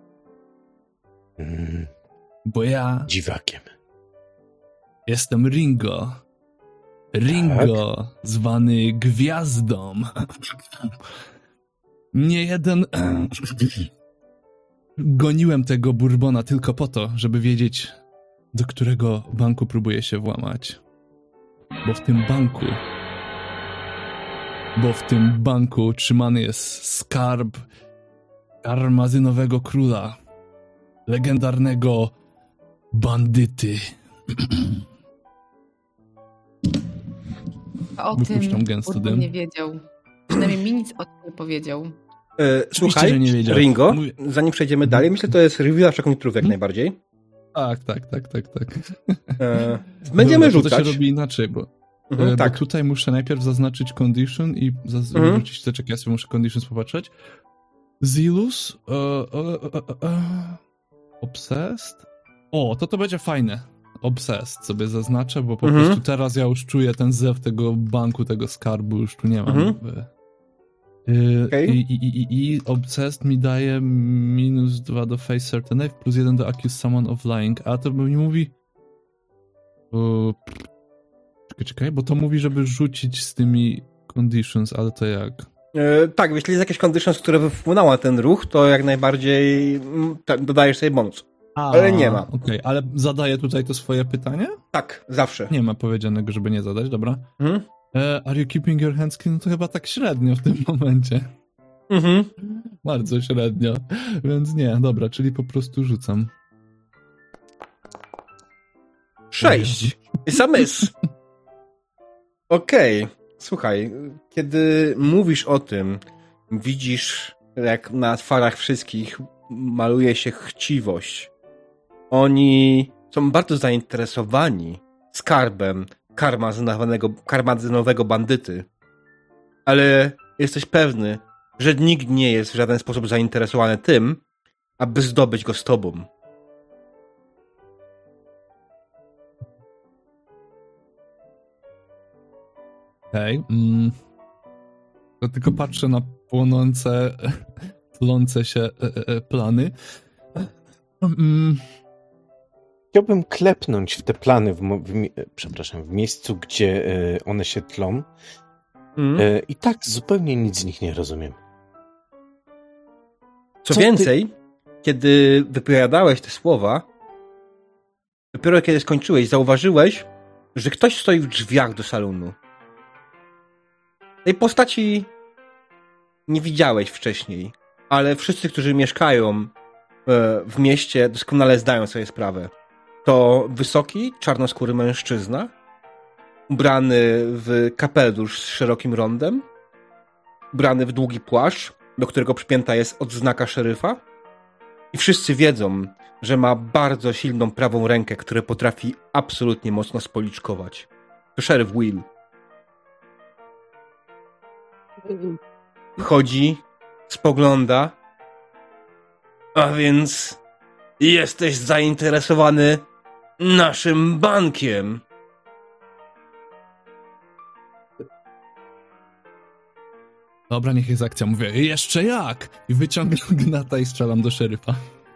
Mm, Bo ja dziwakiem. jestem Ringo. Ringo, zwany Gwiazdą. Nie jeden... Goniłem tego Bourbona tylko po to, żeby wiedzieć, do którego banku próbuję się włamać. Bo w tym banku... Bo w tym banku trzymany jest skarb karmazynowego króla. Legendarnego bandyty. O Wypuszczam tym gęsty Bourbon dym. nie wiedział. Przynajmniej mi nic o tym nie powiedział. E, słuchaj, że nie wiedział. Ringo, Mówię- zanim przejdziemy dalej, myślę, że to jest review naszych koniunkturów jak Mhm. najbardziej. Tak, tak, tak, tak, tak. E, będziemy Dobra, to rzucać. To się robi inaczej, bo, Mhm, e, tak. bo tutaj muszę najpierw zaznaczyć condition i zaz- Mhm. wrzucić te czekaj, ja sobie muszę conditions popatrzeć. Zilus, e, e, e, e, Obsessed. O, to to będzie fajne. Obsessed sobie zaznaczę, bo po Mhm. prostu teraz ja już czuję ten zew tego banku, tego skarbu, już tu nie mam. Mhm. E, Okej. I, i, i, I Obsessed mi daje minus dwa do face certain plus jeden do accuse someone of lying, a to mi mówi o, czekaj, czekaj, bo to mówi, żeby rzucić z tymi conditions, ale to jak? E, tak, jeśli jest jakieś conditions, które wpłynęło na ten ruch, to jak najbardziej mm, ta, dodajesz sobie bonus. A, Ale nie ma. Okej, okay. Ale zadaję tutaj to swoje pytanie? Tak, zawsze. Nie ma powiedzianego, żeby nie zadać, dobra. Mhm. E, are you keeping your hands clean? No to chyba tak średnio w tym momencie. Mhm. Bardzo średnio. Więc nie, dobra, czyli po prostu rzucam. Sześć. Jest a miss. Okej. Słuchaj, kiedy mówisz o tym, widzisz, jak na twarzach wszystkich maluje się chciwość. Oni są bardzo zainteresowani skarbem karmazynowanego, karmazynowego bandyty. Ale jesteś pewny, że nikt nie jest w żaden sposób zainteresowany tym, aby zdobyć go z tobą. Okej. Okay. Mm. To tylko patrzę na płonące, tlące się e, e, plany. Mm. Chciałbym klepnąć w te plany, w, mo- w, mi- przepraszam, w miejscu, gdzie e, one się tlą. Mm. E, I tak zupełnie nic z nich nie rozumiem. Co, Co więcej, kiedy wypowiadałeś te słowa, dopiero kiedy skończyłeś, zauważyłeś, że ktoś stoi w drzwiach do salonu. Tej postaci nie widziałeś wcześniej, ale wszyscy, którzy mieszkają w mieście, doskonale zdają sobie sprawę. To wysoki, czarnoskóry mężczyzna, ubrany w kapelusz z szerokim rondem, ubrany w długi płaszcz, do którego przypięta jest odznaka szeryfa. I wszyscy wiedzą, że ma bardzo silną prawą rękę, która potrafi absolutnie mocno spoliczkować. To szeryf Will. Wchodzi, spogląda. A więc jesteś zainteresowany naszym bankiem. Dobra, niech jest akcja. Mówię, jeszcze jak? I wyciągam gnata i strzelam do szeryfa.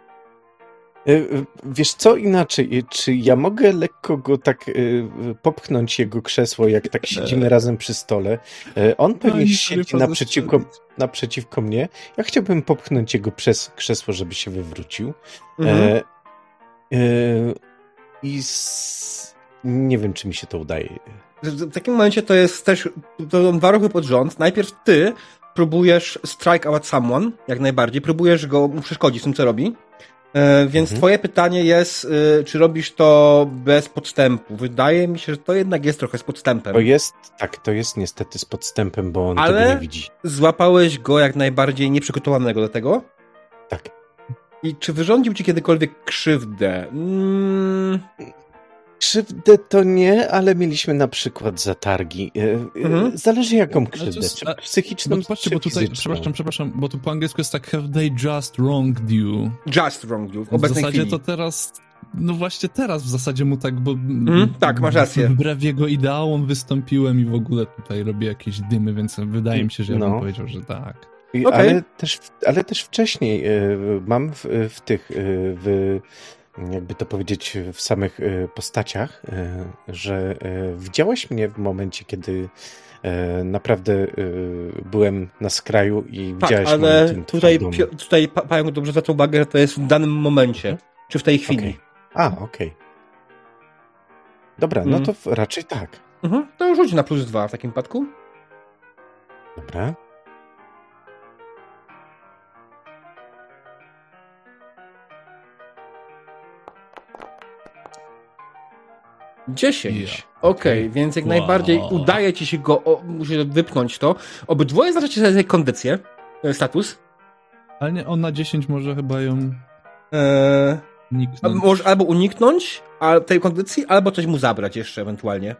Wiesz co, inaczej, czy ja mogę lekko go tak y, popchnąć, jego krzesło, jak tak siedzimy razem przy stole? On pewnie no siedzi naprzeciwko, naprzeciwko mnie. Ja chciałbym popchnąć jego przez krzesło, żeby się wywrócił. Mhm. E, e, I z... nie wiem, czy mi się to udaje. W takim momencie to jest też to są dwa ruchy pod rząd. Najpierw ty próbujesz strike out someone, jak najbardziej. Próbujesz go przeszkodzić w tym, co robi. E, więc mhm. twoje pytanie jest, y, czy robisz to bez podstępu. Wydaje mi się, że to jednak jest trochę z podstępem. To jest, tak, to jest niestety z podstępem, bo on Ale tego nie widzi. Złapałeś go jak najbardziej nieprzygotowanego do tego. Tak. I czy wyrządził ci kiedykolwiek krzywdę? Mm... Krzywdę to nie, ale mieliśmy na przykład zatargi. Mhm. Zależy jaką krzywdę. Jest, czy psychiczną, bo patrzcie, czy bo tutaj, przepraszam, przepraszam, bo tu po angielsku jest tak have they just wronged you. Just wronged you, w W obecnej zasadzie chwili. to teraz, no właśnie teraz w zasadzie mu tak, bo mm, tak, masz rację. Wbrew jego ideałom wystąpiłem i w ogóle tutaj robię jakieś dymy, więc wydaje mi się, że ja bym no. powiedział, że tak. Okay. Ale, też, ale też wcześniej y, mam w, w tych, y, w, jakby to powiedzieć, w samych y, postaciach, y, że y, widziałeś mnie w momencie, kiedy y, naprawdę y, byłem na skraju i tak, widziałeś ale mnie. tutaj, tutaj Pająk dobrze zwracał uwagę, że to jest w danym momencie, hmm? czy w tej chwili. Okay. A, okej. Okay. Dobra, hmm. no to w, raczej tak. Mhm. To rzuć na plus dwa w takim przypadku. Dobra. dziesięć. Yeah. Okej, okay, więc jak wow. najbardziej udaje ci się go o, musi wypchnąć to. Obydwoje zaczęcie sobie kondycję, status. Ale nie, on na dziesięć może chyba ją eee, uniknąć. Może albo uniknąć a, tej kondycji, albo coś mu zabrać jeszcze ewentualnie.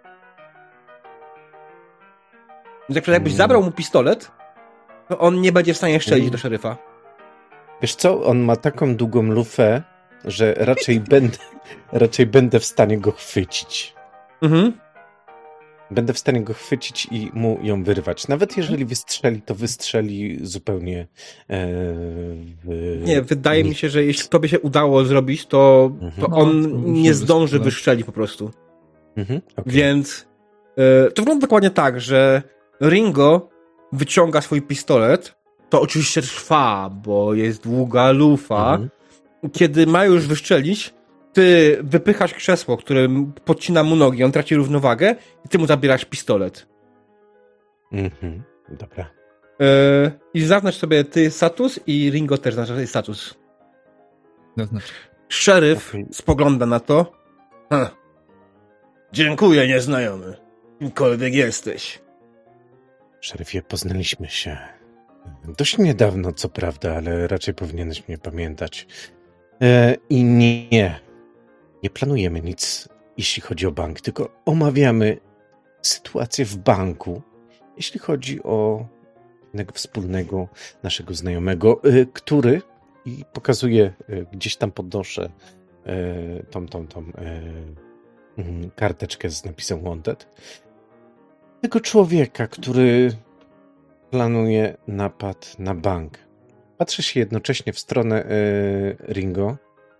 Więc jak jakbyś hmm. zabrał mu pistolet, to on nie będzie w stanie strzelić hmm. do szeryfa. Wiesz co, on ma taką długą lufę, że raczej będę, raczej będę w stanie go chwycić. Mhm. Będę w stanie go chwycić i mu ją wyrwać. Nawet jeżeli wystrzeli, to wystrzeli zupełnie e, w... Nie, wydaje nie. mi się, że jeśli to by się udało zrobić, to, mhm. to no, on to nie zdąży wystrzelić po prostu. Mhm. Okay. Więc e, to wygląda dokładnie tak, że Ringo wyciąga swój pistolet. To oczywiście trwa, bo jest długa lufa. Mhm. Kiedy ma już wystrzelić, ty wypychasz krzesło, które podcina mu nogi, on traci równowagę i ty mu zabierasz pistolet. Mhm, dobra. Yy, I zaznacz sobie ty status i Ringo też zaznacz status. Zaznacz. Szeryf okay. spogląda na to. Ha. Dziękuję, nieznajomy. Kimkolwiek jesteś. Szeryfie, poznaliśmy się. Dość niedawno, co prawda, ale raczej powinieneś mnie pamiętać. E, I nie, nie planujemy nic, jeśli chodzi o bank, tylko omawiamy sytuację w banku, jeśli chodzi o jednego wspólnego naszego znajomego, e, który, i pokazuję, e, gdzieś tam podnoszę e, tą, tą, tą e, karteczkę z napisem Wanted, tego człowieka, który planuje napad na bank. Patrzę się jednocześnie w stronę y, Ringo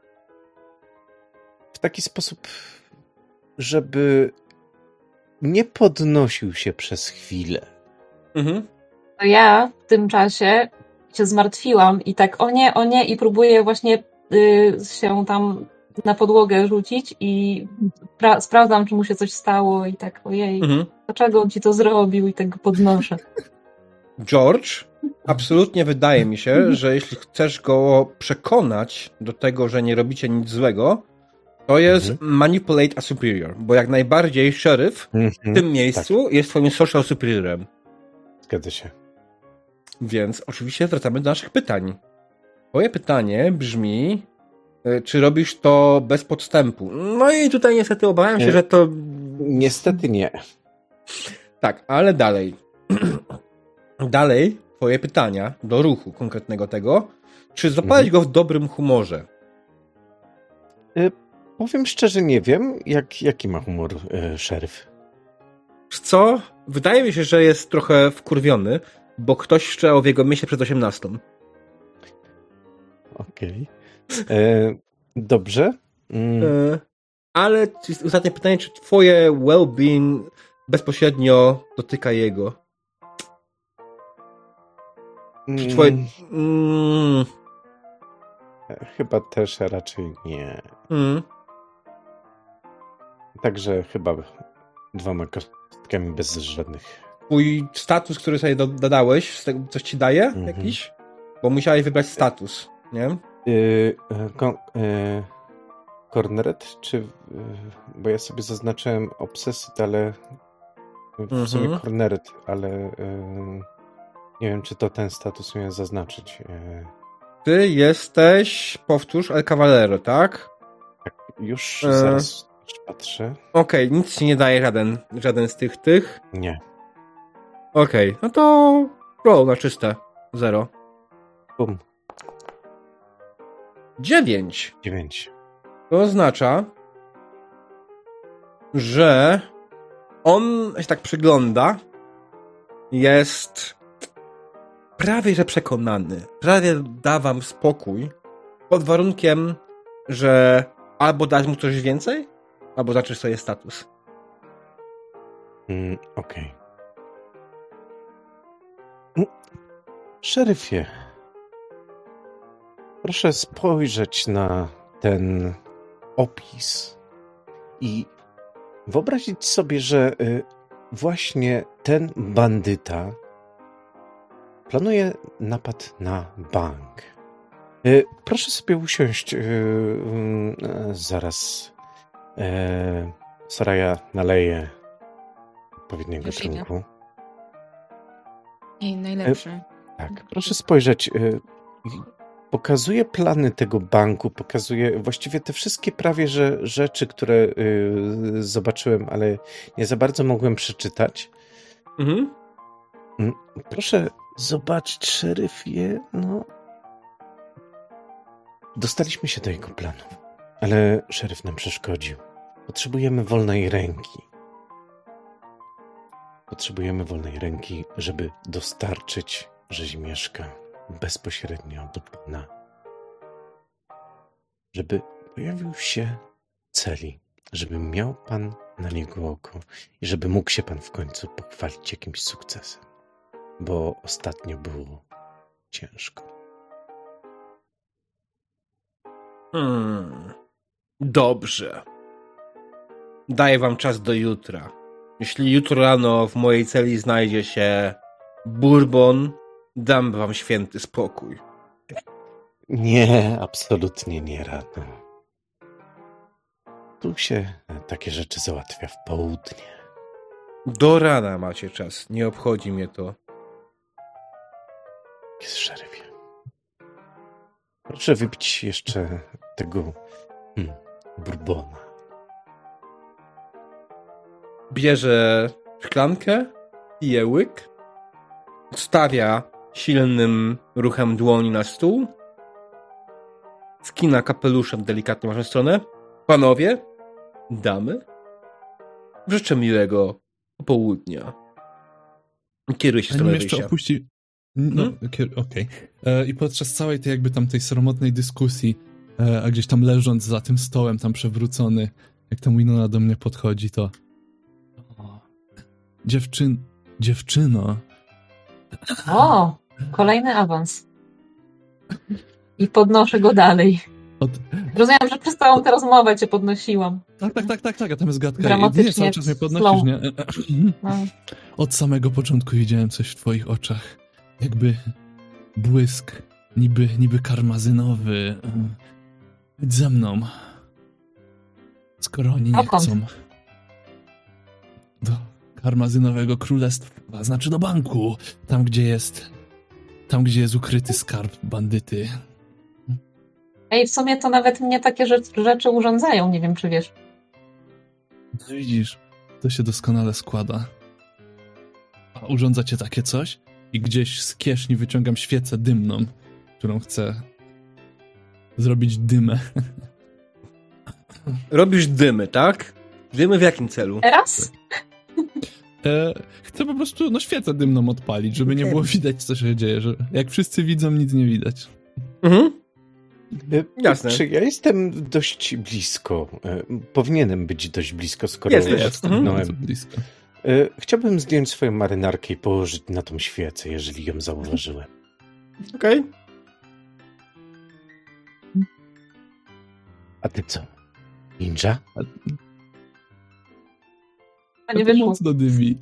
w taki sposób, żeby nie podnosił się przez chwilę. Mhm. To ja w tym czasie się zmartwiłam i tak o nie, o nie i próbuję właśnie y, się tam na podłogę rzucić i pra- sprawdzam, czy mu się coś stało i tak, ojej, Mhm. dlaczego on ci to zrobił i tak go podnoszę. George, absolutnie wydaje mi się, że jeśli chcesz go przekonać do tego, że nie robicie nic złego, to jest Mhm. manipulate a superior, bo jak najbardziej szeryf Mhm. w tym miejscu Tak, jest twoim social superiorem. zgadza się. Więc oczywiście wracamy do naszych pytań. Twoje pytanie brzmi, y, czy robisz to bez podstępu? No i tutaj niestety obawiam się, Nie. że to... Niestety nie. Tak, ale dalej. Dalej twoje pytania do ruchu konkretnego tego, czy zapalić go w dobrym humorze? Y, powiem szczerze, nie wiem, jak, jaki ma humor y, szeryf. Wiesz co? Wydaje mi się, że jest trochę wkurwiony, bo ktoś szczeł w jego mieście przed osiemnastą. Okej. Y, Dobrze. Mm, E, ale ostatnie pytanie, czy twoje well-being bezpośrednio dotyka jego? Czy twoje... mm, Mm, Chyba też raczej nie. mm. Także chyba dwoma kostkami bez żadnych. Twój status, który sobie do- dodałeś, z tego coś ci daje Mhm. jakiś? Bo musiałeś wybrać status, nie? Yy, kon, yy, Corneret, czy... Yy, bo ja sobie zaznaczyłem Obsessit, ale... W Mhm. sumie Corneret, ale... Yy, nie wiem, czy to ten status miałem zaznaczyć. Yy, Ty jesteś, powtórz, El Cavallero, tak? już E. zaraz patrzę. Okej, nic ci nie daje żaden, żaden z tych tych. Nie. Okej, no to roll na czyste. Zero. Bum. Dziewięć. Dziewięć. To oznacza, że on się tak przygląda, jest prawie że przekonany, prawie da wam spokój, pod warunkiem, że albo dać mu coś więcej, albo zaczniesz sobie status. Mm, Okej. Mm, Szeryfie, proszę spojrzeć na ten opis i wyobrazić sobie, że y, właśnie ten bandyta planuje napad na bank. Y, Proszę sobie usiąść. y, y, Zaraz y, Soraya naleje odpowiedniego Już idę. trunku. Ej, najlepszy. Tak, proszę spojrzeć. y, Pokazuje plany tego banku, pokazuje właściwie te wszystkie prawie że rzeczy, które y, zobaczyłem, ale nie za bardzo mogłem przeczytać. Mhm. Mm, Proszę zobaczyć, szeryfie, no... Dostaliśmy się do jego planów, ale szeryf nam przeszkodził. Potrzebujemy wolnej ręki. Potrzebujemy wolnej ręki, żeby dostarczyć rzezimieszka bezpośrednio do pana. Żeby pojawił się w celi, żeby miał pan na niego oko i żeby mógł się pan w końcu pochwalić jakimś sukcesem. Bo ostatnio było ciężko. Hmm. Dobrze. Daję wam czas do jutra. Jeśli jutro rano w mojej celi znajdzie się bourbon, dam wam święty spokój. Nie, absolutnie nie rano. Tu się takie rzeczy załatwia w południe. Do rana macie czas. Nie obchodzi mnie to. Jest szeryfie. Proszę wypić jeszcze tego hmm, bourbona. Bierze szklankę, pije łyk, stawia silnym ruchem dłoni na stół, skina kapeluszem delikatnie w waszą stronę. Panowie, damy, życzę miłego popołudnia. Kieruje się w stronę Zanim jeszcze wyjścia. opuści... No, Hmm? kier- okej. E, I podczas całej tej jakby tam tej sromotnej dyskusji, e, a gdzieś tam leżąc za tym stołem tam przewrócony, jak ta Winona do mnie podchodzi, to... O, dziewczyn... Dziewczyno... O, kolejny awans. I podnoszę go dalej. Od... Rozumiem, że przez całą tę rozmowę cię podnosiłam. Tak, tak, tak, tak, tak, a tam jest gadka. Dramatycznie Nie, cały czas mnie podnosisz, slow. nie? No. Od samego początku widziałem coś w twoich oczach. Jakby błysk, niby, niby karmazynowy. Chodź ze mną. Skoro oni nie Dokąd? chcą. Do karmazynowego królestwa, znaczy do banku. Tam, gdzie jest... Tam, gdzie jest ukryty skarb bandyty. Ej, w sumie to nawet mnie takie rzeczy, rzeczy urządzają, nie wiem czy wiesz. No widzisz, to się doskonale składa. A urządzacie takie coś i gdzieś z kieszeni wyciągam świecę dymną, którą chcę zrobić dymę. Robisz dymy, tak? Dymy w jakim celu? Teraz? E, chcę po prostu no, świecę dymną odpalić, żeby nie było widać, co się dzieje. Że jak wszyscy widzą, nic nie widać. Mhm. Y, Jasne. Czy ja jestem dość blisko? Y, Powinienem być dość blisko, skoro Jesteś. Jest Mhm. bardzo blisko. Y, Chciałbym zdjąć swoją marynarkę i położyć na tą świecę, jeżeli ją zauważyłem. Okej. A ty co? Ninja? A nie To wyszło. mocno dymi.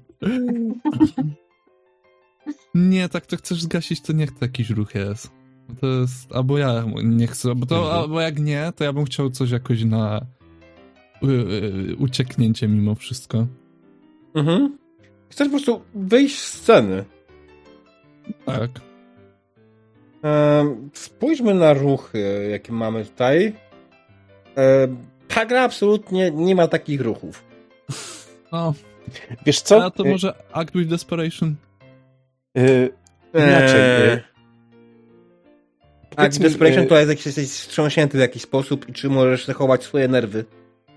Nie, tak to chcesz zgasić, to niech to jakiś ruch jest. To jest, albo ja nie chcę, bo to, Mhm. albo jak nie, to ja bym chciał coś jakoś na y, y, ucieknięcie mimo wszystko. Mhm. Chcesz po prostu wyjść z sceny. Tak. Ehm, spójrzmy na ruchy, jakie mamy tutaj. Ehm, ta gra absolutnie nie ma takich ruchów. No, Wiesz co? a to Y, może Act with Desperation? y, Inaczej. Eee, y, A powiedz mi, Desperation y, to jest jakiś, jesteś wstrząśnięty w jakiś sposób i czy możesz zachować swoje nerwy.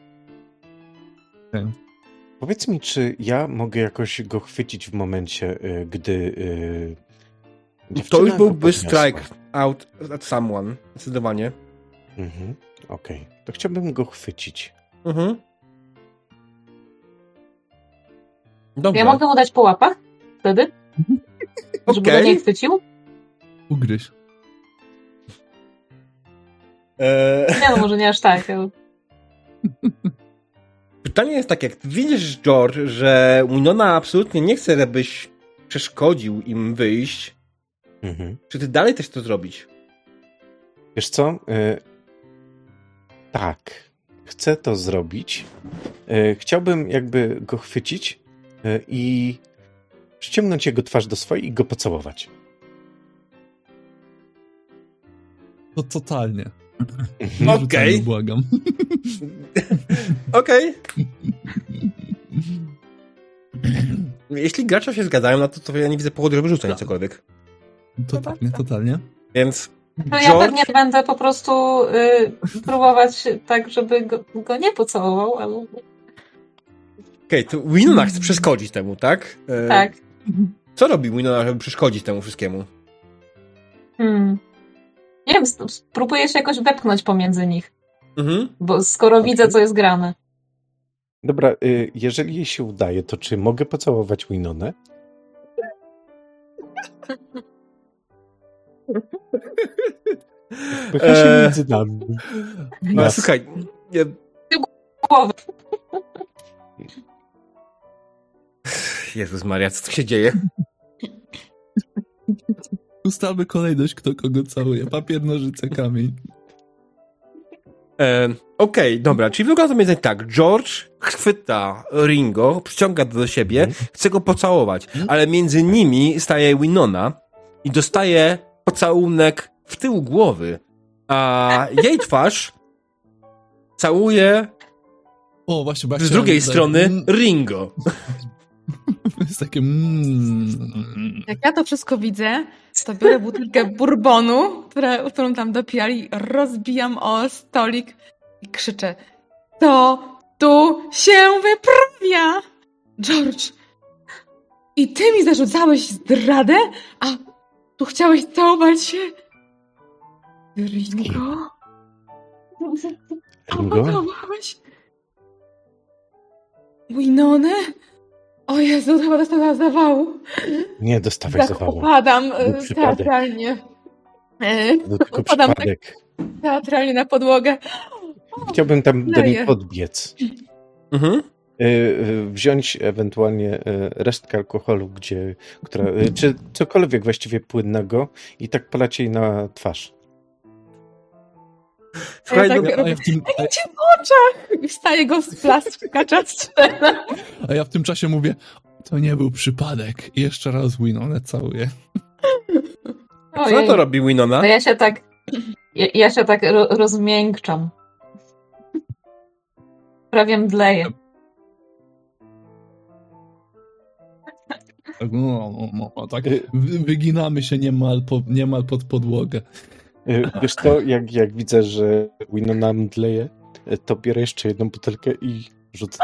Powiedz mi, czy ja mogę jakoś go chwycić w momencie, y, gdy y, To dziewczyna już go byłby podniosła? strike out at someone. Zdecydowanie. Mhm. Okej, to chciałbym go chwycić. Mhm. Dobra. Ja mogę mu dać po łapach wtedy? Żeby Okej. go nie chwycił? Ugryź. Eee, Nie no, może nie aż tak. ale- pytanie jest takie, jak ty widzisz, George, że Winona absolutnie nie chce, żebyś przeszkodził im wyjść, Mhm. czy ty dalej chcesz to zrobić? Wiesz co? Y, tak, chcę to zrobić. Y, chciałbym jakby go chwycić y, i przyciągnąć jego twarz do swojej i go pocałować. To totalnie. Mhm. Nie Okej. rzucamy, błagam. Okej. Jeśli gracze się zgadzają na to, to ja nie widzę powodu, żeby rzucać cokolwiek. Totalnie, totalnie. Więc No ja George, pewnie będę po prostu y, próbować tak, żeby go, go nie pocałował, ale okej, to Winona chce przeszkodzić temu, tak? E, tak. Co robi Winona, żeby przeszkodzić temu wszystkiemu? Hmm. Nie wiem, sp- spróbuję się jakoś wepchnąć pomiędzy nich, Mhm. bo skoro Okej. widzę, co jest grane. Dobra, y, jeżeli jej się udaje, to czy mogę pocałować Winonę? Pycha się Eee. między nami. No, Nas. słuchaj, nie, Głowy. Jezus Maria, co tu się dzieje? Ustalmy kolejność, kto kogo całuje. Papier, nożyce, kamień. E, Okej, dobra, czyli wygląda to mniej więcej tak. George chwyta Ringo, przyciąga go do siebie, Mhm. chce go pocałować, ale między nimi staje Winona i dostaje pocałunek w tył głowy, a jej twarz całuje O, właśnie, bo ja z chciałem drugiej tutaj- strony Mm, Ringo. jest takie... Mm, Jak ja to wszystko widzę, to biorę butelkę bourbonu, które, którą tam dopijali, rozbijam o stolik i krzyczę: co tu się wyprawia? George, i ty mi zarzucałeś zdradę, a tu chciałeś całować się? Ringo? Ringo? Pocałowałeś Winonę? O Jezu, chyba dostała zawału. Nie dostawaj Tak zawału. upadam Był e, przypadek. teatralnie. E, To tylko upadam tak przypadek. Teatralnie na podłogę. Chciałbym tam do niej leje. podbiec. Mhm. Y, y, Wziąć ewentualnie y, resztkę alkoholu, gdzie, która, y, czy cokolwiek właściwie płynnego i tak polać jej na twarz. Słuchaj, Ja no, tak A ja w tym, a, Cię w oczach! I wstaje go z plastrkacza strzela. a ja w tym czasie mówię, to nie był przypadek. I jeszcze raz Winonę całuję. co to robi Winona? To ja się tak, ja, ja się tak ro, rozmiękczam. Prawie mdleję. Tak, no, no, no, tak wy- wyginamy się niemal, po, niemal pod podłogę. Y, Wiesz co, jak, jak widzę, że Winona mdleje, y, to biorę jeszcze jedną butelkę i rzucę.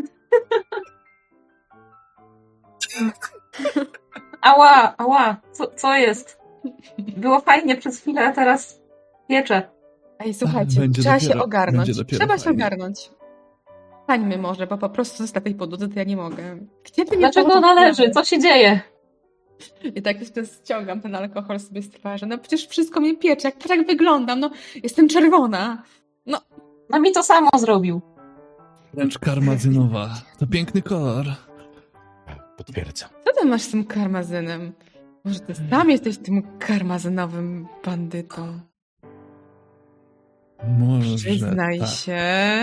Ała, ała, co, co jest? Było fajnie przez chwilę, a teraz piecze. Ej, słuchajcie, Będzie trzeba dopiero- się ogarnąć. będzie dopiero Trzeba się fajnie. ogarnąć. Stańmy może, bo po prostu na tej podłodze to ja nie mogę. Gdzie ty mnie Dlaczego położysz? należy? Co się dzieje? I tak jeszcze ściągam ten alkohol sobie z twarzy. No przecież wszystko mnie piecze. Jak tak wyglądam? No, jestem czerwona. No mi to samo zrobił. Wręcz karmazynowa. To piękny kolor. Potwierdzam. Co ty masz z tym karmazynem? Może ty sam jesteś tym karmazynowym bandytą? Może Przyznaj tak. się.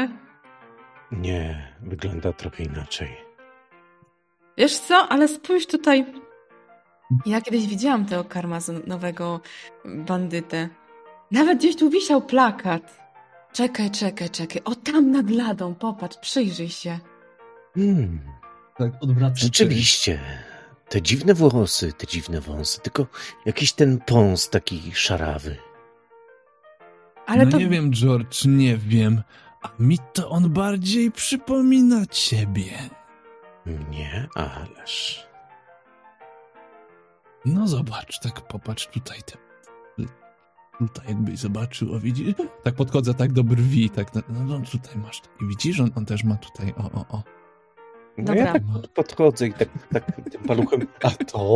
Nie, wygląda trochę inaczej. Wiesz co, ale spójrz tutaj. Ja kiedyś widziałam tego karmazynowego bandytę. Nawet gdzieś tu wisiał plakat. Czekaj, czekaj, czekaj. O, tam nad ladą, popatrz, przyjrzyj się. Hmm, Tak odwracam. rzeczywiście. Te dziwne włosy, te dziwne wąsy, tylko jakiś ten pąs taki szarawy. Ale no to nie wiem, George, nie wiem. A mi to on bardziej przypomina ciebie. Nie, ależ. No zobacz, tak popatrz tutaj. Te, tutaj jakbyś zobaczył, o widzisz? Tak podchodzę tak do brwi, tak, no, no tutaj masz taki, widzisz? On, on też ma tutaj, o, o, o. No Dobra. ja tak podchodzę i tak, tak tym paluchem. A to?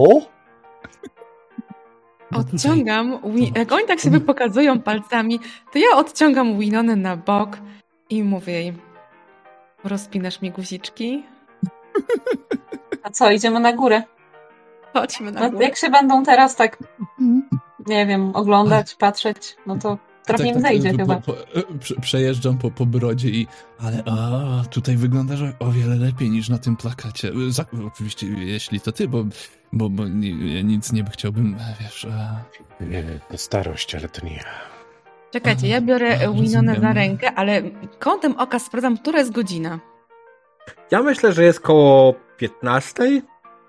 No tutaj- odciągam, Wi- jak oni tak sobie pokazują palcami, to ja odciągam Winonę na bok i mówię jej, rozpinasz mi guziczki? A co, idziemy na górę? Chodźmy na No, górę. jak się będą teraz tak, nie wiem, oglądać, patrzeć, no to trochę Tak, im tak, zejdzie po, chyba. Po, po, prze- przejeżdżam po, po brodzie i... Ale a, tutaj wyglądasz o wiele lepiej niż na tym plakacie. Za, oczywiście, jeśli to ty, bo, bo, bo ni, ja nic nie chciałbym, wiesz... A... Nie, to starość, ale to nie ja. Czekajcie, ja biorę Aha, Winonę rozumiem. za rękę, ale kątem oka sprawdzam, która jest godzina. Ja myślę, że jest koło piętnastej.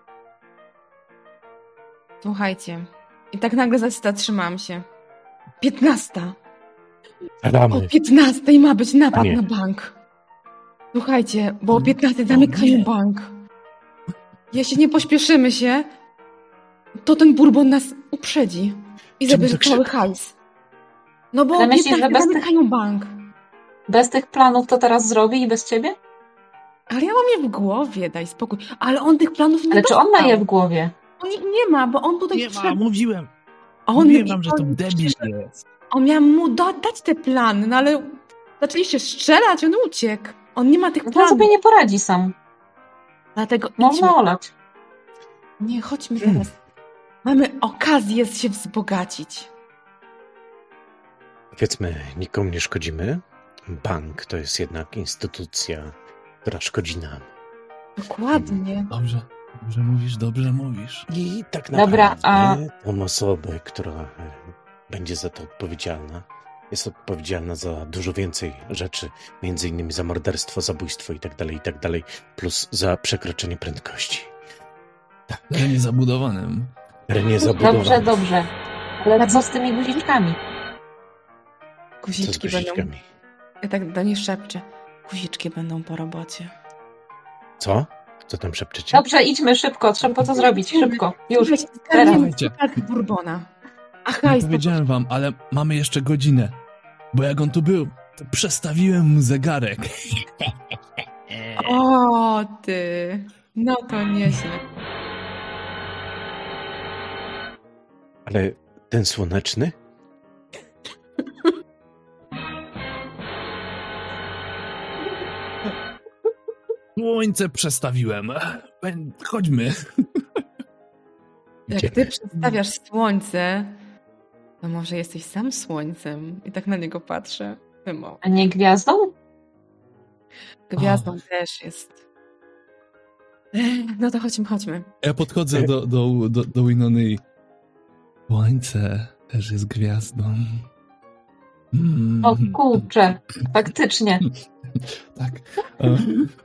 Słuchajcie. I tak nagle zas- zatrzymałam się. Piętnasta. O Ramy. piętnastej ma być napad Nie. na bank. Słuchajcie, bo o piętnastej O zamykają nie. bank. Jeśli nie pośpieszymy się, to ten Bourbon nas uprzedzi i Czemu zabierze tak cały szybko? hajs. No bo Ale o myślisz, że piętnastej bez tych- zamykają bank. Bez tych planów to teraz zrobi i bez ciebie? Ale ja mam je w głowie, daj spokój. Ale on tych planów nie Ale czy on ma dostał. je w głowie? On ich nie ma, bo on tutaj Nie ma, przyszedł. mówiłem. On, Mówiłem wam, że to on debil przyszedł- jest. On miał mu da- dać te plany, no ale zaczęliście strzelać, on uciekł. On nie ma tych No to on planów. sobie nie poradzi sam. Dlatego idźmy. Można olać. Nie, chodźmy Hmm. teraz. Mamy okazję się wzbogacić. Powiedzmy, nikomu nie szkodzimy. Bank to jest jednak instytucja, która szkodzi nam. Dokładnie. Dobrze, dobrze mówisz, dobrze mówisz. I tak Dobra, naprawdę tą osobę, która e, będzie za to odpowiedzialna, jest odpowiedzialna za dużo więcej rzeczy, między innymi za morderstwo, zabójstwo i tak dalej, i tak dalej, plus za przekroczenie prędkości. Tak, Ale zabudowanym. terenie zabudowane. Dobrze, dobrze. Ale co z tymi guziczkami? Co z Guziczki będą. guziczkami? Ja tak do niej szepczę. Guziczki będą po robocie. Co? Co tam szepczecie? Dobrze, idźmy szybko, trzeba to zrobić, szybko, już. Słuchajcie, zgarniemy Dawajcie. butelkę Bourbona. A Nie hajs, to powiedziałem wam, ale mamy jeszcze godzinę. Bo jak on tu był, to przestawiłem mu zegarek. O, ty. No to nieźle. Ale ten słoneczny? słońce przestawiłem. Chodźmy. Jak ty przedstawiasz słońce, to może jesteś sam słońcem. I tak na niego patrzę. Wymo. A nie gwiazdą? Gwiazdą O. też jest. Ech, No to chodźmy, chodźmy. Ja podchodzę do, do, do, do Winony i słońce też jest gwiazdą. Mm. O kurczę, faktycznie. Tak. E.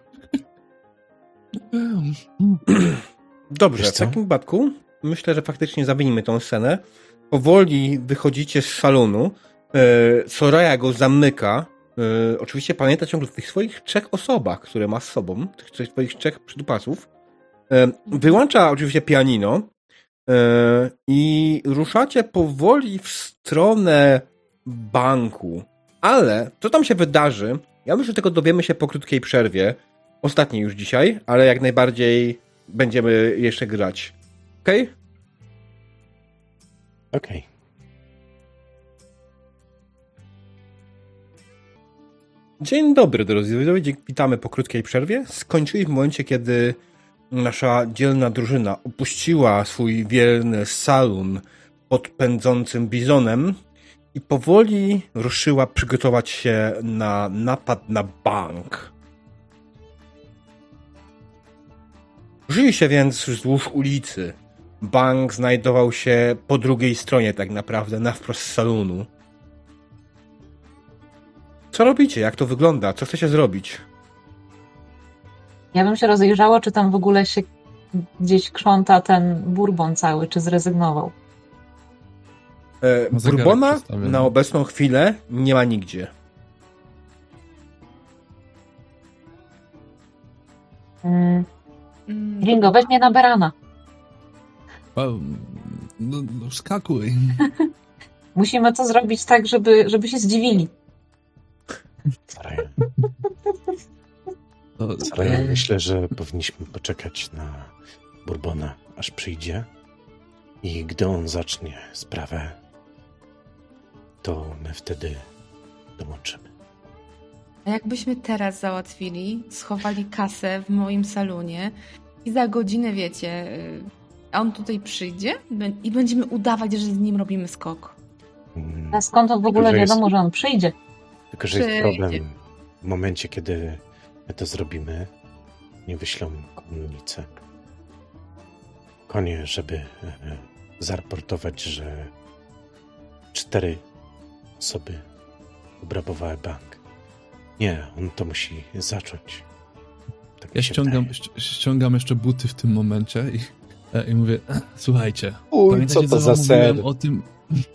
Dobrze, Wiesz w co? takim wypadku myślę, że faktycznie zawinimy tą scenę. Powoli wychodzicie z salonu. E, Soraya go zamyka. E, oczywiście pamięta ciągle o tych swoich trzech osobach, które ma z sobą, tych trzech- swoich trzech przydupasów. E, wyłącza oczywiście pianino e, i ruszacie powoli w stronę banku. Ale co tam się wydarzy? Ja myślę, że tego dowiemy się po krótkiej przerwie. Ostatniej już dzisiaj, ale jak najbardziej będziemy jeszcze grać. Okej? Okay? Okej. Dzień dobry, drodzy widzowie. Witamy po krótkiej przerwie. Skończyli w momencie, kiedy nasza dzielna drużyna opuściła swój wierny salon pod pędzącym bizonem i powoli ruszyła przygotować się na napad na bank. Ruszyli się więc wzdłuż ulicy. Bank znajdował się po drugiej stronie tak naprawdę, na wprost z salonu. Co robicie? Jak to wygląda? Co chcecie zrobić? Ja bym się rozejrzała, czy tam w ogóle się gdzieś krząta ten bourbon cały, czy zrezygnował. E, Ma zegarek Bourbona przestawiony. na obecną chwilę nie ma nigdzie. Mm. Mm, Ringo, weź mnie na berana. O, no, no, skakuj. Musimy to zrobić tak, żeby, żeby się zdziwili. Soraya, To, Soraya, myślę, że powinniśmy poczekać na Bourbona, aż przyjdzie. I gdy on zacznie sprawę, to my wtedy dołączymy. A jakbyśmy teraz załatwili, schowali kasę w moim salonie i za godzinę, wiecie, y, a on tutaj przyjdzie b- i będziemy udawać, że z nim robimy skok. Mm, A skąd on w ogóle że jest- wiadomo, że on przyjdzie? Tylko, że jest Przyjdzie. problem. W momencie, kiedy my to zrobimy, nie wyślą komunice. Konie, żeby e, e, zaraportować, że cztery osoby obrabowały bank. Nie, on to musi zacząć. Tak ja mi się ściągam, wydaje. ści- ściągam jeszcze buty w tym momencie i, e, i mówię, słuchajcie, Uj, pamiętacie, co to wam za mówiłem ser? o tym...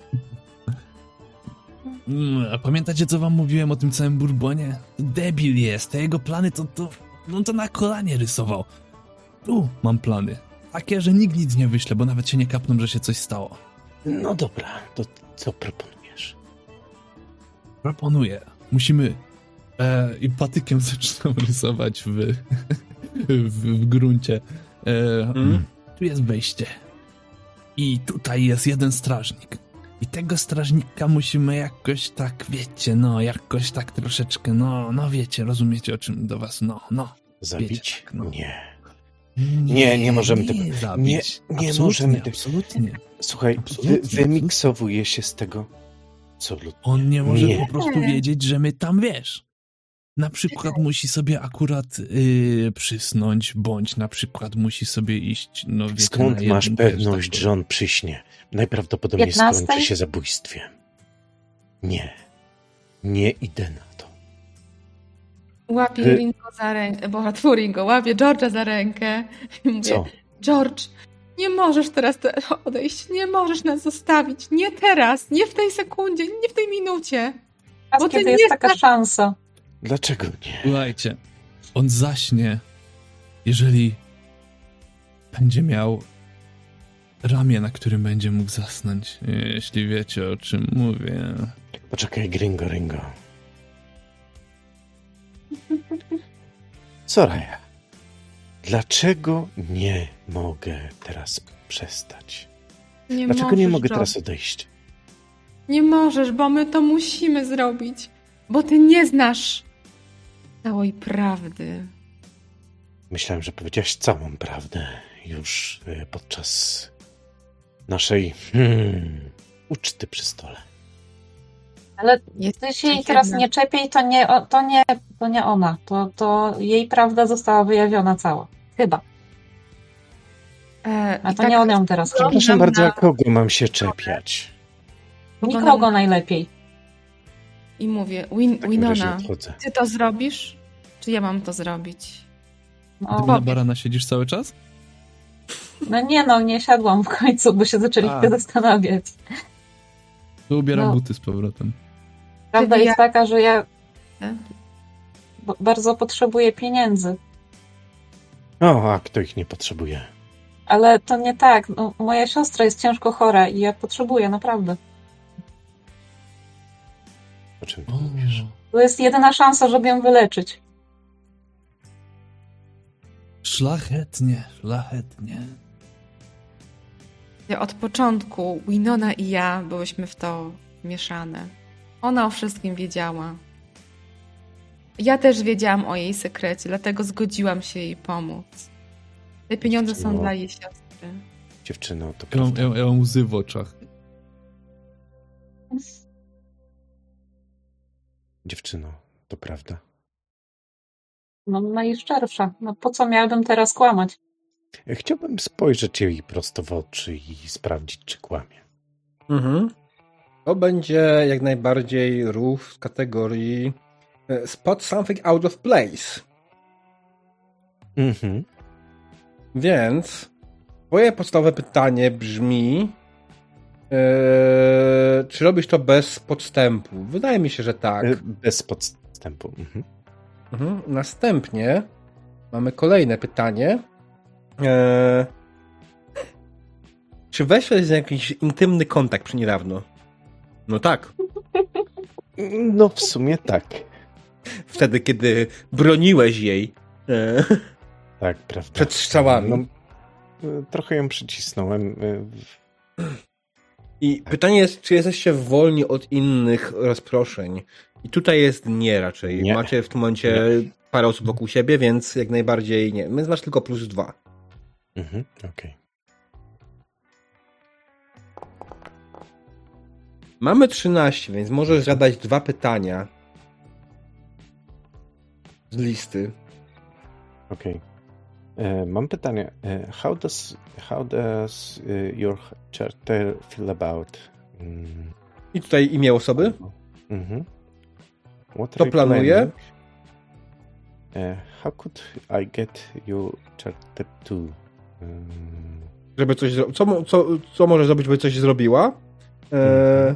Mm, A pamiętacie, co wam mówiłem o tym całym Bourbonie? Debil jest, te jego plany to, to, no to na kolanie rysował. Tu mam plany. Takie, że nikt nic nie wyśle, bo nawet się nie kapną, że się coś stało. No dobra, to co proponujesz? Proponuję. Musimy... E, I patykiem zaczynam rysować w, w, w gruncie. E, Mm. Tu jest wejście. I tutaj jest jeden strażnik. I tego strażnika musimy jakoś tak, wiecie, no, jakoś tak troszeczkę, no, no wiecie, rozumiecie o czym do was, no, no. Zabić? Wiecie, tak, no. Nie. Nie, nie możemy tego- Nie, zabić. nie Absolutnie, możemy tego- Absolutnie. Słuchaj, Absolutnie, wy, wymiksowuje się z tego absolutnie. On nie może Nie. po prostu wiedzieć, że my tam, wiesz. Na przykład musi sobie akurat yy, przysnąć, bądź na przykład musi sobie iść, no wiecie, Skąd na masz jeden, wiesz, pewność, tak, że on przyśnie? Najprawdopodobniej piętnastej? skończy się zabójstwem. Nie. Nie idę na to. Łapię Ty- Ringo za rękę, bo tu Ringo, łapię George'a za rękę i mówię, Co? George, nie możesz teraz te- odejść, nie możesz nas zostawić, nie teraz, nie w tej sekundzie, nie w tej minucie. A Bo ty kiedy nie jest taka znasz- szansa? Dlaczego nie? Słuchajcie, on zaśnie, jeżeli będzie miał ramię, na którym będzie mógł zasnąć. Jeśli wiecie, o czym mówię. Poczekaj, gringo, ringo. Soraya, dlaczego nie mogę teraz przestać? Nie Dlaczego możesz, nie mogę George. teraz odejść? Nie możesz, bo my to musimy zrobić, bo ty nie znasz całej prawdy. Myślałem, że powiedziałaś całą prawdę już y, podczas naszej hmm, uczty przy stole. Ale Jest ty się jej jedna. teraz nie czepiej, to nie, o- to nie, to nie ona. To, to jej prawda została wyjawiona cała. Chyba. E, A i to tak nie on ją teraz czepi. Proszę nam bardzo, na- a kogo mam się czepiać? Nikogo najlepiej. I mówię, Win, W takim razie Winona, odchodzę. ty to zrobisz? Czy ja mam to zrobić? No, Ty na barana siedzisz cały czas? no nie no, nie siadłam w końcu, bo się zaczęliście A. zastanawiać. To ubieram No. buty z powrotem. Prawda Czyli jest ja- taka, że ja E? b- bardzo potrzebuję pieniędzy. O, a kto ich nie potrzebuje? Ale to nie tak. No, moja siostra jest ciężko chora i ja potrzebuję, naprawdę. O czym ty O, mówisz? To jest jedyna szansa, żeby ją wyleczyć. szlachetnie, szlachetnie. Od początku Winona i ja byłyśmy w to mieszane. Ona o wszystkim wiedziała. Ja też wiedziałam o jej sekrecie, dlatego zgodziłam się jej pomóc. Te pieniądze są No. dla jej siostry. Dziewczyno, to Ja mam, prawda. ja, ja mam łzy w oczach. Dziewczyno, to prawda. No najszczersza. No po co miałabym teraz kłamać? Chciałbym spojrzeć jej prosto w oczy i sprawdzić, czy kłamie. Mhm. To będzie jak najbardziej ruch z kategorii e, spot something out of place. Mhm. Więc twoje podstawowe pytanie brzmi e, czy robisz to bez podstępu? Wydaje mi się, że tak. E, Bez podstępu. Mhm. Mhm. Następnie mamy kolejne pytanie. E, czy weszłeś w jakiś intymny kontakt przy niedawno? No tak. No w sumie tak. Wtedy, kiedy broniłeś jej e, Tak, prawda. przed strzałami. No, e, trochę ją przycisnąłem. e, w- I pytanie jest, czy jesteście wolni od innych rozproszeń? I tutaj jest nie raczej. Nie. Macie w tym momencie parę osób wokół siebie, więc jak najbardziej nie. My masz tylko plus dwa. Mhm, okej. Mamy trzynaście, więc możesz zadać dwa pytania z listy. Okej. E, Mam pytanie. E, How does, how does e, your charter feel about... Mm, I tutaj imię osoby. mhm. What Kto are you planuje? planning? E, How could I get you charter too? Mm, Żeby coś zro... co, mo- co, co może zrobić, by coś zrobiła? E...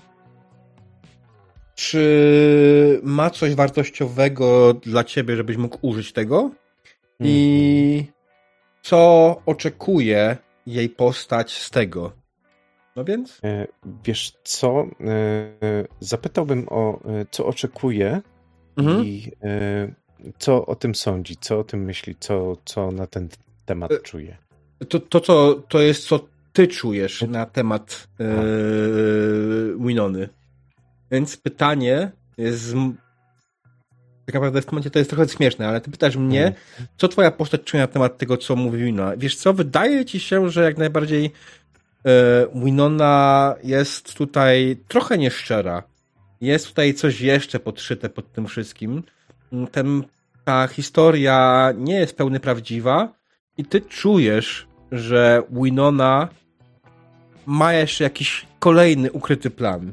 Czy ma coś wartościowego dla ciebie, żebyś mógł użyć tego? I co oczekuje jej postać z tego? No więc? E, Wiesz co? E, Zapytałbym o e, co oczekuje Mhm. i e, co o tym sądzi, co o tym myśli, co, co na ten temat E, czuje. To, to, co, to jest, co ty czujesz na temat yy, Winony. Więc pytanie jest... z- Tak naprawdę w tym momencie to jest trochę śmieszne, ale ty pytasz mnie, Mhm. co twoja postać czuje na temat tego, co mówi Winona. Wiesz co, wydaje ci się, że jak najbardziej e, Winona jest tutaj trochę nieszczera. Jest tutaj coś jeszcze podszyte pod tym wszystkim. Ten, ta historia nie jest pełnie prawdziwa i ty czujesz, że Winona ma jeszcze jakiś kolejny ukryty plan.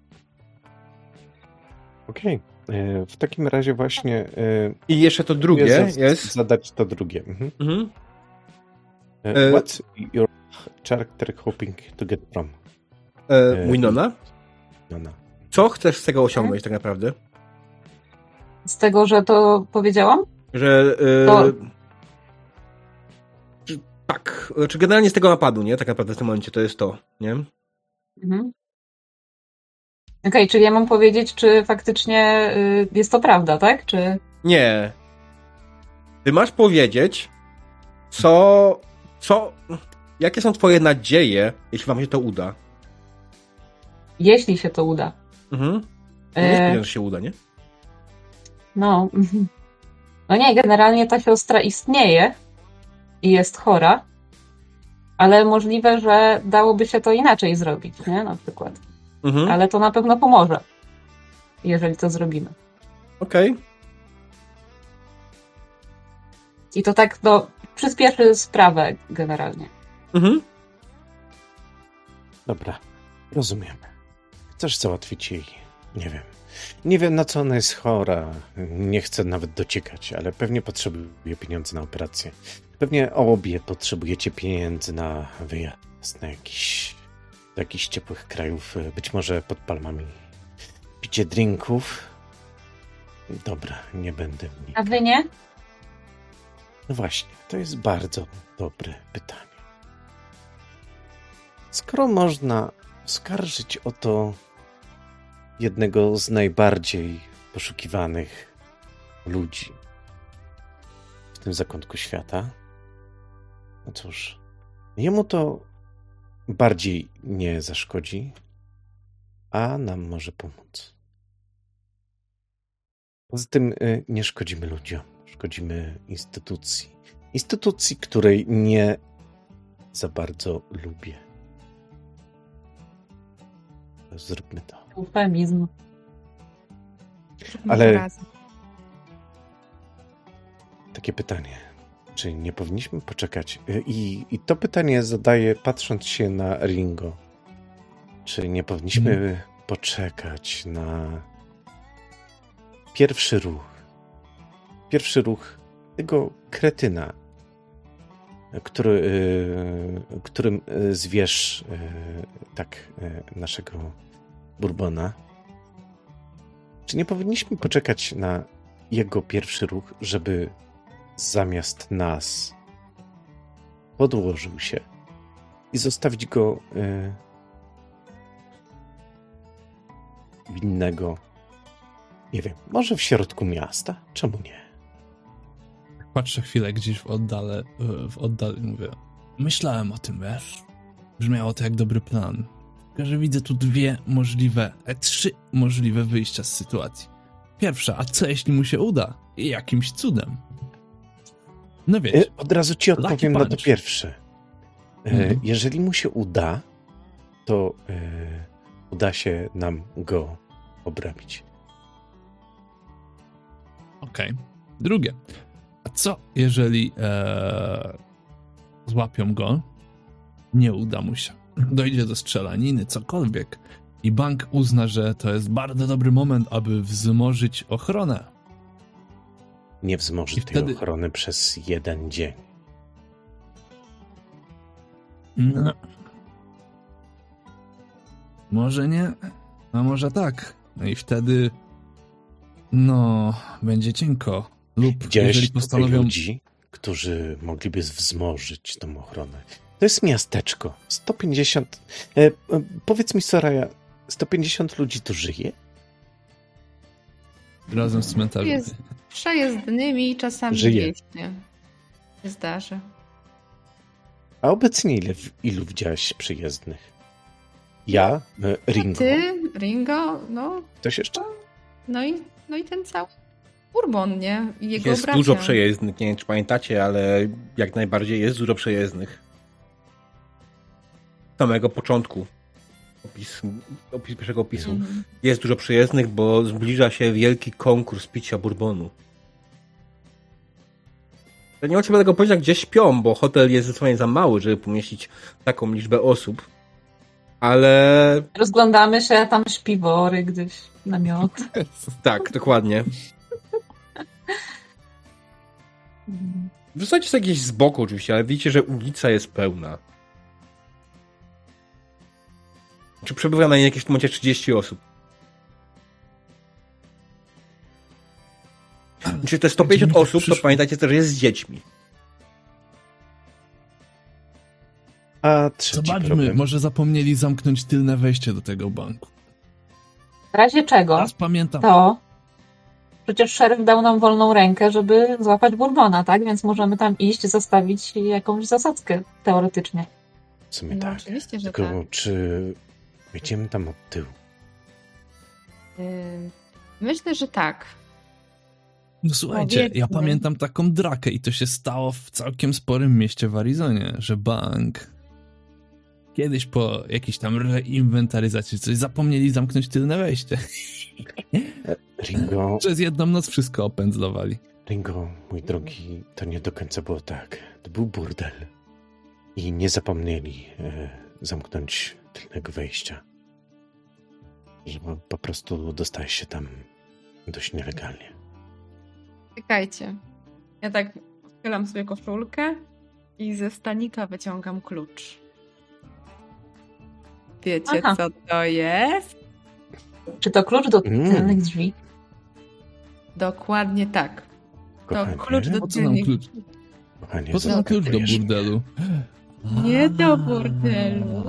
Okej. E, W takim razie właśnie e, I jeszcze to drugie próbuję za- jest... zadać to drugie. Mhm. Mhm. E, E, What's your character hoping to get from? E, E, Winona? No, no. Co chcesz z tego osiągnąć tak naprawdę? Z tego, że to powiedziałam? Że... E, To- czy, tak. Czy generalnie z tego napadu, nie? Tak naprawdę w tym momencie to jest to, nie? Mhm. Okej, czyli ja mam powiedzieć, czy faktycznie y, jest to prawda, tak? Czy... Nie. Ty masz powiedzieć, co... co... Jakie są twoje nadzieje, jeśli wam się to uda? Jeśli się to uda. Mhm. Nie E, jest powiedziane, że się uda, nie? No. mhm. No nie, generalnie ta siostra istnieje i jest chora, ale możliwe, że dałoby się to inaczej zrobić, nie? Na przykład. Mhm. Ale to na pewno pomoże, jeżeli to zrobimy. Okej. Okay. I to tak, no, przyspieszy sprawę generalnie. Mhm. Dobra, rozumiem. Chcesz załatwić jej, nie wiem. Nie wiem, na co ona jest chora. Nie chcę nawet dociekać, ale pewnie potrzebuje pieniędzy na operację. Pewnie obie potrzebujecie pieniędzy na wyjazd, na jakiś, do jakichś ciepłych krajów, być może pod palmami. Picie drinków. Dobra, nie będę wnikał. A wy nie? No właśnie, to jest bardzo dobre pytanie. Skoro można oskarżyć o to jednego z najbardziej poszukiwanych ludzi w tym zakątku świata, no cóż, jemu to bardziej nie zaszkodzi, a nam może pomóc. Poza tym y, nie szkodzimy ludziom, szkodzimy instytucji. Instytucji, której nie za bardzo lubię. Zróbmy to. Eufemizm. Ale takie pytanie. Czy nie powinniśmy poczekać? I, i to pytanie zadaję patrząc się na Ringo. Czy nie powinniśmy hmm. poczekać na pierwszy ruch? Pierwszy ruch tego kretyna, który, y, którym zwierz y, tak y, naszego Bourbona. Czy nie powinniśmy poczekać na jego pierwszy ruch, żeby zamiast nas podłożył się i zostawić go y, winnego, nie wiem, może w środku miasta? Czemu nie? Patrzę chwilę gdzieś w oddale, w oddale mówię, myślałem o tym, wiesz? Brzmiało to jak dobry plan. Tylko że widzę tu dwie możliwe, e, trzy możliwe wyjścia z sytuacji. Pierwsza, a co jeśli mu się uda? I jakimś cudem. No wiecie. Od razu ci odpowiem na to pierwsze. Mhm. Jeżeli mu się uda, to yy, uda się nam go obrabić. Okej. Okay. Drugie. A co jeżeli e, złapią go, nie uda mu się, dojdzie do strzelaniny, cokolwiek i bank uzna, że to jest bardzo dobry moment, aby wzmożyć ochronę. Nie wzmoży tej wtedy... ochrony przez jeden dzień. No. Może nie, a może tak. No i wtedy no, będzie cienko. Lub Widziałeś jeżeli postanowią... ludzi, którzy mogliby wzmożyć tą ochronę. To jest miasteczko. sto pięćdziesiąt... E, e, powiedz mi, Soraya, sto pięćdziesiąt ludzi tu żyje? Razem z cmentarzem. Jest przejezdnymi i czasami żyje. wiecznie. Się zdarzy. A obecnie ile, ilu widziałaś przyjezdnych? Ja, e, Ringo. Ty, Ringo, no. Ktoś jeszcze? No i, no i ten cały Bourbon, nie? I jego jest bracia. dużo przejezdnych, nie wiem czy pamiętacie, ale jak najbardziej jest dużo przejezdnych. Z samego początku opis, opis pierwszego opisu. Mm. Jest dużo przejezdnych, bo zbliża się wielki konkurs picia Bourbonu. Ja nie mam sobie tego powiedzieć, gdzie śpią, bo hotel jest zdecydowanie za mały, żeby pomieścić taką liczbę osób. Ale... Rozglądamy się, tam śpiwory gdzieś, namiot. Tak, dokładnie. Wrzucajcie sobie gdzieś z boku oczywiście, ale widzicie, że ulica jest pełna. Czy przebywa na niej jakieś w tym momencie trzydzieści osób? Czy te sto pięćdziesiąt osób, to pamiętajcie też, że jest z dziećmi. A trzeci Zobaczmy, problem. może zapomnieli zamknąć tylne wejście do tego banku. W razie czego? Teraz pamiętam. To przecież szeryf dał nam wolną rękę, żeby złapać Bourbona, tak? Więc możemy tam iść, zostawić jakąś zasadzkę, teoretycznie. W sumie No, tak. oczywiście, że Tylko tak. czy wejdziemy tam od tyłu? Yy, myślę, że tak. No słuchajcie, ja Powiedzmy. pamiętam taką drakę i to się stało w całkiem sporym mieście w Arizonie, że bank kiedyś po jakiejś tam reinwentaryzacji coś zapomnieli zamknąć tylne wejście. Ringo, Przez jedną noc wszystko opędzlowali. Ringo, mój drogi, to nie do końca było tak. To był burdel. I nie zapomnieli e, zamknąć tylnego wejścia. Że po, po prostu dostałeś się tam dość nielegalnie. Czekajcie. Ja tak schylam sobie koszulkę i ze stanika wyciągam klucz. Wiecie, Aha. co to jest? Czy to klucz do Mm. tylnych drzwi? Dokładnie tak. To Kochanie, klucz do Po co nam tylnych klucz? kochanie, Po co nam klucz do zaskakujesz. burdelu? Nie do burdelu.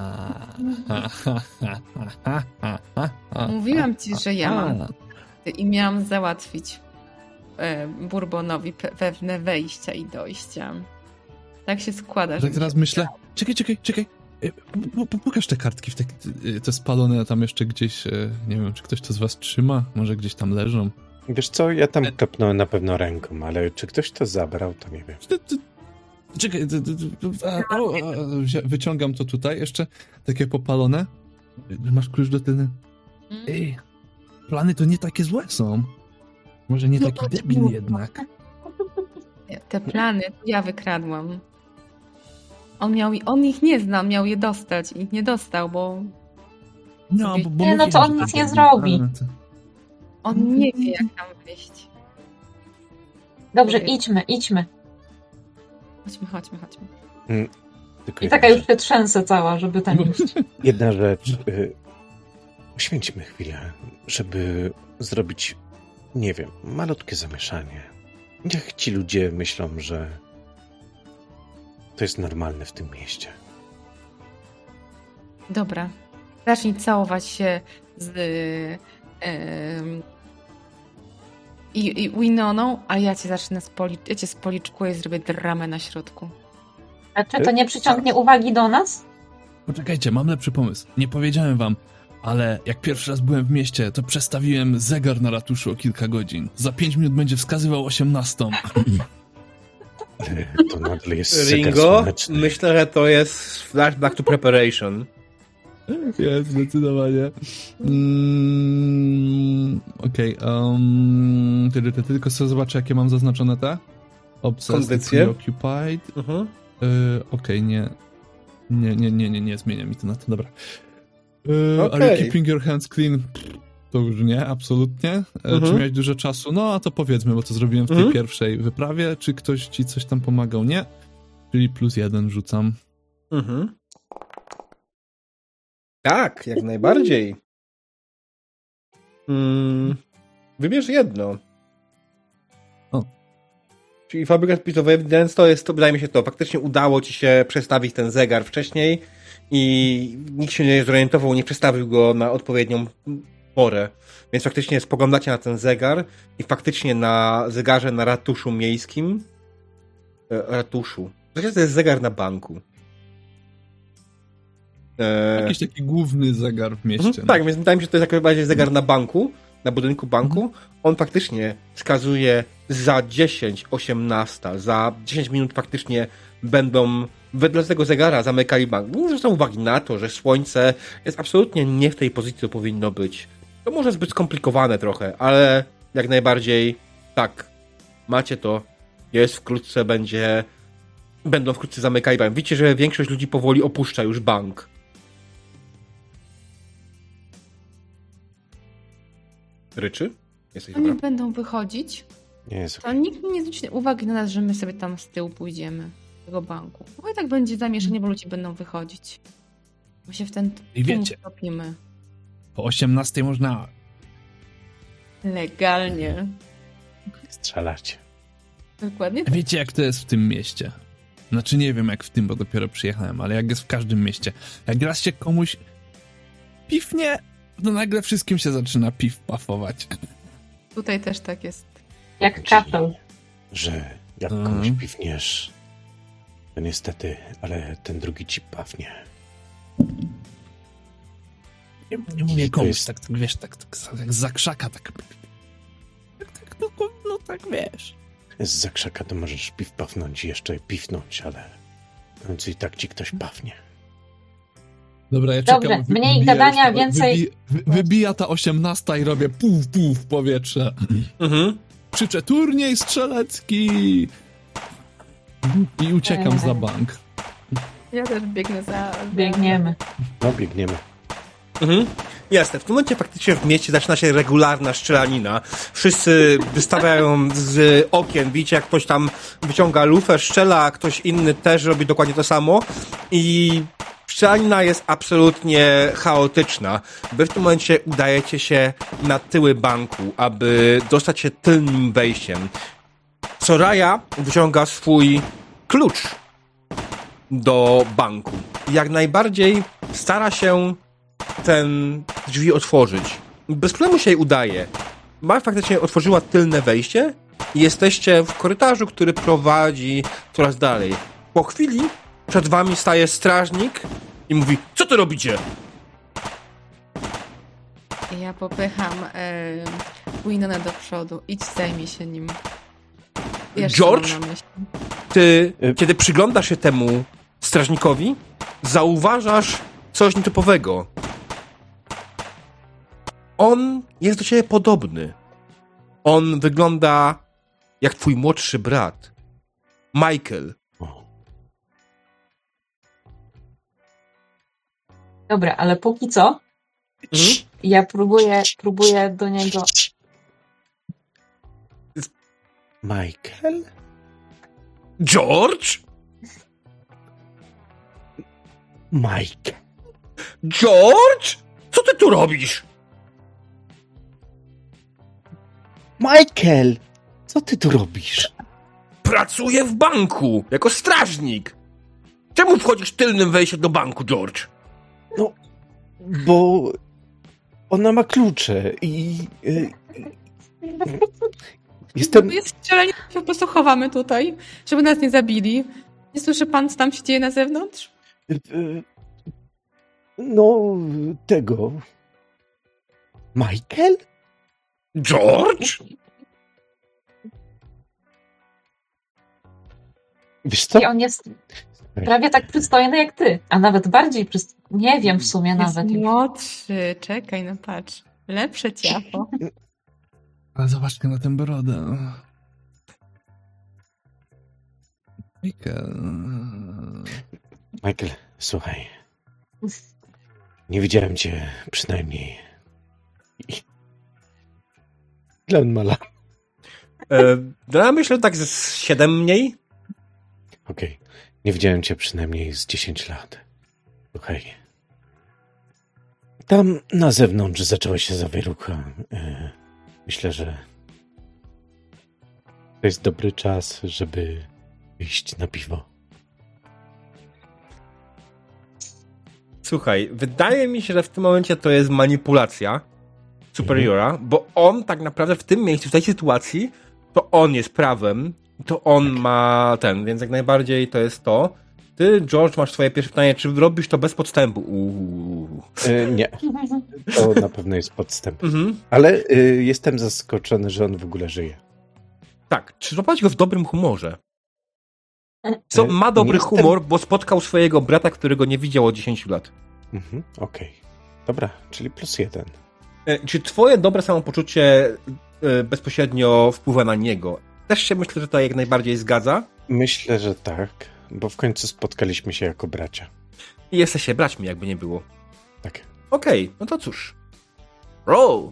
Mówiłam ci, że ja mam i miałam załatwić e, Bourbonowi pe- pewne wejścia i dojścia. Tak się składa, że... Tak mi teraz się myślę, czekaj, czekaj, czekaj. E, po- po- Pokaż te kartki, w te, te spalone tam jeszcze gdzieś, e, nie wiem, czy ktoś to z was trzyma? Może gdzieś tam leżą? Wiesz co, ja tam klepnąłem na pewno ręką, ale czy ktoś to zabrał, to nie wiem. Ty- ty- Czekaj, ty- ty- ty- a, o, a, wzi- wyciągam to tutaj, jeszcze takie popalone. Masz klucz do tylnych? Mm. Ej, plany to nie takie złe są. Może nie taki debil jednak. Nie, te plany ja wykradłam. On miał, on ich nie znał, miał je dostać i ich nie dostał, bo No, bo, bo Nie, no to mówiłem, on że nic nie debil. zrobi. A, to- on nie wie, jak tam wyjść. Dobrze, Okej. idźmy, idźmy. Chodźmy, chodźmy, chodźmy. Tylko I taka jedna już się trzęsę cała, żeby tam iść. Jedna rzecz. Y, poświęćmy chwilę, żeby zrobić, nie wiem, malutkie zamieszanie. Niech ci ludzie myślą, że to jest normalne w tym mieście. Dobra. Zacznij całować się z em, i, i Winoną, a ja cię zacznę spoli- ja cię spoliczkuję i zrobię dramę na środku. A czy to nie przyciągnie uwagi do nas? Poczekajcie, mam lepszy pomysł. Nie powiedziałem wam, ale jak pierwszy raz byłem w mieście, to przestawiłem zegar na ratuszu o kilka godzin. Za pięć minut będzie wskazywał osiemnastą. Ale to nadal jest zegar Ringo, słoneczny. myślę, że to jest flashback to preparation. Jest, zdecydowanie. Mm, Okej, okay, um, ty, ty, ty, tylko sobie zobaczę, jakie mam zaznaczone te. Obsessed, Kondycje? preoccupied. Mhm. Yy, Okej, okay, nie. Nie, nie, nie, nie, nie zmienia mi to na to, dobra. Yy, Are you Okej. keeping your hands clean? To już nie, absolutnie. E, Mhm. Czy miałeś dużo czasu? No, a to powiedzmy, bo to zrobiłem w tej Mhm. pierwszej wyprawie. Czy ktoś ci coś tam pomagał? Nie. Czyli plus jeden rzucam. Mhm. Tak, jak najbardziej. Mm, wybierz jedno. O. Czyli Fabricant Piece of Evidence to jest, to wydaje mi się to, faktycznie udało ci się przestawić ten zegar wcześniej i nikt się nie zorientował, nie przestawił go na odpowiednią porę. Więc faktycznie spoglądacie na ten zegar i faktycznie na zegarze na ratuszu miejskim e, ratuszu. Zresztą to jest zegar na banku. E, Jakiś taki główny zegar w mieście. Mhm, tak, więc wydaje mi się, że to jest jak najbardziej zegar na banku, na budynku banku. On faktycznie wskazuje za dziesięć osiemnaście, za dziesięć minut faktycznie będą wedle tego zegara zamykali bank. Nie zwracam uwagi na to, że słońce jest absolutnie nie w tej pozycji, co powinno być. To może zbyt skomplikowane trochę, ale jak najbardziej tak, macie to, jest wkrótce będzie, będą wkrótce zamykali bank. Widzicie, że większość ludzi powoli opuszcza już bank. Ryczy? Jesteś Oni dobra? będą wychodzić, Nie jest to nikt nie zwróci uwagi na nas, że my sobie tam z tyłu pójdziemy do tego banku. Bo i tak będzie zamieszanie, bo ludzie będą wychodzić. My się w ten I tłum wiecie. wtopimy. Po osiemnastej można... Legalnie. Strzelacie. Dokładnie tak. Wiecie, jak to jest w tym mieście. Znaczy nie wiem, jak w tym, bo dopiero przyjechałem, ale jak jest w każdym mieście. Jak raz się komuś piwnie, to nagle wszystkim się zaczyna piw pafować. Tutaj też tak jest. Jak kafel. Że jak Mhm. komuś piwniesz, to niestety, ale ten drugi ci pawnie. Nie, nie mówię To komuś, jest- tak, tak wiesz, tak, tak jak za krzaka, tak... tak, tak tak, tylko, no tak wiesz. Z zakrzaka to możesz piw pafnąć i jeszcze piwnąć, ale w końcu i tak ci ktoś pawnie. Dobra, ja Dobrze, czekam. wy- mniej wybija gadania, już- więcej- Wybi, wy- wybija ta osiemnasta i robię puf, puf w powietrze. Mhm. Krzyczę turniej strzelecki i uciekam Eee. za bank. Ja też biegnę za... Biegniemy. No, biegniemy. Mhm. Jasne, w tym momencie faktycznie w mieście zaczyna się regularna strzelanina. Wszyscy wystawiają z okien, widzicie jak ktoś tam wyciąga lufę, strzela, a ktoś inny też robi dokładnie to samo i strzelanina jest absolutnie chaotyczna. Wy w tym momencie udajecie się na tyły banku, aby dostać się tylnym wejściem. Soraya wyciąga swój klucz do banku. Jak najbardziej stara się ten drzwi otworzyć. Bez problemu się jej udaje. Ma faktycznie otworzyła tylne wejście i jesteście w korytarzu, który prowadzi coraz dalej. Po chwili przed wami staje strażnik i mówi: co ty robicie? Ja popycham e, Winona do przodu. Idź, zajmij się nim. Wiesz, George? co mam na myśli. Ty, Y- kiedy przyglądasz się temu strażnikowi, zauważasz coś nietypowego. On jest do ciebie podobny. On wygląda jak twój młodszy brat. Michael. O. Dobra, ale póki co Mhm. ja próbuję, próbuję do niego... Michael? George? Mike. George? Co ty tu robisz? Michael! Co ty tu robisz? Pracuję w banku, jako strażnik. Czemu wchodzisz tylnym wejściem do banku, George? No, bo ona ma klucze i... y, Jestem... Jest strzelanie, się po prostu chowamy tutaj, żeby nas nie zabili. Nie słyszy pan, co tam się dzieje na zewnątrz? y, No, tego... Michael? George? Wiesz co? I on jest prawie tak przystojny jak ty, a nawet bardziej przystojny. Nie wiem w sumie Jest nawet. młodszy, czekaj, no patrz. Lepsze ciacho. Ale zobaczcie na tę brodę. Michael. Michael, słuchaj. Nie widziałem cię przynajmniej. Ile on ma lat? E, no ja myślę tak z siedem mniej. Okej. Nie widziałem cię przynajmniej z dziesięć lat. Słuchaj. Tam na zewnątrz zaczęła się zawierucha. E, Myślę, że to jest dobry czas, żeby iść na piwo. Słuchaj, wydaje mi się, że w tym momencie to jest manipulacja superiora, bo on tak naprawdę w tym miejscu, w tej sytuacji, to on jest prawem, to on ma ten, więc jak najbardziej to jest to. Ty, George, masz swoje pierwsze pytanie, czy robisz to bez podstępu? Uuu. E, nie, to na pewno jest podstęp. Mhm. Ale e, jestem zaskoczony, że on w ogóle żyje. Tak, czy złapać go w dobrym humorze? Co, E, ma dobry nie jestem- humor, bo spotkał swojego brata, którego nie widział od dziesięciu lat. Mhm, okej. Dobra, czyli plus jeden. E, Czy twoje dobre samopoczucie e, bezpośrednio wpływa na niego? Też się myślę, że to jak najbardziej zgadza. Myślę, że tak, bo w końcu spotkaliśmy się jako bracia. I jesteście braćmi, jakby nie było. Tak. Okej, no to cóż. Roll!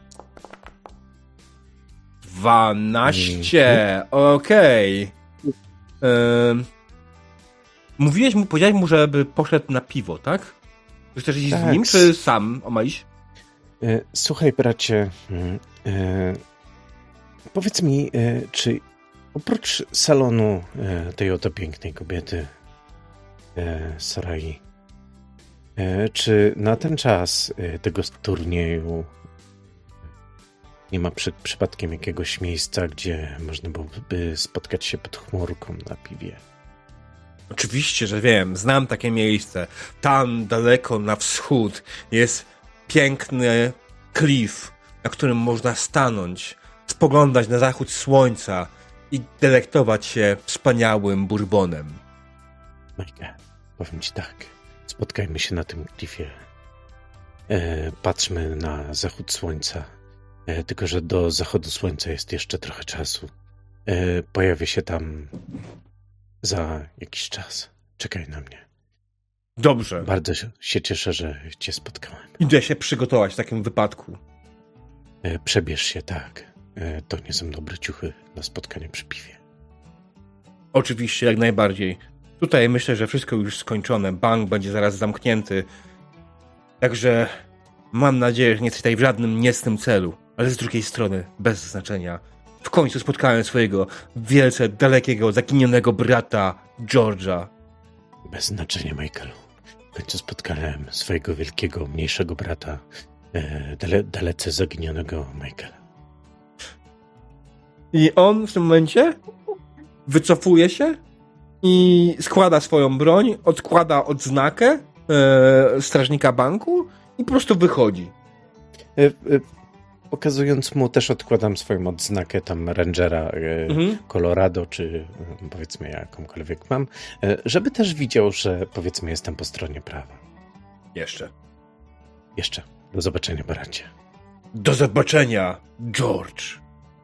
Dwanaście. Okej. Ym, Mówiłeś mu, powiedziałeś mu, żeby poszedł na piwo, tak? Czy chcesz iść z Tak. nim, czy sam ma iść? E, Słuchaj, bracie, mm, e, powiedz mi, e, czy oprócz salonu e, tej oto pięknej kobiety, e, Sorai, e, czy na ten czas e, tego turnieju nie ma przy, przypadkiem jakiegoś miejsca, gdzie można byłoby spotkać się pod chmurką na piwie? Oczywiście, że wiem. Znam takie miejsce. Tam daleko na wschód jest piękny klif, na którym można stanąć, spoglądać na zachód słońca i delektować się wspaniałym bourbonem. Majka, powiem ci tak. Spotkajmy się na tym klifie. E, patrzmy na zachód słońca. E, tylko, że do zachodu słońca jest jeszcze trochę czasu. E, pojawię się tam za jakiś czas. Czekaj na mnie. Dobrze. Bardzo się cieszę, że cię spotkałem. Idę się przygotować w takim wypadku. E, przebierz się, tak. E, to nie są dobre ciuchy na spotkanie przy piwie. Oczywiście, jak najbardziej. Tutaj myślę, że wszystko już skończone. Bank będzie zaraz zamknięty. Także mam nadzieję, że nie jesteś tutaj w żadnym niecnym celu. Ale z drugiej strony, bez znaczenia. W końcu spotkałem swojego wielce dalekiego, zaginionego brata George'a. Bez znaczenia, Michaelu. W końcu spotkałem swojego wielkiego, mniejszego brata, e, dale, dalece zaginionego Michaela. I on w tym momencie wycofuje się i składa swoją broń, odkłada odznakę e, strażnika banku i po prostu wychodzi. E, e, pokazując mu, też odkładam swoją odznakę tam Rangera e, Mhm. Colorado, czy e, powiedzmy jakąkolwiek mam, e, żeby też widział, że powiedzmy jestem po stronie prawa. Jeszcze. Jeszcze. Do zobaczenia, bracie. Do zobaczenia, George.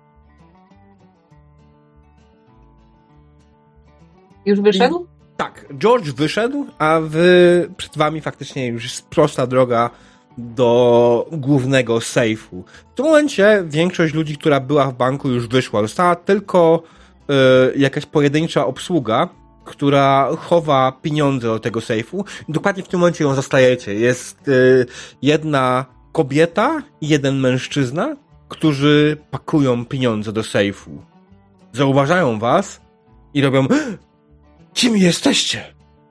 Już wyszedł? Tak, George wyszedł, a wy, przed wami faktycznie już jest prosta droga do głównego sejfu. W tym momencie większość ludzi, która była w banku, już wyszła. Została tylko y, jakaś pojedyncza obsługa, która chowa pieniądze do tego sejfu. Dokładnie w tym momencie ją zastajecie. Jest y, jedna kobieta i jeden mężczyzna, którzy pakują pieniądze do sejfu. Zauważają was i robią: kim jesteście?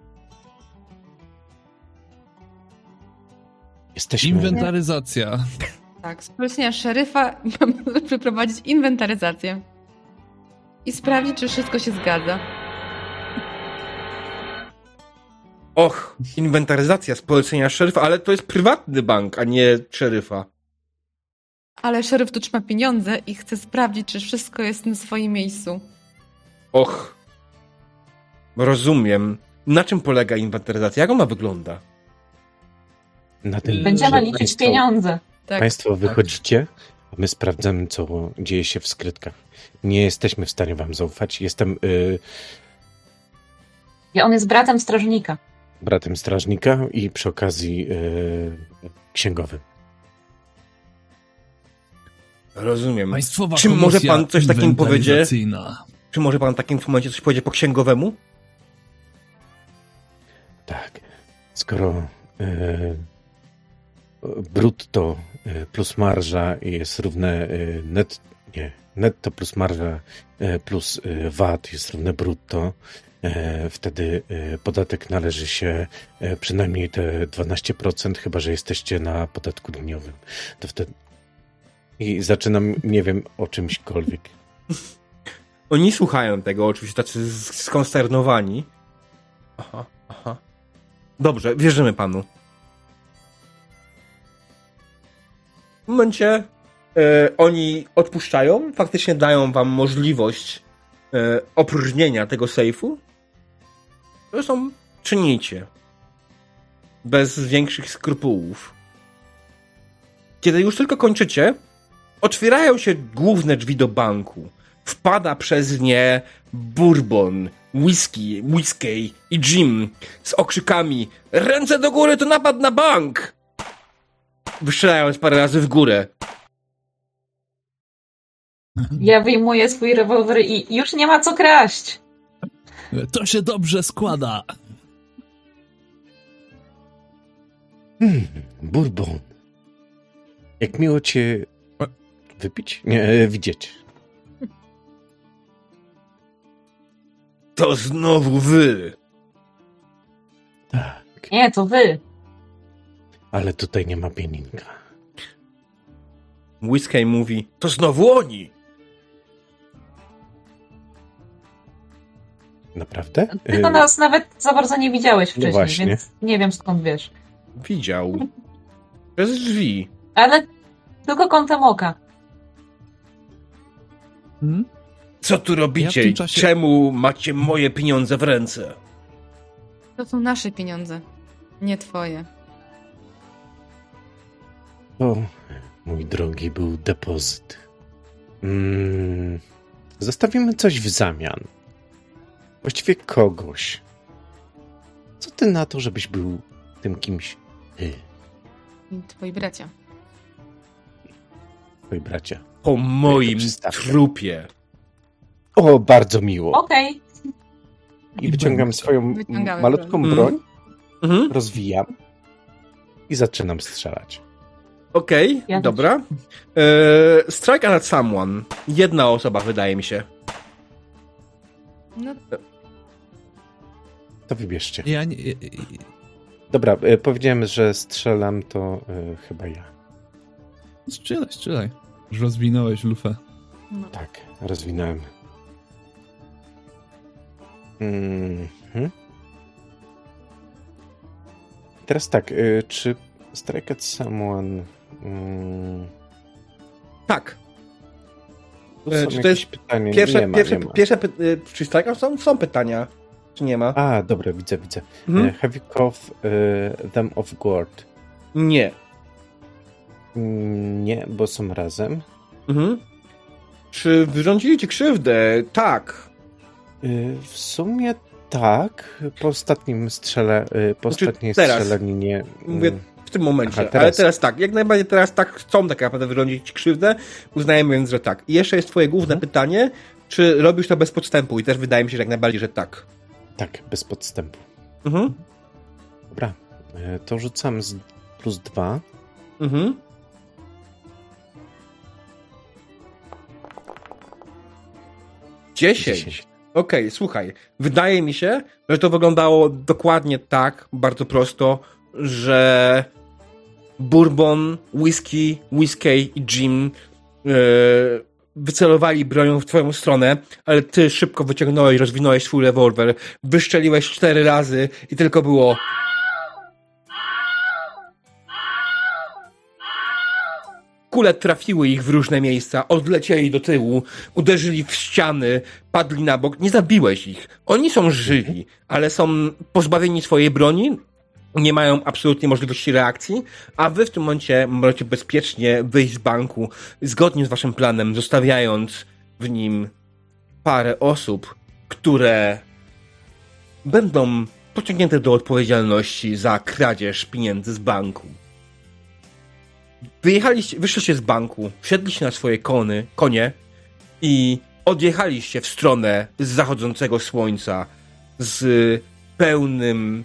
Jesteśmy... Inwentaryzacja. Tak, z polecenia szeryfa mamy przeprowadzić inwentaryzację i sprawdzić, czy wszystko się zgadza. Och, inwentaryzacja z polecenia szeryfa, ale to jest prywatny bank, a nie szeryfa. Ale szeryf tu trzyma pieniądze i chce sprawdzić, czy wszystko jest na swoim miejscu. Och, rozumiem. Na czym polega inwentaryzacja? Jak ona wygląda? Na tym, Będziemy że liczyć państwo, pieniądze. Tak. Państwo wychodzicie, a my sprawdzamy, co dzieje się w skrytkach. Nie jesteśmy w stanie wam zaufać. Jestem y, I on jest bratem strażnika. bratem strażnika i przy okazji y, księgowym. Rozumiem. Państwowa Czy może komisja pan coś takim powiedzie? inwentaryzacyjna. Czy może pan w takim momencie coś powiedzie po księgowemu? Tak. Skoro y, brutto y, plus marża jest równe y, net, nie, netto plus marża y, plus y, V A T jest równe brutto, y, wtedy y, podatek należy się y, przynajmniej te dwanaście procent, chyba że jesteście na podatku liniowym. To wtedy... I zaczynam, nie wiem, o czymśkolwiek. Oni słuchają tego, oczywiście tacy skonsternowani. Aha, aha. Dobrze, wierzymy panu. W momencie e, oni odpuszczają, faktycznie dają wam możliwość e, opróżnienia tego sejfu. Zresztą czynicie. Bez większych skrupułów. Kiedy już tylko kończycie, otwierają się główne drzwi do banku. Wpada przez nie Bourbon, whisky, whisky i Jim z okrzykami: ręce do góry, to napad na bank! Wystrzelając parę razy w górę. Ja wyjmuję swój rewolwer i już nie ma co kraść. To się dobrze składa. Hmm, Bourbon. Jak miło cię wypić? Nie, e, widzieć. To znowu wy! Tak, Nie, to wy. ale tutaj nie ma pieninka. Whisky mówi: to znowu oni! Naprawdę? Ty E, to nas nawet za bardzo nie widziałeś wcześniej, właśnie. więc nie wiem skąd wiesz. Widział. Przez drzwi. Ale tylko kątem oka. Hmm? Co tu robicie? Ja w tym czasie- Czemu macie moje pieniądze w ręce? To są nasze pieniądze, nie twoje. O, mój drogi, był depozyt. Mm, zostawimy coś w zamian. Właściwie kogoś. Co ty na to, żebyś był tym kimś? Ty, I twoi bracia. twoi bracia. Po moim przystawka. trupie. O, bardzo miło. Okej. I wyciągam swoją Wyciągamy malutką broń. broń, Mhm. rozwijam i zaczynam strzelać. Okej, Ja dobra. E, strike at someone. Jedna osoba, wydaje mi się. No, To wybierzcie. Ja nie... Dobra, e, powiedziałem, że strzelam, to e, chyba ja. Strzelaj, strzelaj. Już rozwinąłeś lufę. no. Tak, rozwinąłem. Mhm. Teraz tak, y, czy strike at someone... Mm, Tak. tu E, są czy to jakieś jest pytanie? Pierwsze, nie ma, pierwsze, nie ma. pierwsze py- y, czy strike są, są pytania? Czy nie ma? A, dobra, widzę, widzę. Mhm. E, Have you caught y, them off guard? Nie. Mm, Nie, bo są razem. Mhm. Czy wyrządzili ci krzywdę? Tak. Y, W sumie tak. Po ostatnim strzele, y, po Znaczy, ostatniej teraz. strzelaninie... Mówię mm, w tym momencie. Aha, teraz. Ale teraz tak. Jak najbardziej teraz tak chcą tak naprawdę wyrządzić ci krzywdę. Uznajemy więc, że tak. I jeszcze jest twoje główne Mhm. pytanie. Czy robisz to bez podstępu? I też wydaje mi się, że jak najbardziej, że tak. Tak, bez podstępu. Mhm. Dobra, y, to rzucam z plus dwa. Mhm. Dziesięć. dziesięć. Okej, słuchaj. Wydaje mi się, że to wyglądało dokładnie tak, bardzo prosto, że bourbon, whisky, whisky i gin yy, wycelowali bronią w twoją stronę, ale ty szybko wyciągnąłeś, rozwinąłeś swój rewolwer, wystrzeliłeś cztery razy i tylko było... Kule trafiły ich w różne miejsca, odlecieli do tyłu, uderzyli w ściany, padli na bok. Nie zabiłeś ich. Oni są żywi, ale są pozbawieni swojej broni, nie mają absolutnie możliwości reakcji, a wy w tym momencie możecie bezpiecznie wyjść z banku, zgodnie z waszym planem, zostawiając w nim parę osób, które będą pociągnięte do odpowiedzialności za kradzież pieniędzy z banku. Wyjechaliście, wyszliście z banku, wsiedliście na swoje kony, konie i odjechaliście w stronę z zachodzącego słońca z pełnym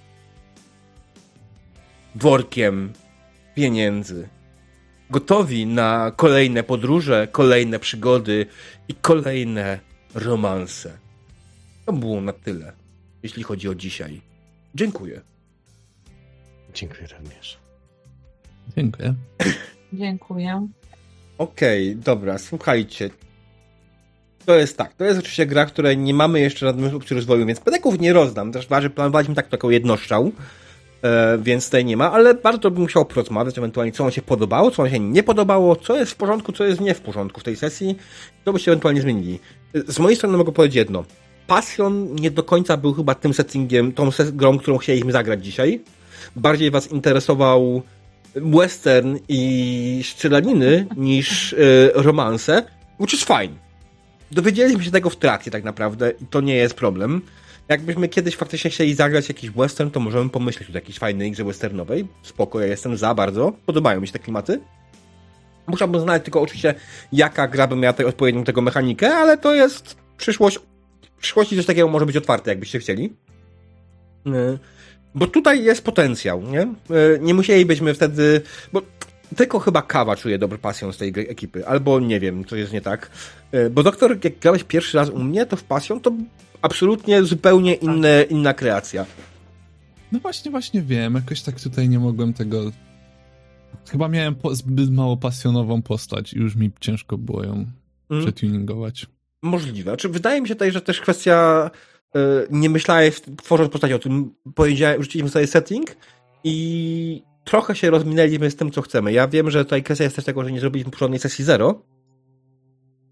workiem pieniędzy. Gotowi na kolejne podróże, kolejne przygody i kolejne romanse. To było na tyle, jeśli chodzi o dzisiaj. Dziękuję. Dziękuję również. Dziękuję. Dziękuję. Okej, dobra, słuchajcie. To jest tak, to jest oczywiście gra, w której nie mamy jeszcze żadnych opcji rozwoju, więc pedeków nie rozdam. Też że planowaliśmy tak taką jednoszczał, e, więc tutaj nie ma, ale bardzo bym chciał porozmawiać ewentualnie, co wam się podobało, co wam się nie podobało, co jest w porządku, co jest nie w porządku w tej sesji, to byście ewentualnie zmienili. Z mojej strony mogę powiedzieć jedno. Passion nie do końca był chyba tym settingiem, tą ses- grą, którą chcieliśmy zagrać dzisiaj. Bardziej was interesował western i strzelaniny niż y, romanse, which is fine. Dowiedzieliśmy się tego w trakcie tak naprawdę i to nie jest problem. Jakbyśmy kiedyś faktycznie chcieli zagrać jakiś western, to możemy pomyśleć o jakiejś fajnej grze westernowej. Spoko, ja jestem za bardzo. Podobają mi się te klimaty. Musiałbym znaleźć tylko oczywiście, jaka gra by miała tutaj odpowiednią tego mechanikę, ale to jest przyszłość. W przyszłości coś takiego może być otwarte, jakbyście chcieli. Yy. Bo tutaj jest potencjał, nie? Nie musielibyśmy wtedy... Bo tylko chyba Kawa czuje dobry pasjon z tej ekipy. Albo nie wiem, co jest nie tak. Bo Doktor, jak grałeś pierwszy raz u mnie, to w pasjon to absolutnie zupełnie inne, inna kreacja. No właśnie, właśnie wiem. Jakoś tak tutaj nie mogłem tego... Chyba miałem po... zbyt mało pasjonową postać i już mi ciężko było ją mm. przetuningować. Możliwe. Znaczy, wydaje mi się tutaj, że też kwestia... Nie myślałeś, tworząc postać o tym, powiedziałem, rzuciliśmy sobie setting i trochę się rozminęliśmy z tym, co chcemy. Ja wiem, że tutaj kwestia jest też tego, że nie zrobiliśmy porządnej sesji zero,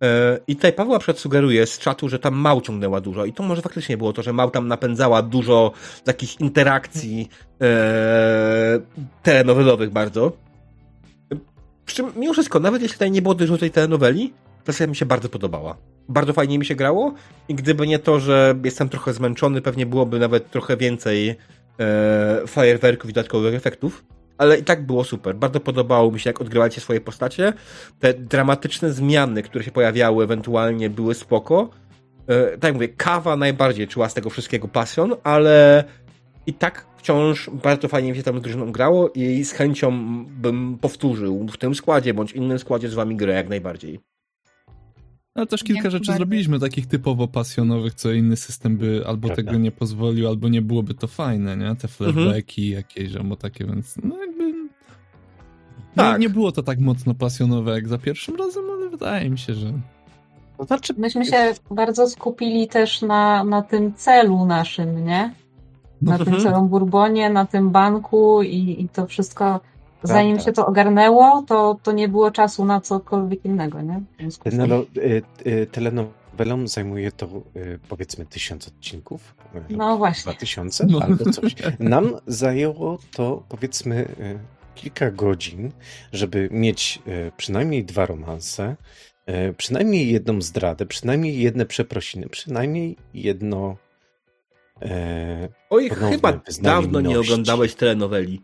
I tutaj Paweł na przykład sugeruje z czatu, że tam Mał ciągnęła dużo i to może faktycznie było to, że Mał tam napędzała dużo takich interakcji e, telenowelowych bardzo. Przy czym mimo wszystko, nawet jeśli tutaj nie było dużo tej telenoweli, ta seria mi się bardzo podobała. Bardzo fajnie mi się grało i gdyby nie to, że jestem trochę zmęczony, pewnie byłoby nawet trochę więcej e, fajerwerków i dodatkowych efektów. Ale i tak było super. Bardzo podobało mi się, jak odgrywacie swoje postacie. Te dramatyczne zmiany, które się pojawiały ewentualnie, były spoko. E, tak jak mówię, kawa najbardziej czuła z tego wszystkiego pasjon, ale i tak wciąż bardzo fajnie mi się tam z drużyną grało i z chęcią bym powtórzył w tym składzie, bądź innym składzie z wami grę jak najbardziej. Ale też kilka Jak rzeczy bardzo. zrobiliśmy, takich typowo pasjonowych, co inny system by albo Prawda. tego nie pozwolił, albo nie byłoby to fajne, nie? Te flashbacki mhm. jakieś, albo takie, więc no jakby... Tak. Nie, nie było to tak mocno pasjonowe jak za pierwszym razem, ale wydaje mi się, że... To znaczy, Myśmy się bardzo skupili też na, na tym celu naszym, nie? Na No. tym Mhm. całym Bourbonie, na tym banku i, i to wszystko, zanim Prawda. się to ogarnęło, to, to nie było czasu na cokolwiek innego, nie? W związku z tym- Tenelo, y, y, telenowelą zajmuje to y, powiedzmy tysiąc odcinków. y, No właśnie. Dwa tysiące No. albo coś. Nam zajęło to powiedzmy y, kilka godzin, żeby mieć y, przynajmniej dwa romanse, y, przynajmniej jedną zdradę, przynajmniej jedne przeprosiny, przynajmniej jedno y, Oj, Ponowne chyba wyznanie dawno nie miłości. oglądałeś telenoweli.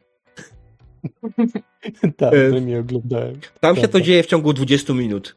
dawno nie oglądałem. Tam się to Prawda. dzieje w ciągu dwudziestu minut.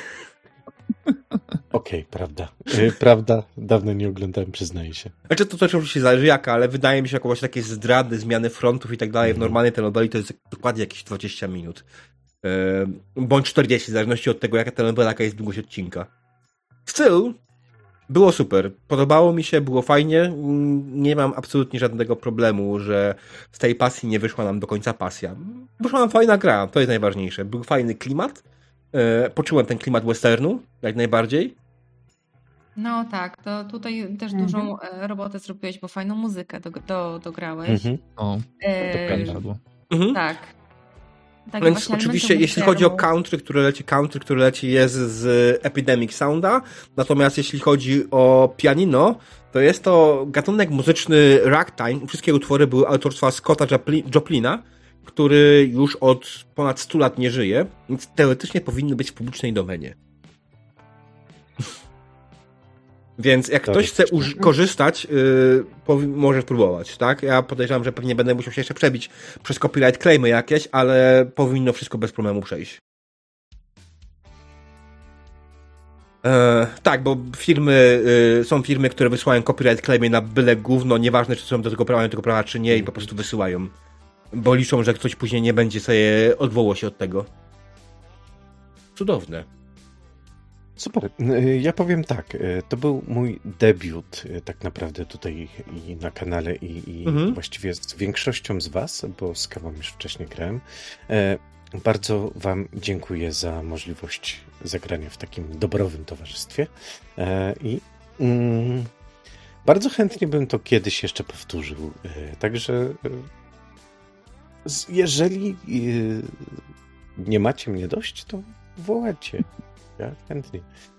Okej, prawda. Y, prawda, dawno nie oglądałem, przyznaję się. Znaczy to też oczywiście zależy jaka, ale wydaje mi się, że jako właśnie takie zdrady, zmiany frontów i tak dalej w Mhm. normalnej telenoweli to jest dokładnie jakieś dwadzieścia minut. Yy, bądź czterdzieści, w zależności od tego, jaka telenowela, jaka jest długość odcinka. Still, było super. Podobało mi się, było fajnie. Mm, Nie mam absolutnie żadnego problemu, że z tej pasji nie wyszła nam do końca pasja. Wyszła nam fajna gra, to jest najważniejsze. Był fajny klimat. Yy, poczułem ten klimat westernu, jak najbardziej. No tak, to tutaj też Mhm. dużą e, robotę zrobiłeś, bo fajną muzykę do, do, dograłeś. Mhm. O, E, to padło. Mhm. tak. Tak, Więc właśnie oczywiście, elementów jeśli chodzi o westernu. country, które leci, country, które leci jest z Epidemic Sounda, natomiast jeśli chodzi o pianino, to jest to gatunek muzyczny ragtime. Wszystkie utwory były autorstwa Scotta Jopli- Joplina, który już od ponad stu lat nie żyje, więc teoretycznie powinny być w publicznej domenie. Więc jak ktoś chce uż- korzystać, yy, powi- może spróbować, tak? Ja podejrzewam, że pewnie będę musiał się jeszcze przebić przez copyright claimy jakieś, ale powinno wszystko bez problemu przejść. E, tak, bo firmy, y, są firmy, które wysyłają copyright claimy na byle gówno, nieważne czy są do tego prawa, do tego prawa czy nie i po prostu wysyłają. Bo liczą, że ktoś później nie będzie sobie odwołał się od tego. Cudowne. Super. Y, Ja powiem tak, y, to był mój debiut y, tak naprawdę tutaj i na kanale i, i Mhm. właściwie z większością z was, bo z Kawą już wcześniej grałem. E, Bardzo wam dziękuję za możliwość zagrania w takim dobrowym towarzystwie E, i mm, bardzo chętnie bym to kiedyś jeszcze powtórzył. E, Także y, z- jeżeli y, nie macie mnie dość, to wołajcie. Ja chętnie.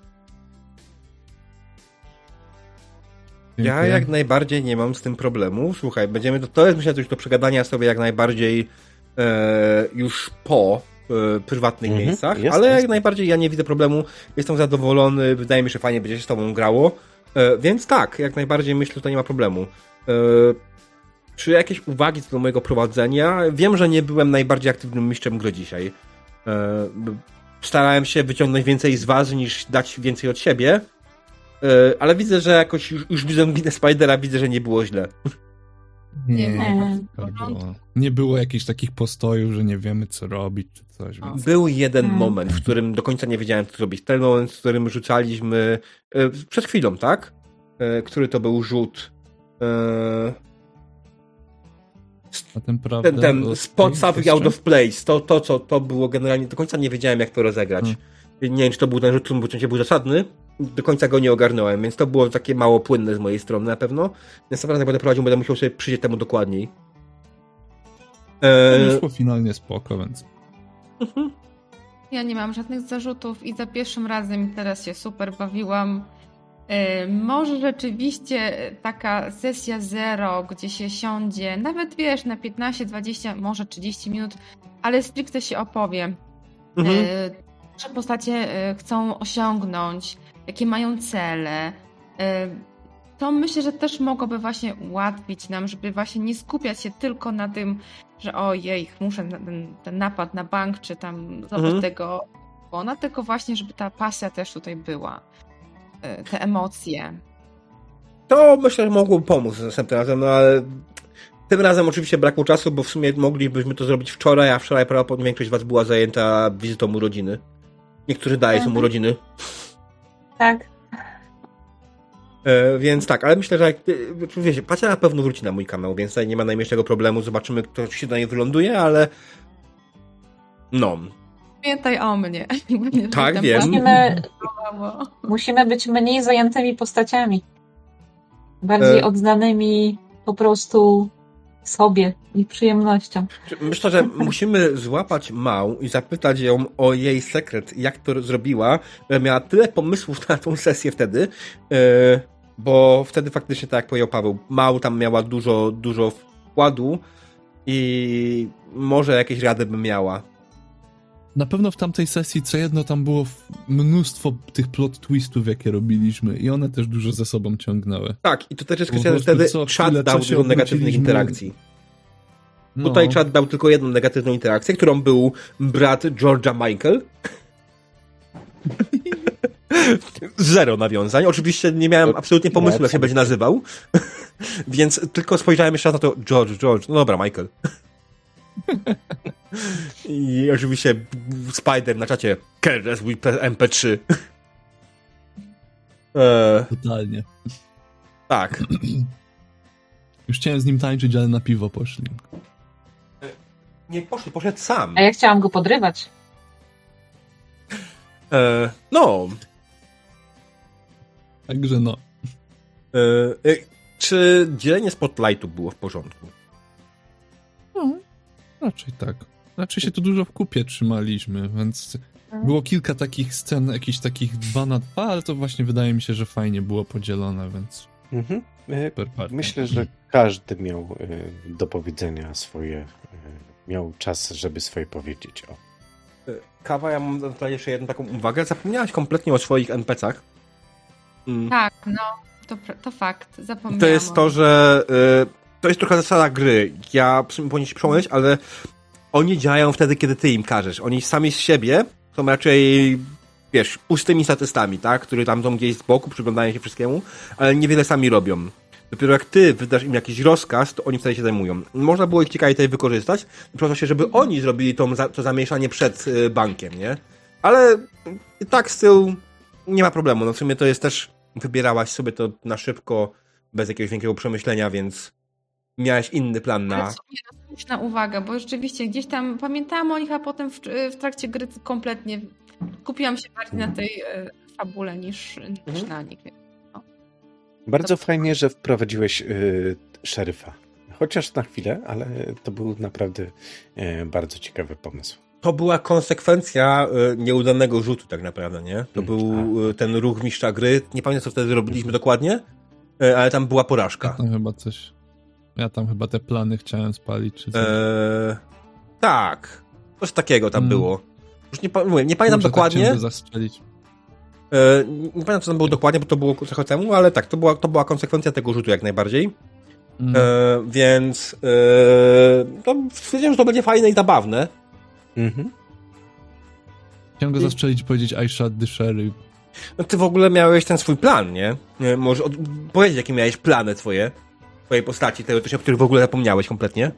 Ja Dziękuję. jak najbardziej nie mam z tym problemu. Słuchaj, będziemy to, to jest myślę coś do przegadania sobie jak najbardziej e, już po e, prywatnych Mhm, miejscach, jest, ale jest. jak najbardziej ja nie widzę problemu. Jestem zadowolony, wydaje mi się, że fajnie będzie się z tobą grało. E, więc tak, jak najbardziej myślę, że to nie ma problemu. E, czy jakieś uwagi co do mojego prowadzenia? Wiem, że nie byłem najbardziej aktywnym mistrzem gry dzisiaj. E, starałem się wyciągnąć więcej z was niż dać więcej od siebie. Yy, ale widzę, że jakoś już, już widzę minę Spidera, widzę, że nie było źle. Nie, Nie, nie, w porządku. było. Nie było jakichś takich postojów, że nie wiemy co robić czy coś. Więc... Był jeden Hmm. moment, w którym do końca nie wiedziałem, co zrobić. Ten moment, w którym rzucaliśmy yy, przed chwilą, tak? Yy, który to był rzut? Yy, A ten, prawda, ten ten o- spot something out ostrzem? of place. To, to, co to było generalnie, do końca nie wiedziałem, jak to rozegrać. Hmm. Nie wiem, czy to był ten rzut, który poczucie był zasadny. Do końca go nie ogarnąłem, więc to było takie mało płynne z mojej strony na pewno. Więc naprawdę jak będę prowadził, będę musiał sobie przyjrzeć temu dokładniej. To Yy, wyszło finalnie spoko, więc... Ja nie mam żadnych zarzutów i za pierwszym razem i teraz się super bawiłam. Yy, może rzeczywiście taka sesja zero, gdzie się siądzie, nawet wiesz, na piętnaście, dwadzieścia, może trzydzieści minut, ale stricte się opowie. Mhm. Yy, że postacie yy, chcą osiągnąć, jakie mają cele. Yy, to myślę, że też mogłoby właśnie ułatwić nam, żeby właśnie nie skupiać się tylko na tym, że ojej, muszę na ten, ten napad na bank, czy tam zdobyć Mhm. tego ona, tylko właśnie, żeby ta pasja też tutaj była. Yy, te emocje. To myślę, że mogłoby pomóc następnym razem, no ale tym razem oczywiście brakło czasu, bo w sumie moglibyśmy to zrobić wczoraj, a wczoraj prawdopodobnie większość z was była zajęta wizytą urodziny. Niektórzy dalej są urodziny. Tak. E, więc tak, ale myślę, że jak, e, wiecie, Pacia na pewno wróci na mój kanał, więc tutaj nie ma najmniejszego problemu. Zobaczymy, kto się do niej wyląduje, ale no. Pamiętaj o mnie. Tak, Tam wiem. Musimy, brawo. musimy być mniej zajętymi postaciami. Bardziej E. oddanymi po prostu sobie i przyjemnościom. Myślę, że musimy złapać Mał i zapytać ją o jej sekret, jak to zrobiła. Miała tyle pomysłów na tą sesję wtedy, e, bo wtedy faktycznie, tak jak powiedział Paweł, Mał tam miała dużo, dużo wkładu i może jakieś rady by miała. Na pewno w tamtej sesji co jedno tam było mnóstwo tych plot twistów, jakie robiliśmy i one też dużo ze sobą ciągnęły. Tak, i to też jest Po kwestia, że prostu wtedy co czat chwilę, dał co się dużo negatywnych obróciliśmy- interakcji. No, Tutaj czat dał tylko jedną negatywną interakcję, którą był brat George'a Michael. Zero nawiązań. Oczywiście nie miałem absolutnie pomysłu, jak się będzie nazywał. Więc tylko spojrzałem jeszcze raz na to George, George. No dobra, Michael. I oczywiście Spider na czacie Keres M P trzy. Eee, Totalnie. tak. Już chciałem z nim tańczyć, ale na piwo poszli. Nie poszedł, poszedł sam. A ja chciałam go podrywać. Eee, no. Także no. Eee, e, czy dzielenie spotlightu było w porządku? No, raczej tak. Raczej się tu dużo w kupie trzymaliśmy, więc było kilka takich scen, jakichś takich dwa na dwa, ale to właśnie wydaje mi się, że fajnie było podzielone, więc Mhm. E, super partia. Myślę, że każdy miał e, do powiedzenia swoje, e, miał czas, żeby swoje powiedzieć. O. Kawa, ja mam tutaj jeszcze jedną taką uwagę. Zapomniałaś kompletnie o swoich en pe cach. Mm. Tak, no, to, to fakt. Zapomniałam. To jest to, że y, to jest trochę zasada gry. Ja w sumie powinien się przypomnieć, ale oni działają wtedy, kiedy ty im każesz. Oni sami z siebie są raczej, wiesz, pustymi statystami, tak? Które tam są gdzieś z boku, przyglądają się wszystkiemu, ale niewiele sami robią. Dopiero jak ty wydasz im jakiś rozkaz, to oni wtedy się zajmują. Można było ich ciekawie tutaj wykorzystać, proszę się, żeby oni zrobili to, to zamieszanie przed y, bankiem, nie? Ale i tak z tyłu nie ma problemu. No w sumie to jest też, wybierałaś sobie to na szybko, bez jakiegoś większego przemyślenia, więc miałeś inny plan na... Ale co, nie, no, słuszna uwaga, bo rzeczywiście gdzieś tam pamiętałam o nich, a potem w, w trakcie gry kompletnie kupiłam się bardziej na tej e, fabule niż, niż Mhm. na nich. Bardzo fajnie, że wprowadziłeś y, szeryfa. Chociaż na chwilę, ale to był naprawdę y, bardzo ciekawy pomysł. To była konsekwencja y, nieudanego rzutu tak naprawdę, nie? To Mm, był y, ten ruch mistrza gry. Nie pamiętam, co wtedy robiliśmy dokładnie, y, ale tam była Ja porażka. tam chyba coś... Ja tam chyba te plany chciałem spalić, czy coś. Eee, tak. Coś takiego tam Mm. było. Już nie, pa- mówię, nie pamiętam Może dokładnie. Tak chciałem go zastrzelić. E, nie pamiętam, co tam było dokładnie, bo to było trochę temu, ale tak, to była, to była konsekwencja tego rzutu jak najbardziej. Mm. E, więc e, to stwierdziłem, że to będzie fajne i zabawne. Mhm. Chciałem go zastrzelić i powiedzieć I shot the sheriff. No ty w ogóle miałeś ten swój plan, nie? nie może od, powiedzieć, jakie miałeś plany twoje, twojej postaci, tego, o których w ogóle zapomniałeś kompletnie.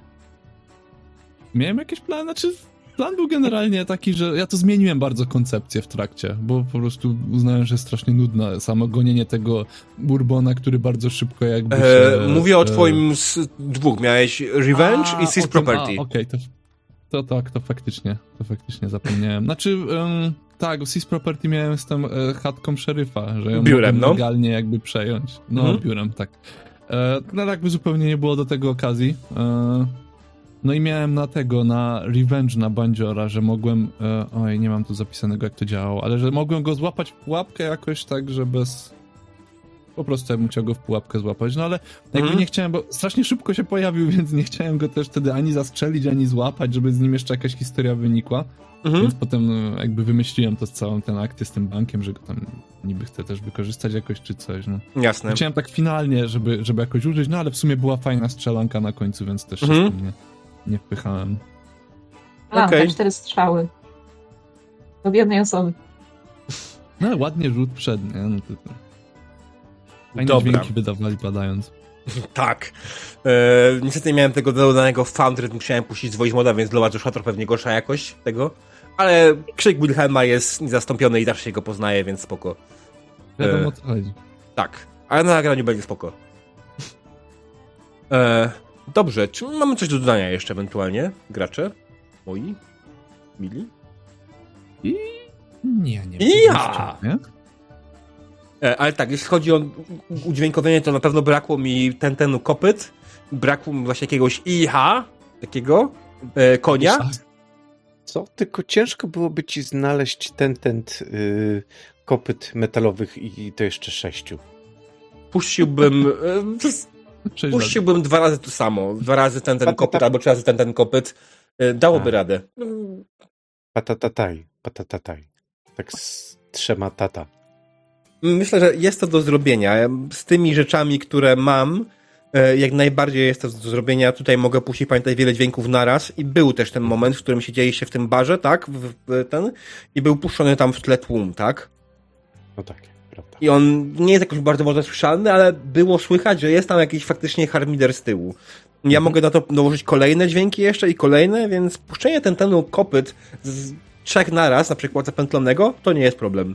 Miałem jakieś plany, znaczy plan był generalnie taki, że ja to zmieniłem bardzo koncepcję w trakcie, bo po prostu uznałem, że jest strasznie nudne samo gonienie tego Bourbona, który bardzo szybko jakby się... E, mówię o e, twoim z dwóch, miałeś Revenge a, i Seize o tym, Property. a, Okej, to, to tak, to faktycznie, to faktycznie zapomniałem. Znaczy, um, tak, w Seize Property miałem z tą e, chatką szeryfa, że ją Biurem, mogłem no. legalnie jakby przejąć. No, Mhm. biurem, tak. E, no jakby zupełnie nie było do tego okazji. E, No i miałem na tego, na Revenge na Bandziora, że mogłem, e, oj, nie mam tu zapisanego jak to działało, ale że mogłem go złapać w pułapkę jakoś tak, że bez... Po prostu ja bym chciał go w pułapkę złapać, no ale jakby Mhm. nie chciałem, bo strasznie szybko się pojawił, więc nie chciałem go też wtedy ani zastrzelić, ani złapać, żeby z nim jeszcze jakaś historia wynikła. Mhm. Więc potem no, jakby wymyśliłem to z całą ten akcję z tym bankiem, że go tam niby chcę też wykorzystać jakoś czy coś, no. Jasne. Chciałem tak finalnie, żeby, żeby jakoś użyć, no ale w sumie była fajna strzelanka na końcu, więc też Mhm. się z tym nie, nie wpychałem. A, Okej. okay. cztery strzały. Od jednej osoby. No ale ładnie rzut przed, nie? No to, to. Fajne Dobra. dźwięki wydawali padając. Tak. E, niestety nie miałem tego dodanego Foundry, musiałem puścić z voice moda, więc dla was to pewnie gorsza jakość tego. Ale krzyk Wilhelma jest niezastąpiony i zawsze się go poznaje, więc spoko. Wiadomo E, o co chodzi. Tak. Ale na nagraniu będzie spoko. E, dobrze. Czy mamy coś do dodania jeszcze ewentualnie? Gracze? Moi? Mili? I... Nie, nie. I ja! Nie? E, ale tak, jeśli chodzi o u- udźwiękowienie, to na pewno brakło mi ten, ten kopyt. Brakło mi właśnie jakiegoś I H, takiego e, konia. Co? Tylko ciężko byłoby ci znaleźć ten, ten yy, kopyt metalowych i to jeszcze sześciu. Puściłbym. e, Sześć Puściłbym dwa razy to samo. Dwa razy ten, ten Pa, pa, kopyt, pa. albo trzy razy ten, ten kopyt. E, dałoby A. radę. Patatataj, patatataj. Tak z trzema tata. Myślę, że jest to do zrobienia. Z tymi rzeczami, które mam, e, jak najbardziej jest to do zrobienia. Tutaj mogę puścić, pamiętać, wiele dźwięków naraz i był też ten moment, w którym siedzieliście w tym barze, tak? W, w ten, i był puszczony tam w tle tłum, tak? No tak, prawda. I on nie jest jakoś bardzo mocno słyszalny, ale było słychać, że jest tam jakiś faktycznie harmider z tyłu. Ja Mhm. mogę na to dołożyć kolejne dźwięki jeszcze i kolejne, więc puszczenie ten ten kopyt z trzech naraz, na przykład zapętlonego, to nie jest problem.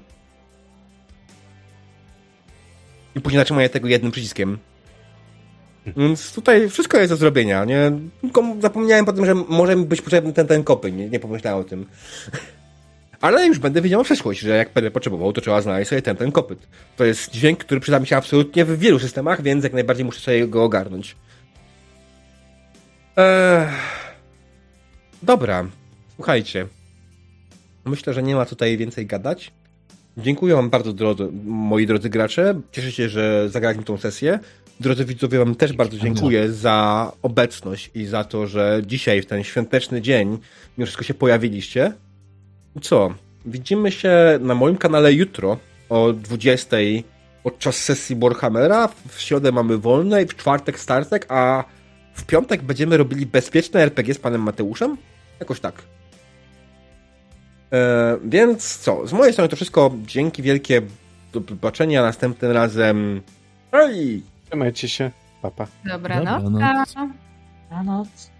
I później zatrzymanie tego jednym przyciskiem. Więc tutaj wszystko jest do zrobienia, nie? Tylko zapomniałem potem, że może mi być potrzebny ten, ten kopy, nie, nie pomyślałem o tym. Ale już będę wiedział przyszłość, że jak będę potrzebował, to trzeba znaleźć sobie ten, ten kopyt. To jest dźwięk, który przyda mi się absolutnie w wielu systemach, więc jak najbardziej muszę sobie go ogarnąć. Eee... Dobra. Słuchajcie. Myślę, że nie ma tutaj więcej gadać. Dziękuję wam bardzo, drodzy, moi drodzy gracze. Cieszę się, że zagraliśmy tą sesję. Drodzy widzowie, wam też bardzo dziękuję za obecność i za to, że dzisiaj, w ten świąteczny dzień, mimo wszystko się pojawiliście. I co? Widzimy się na moim kanale jutro o dwudziestej podczas sesji Warhammera. W środę mamy wolne i w czwartek startek, a w piątek będziemy robili bezpieczne R P G z panem Mateuszem? Jakoś tak. E, więc co? Z mojej strony to wszystko. Dzięki wielkie. Do zobaczenia następnym razem. Hej! Trzymajcie się. Pa, pa. Dobranoc. Dobranoc. Na noc.